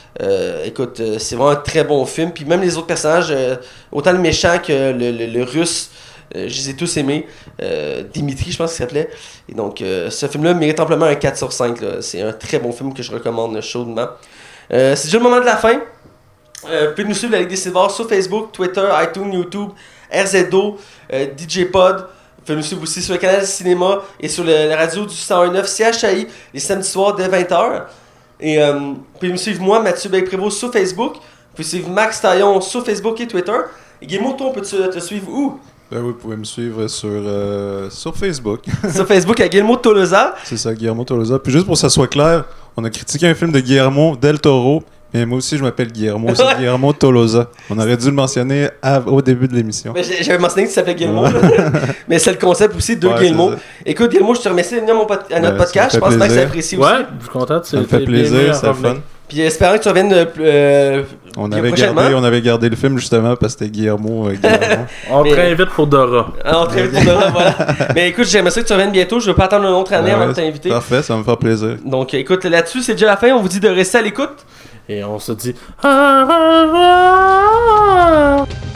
Euh, écoute, euh, c'est vraiment un très bon film. Puis même les autres personnages, euh, autant le méchant que le, le, le russe, euh, je les ai tous aimés. Euh, Dimitri, je pense qu'il s'appelait. Et donc, euh, ce film-là mérite amplement un quatre sur cinq. Là. C'est un très bon film que je recommande chaudement. Euh, c'est déjà le moment de la fin. Euh, vous pouvez nous suivre la Ligue des Cinévores sur Facebook, Twitter, iTunes, YouTube, R Z O, euh, D J Pod. Vous pouvez nous suivre aussi sur le canal Cinéma et sur le, la radio du cent un neuf C H A I les samedis soirs dès vingt heures. Et euh, vous pouvez me suivre moi, Mathieu Baye-Prévost, sur Facebook. Vous pouvez suivre Max Taillon sur Facebook et Twitter. Et Guillemot, toi, on peut te, te suivre où? Ben oui, vous pouvez me suivre sur, euh, sur Facebook. Sur Facebook à Guillemot Tolosa. C'est ça, Guillermo Tolosa. Puis juste pour que ça soit clair, on a critiqué un film de Guillermo del Toro. Mais moi aussi, je m'appelle Guillermo. C'est Guillermo Tolosa. On aurait dû le mentionner à, au début de l'émission. Mais j'avais mentionné que tu s'appelais Guillermo. Mais c'est le concept aussi de Ouais, Guillermo. Écoute, Guillermo, je te remercie de venir à, mon pod- à notre Ben, ça podcast. me Je fait pense que plaisir. ça apprécie aussi. Ouais, je suis content. Ça me fait plaisir, c'est fun. Puis espérant que tu reviennes euh, On bien avait, prochainement. gardé, on avait gardé le film justement parce que c'était Guillermo. Euh, Guillermo. On Mais- te réinvite pour Dora. Alors, très vite pour demain, voilà. Mais écoute, j'aimerais ça que tu reviennes bientôt. Je veux pas attendre une autre année Ouais, avant de t'inviter. Parfait, ça va me faire plaisir. Donc, écoute, là-dessus, c'est déjà la fin. On vous dit de rester à l'écoute. Et on se dit... Au revoir.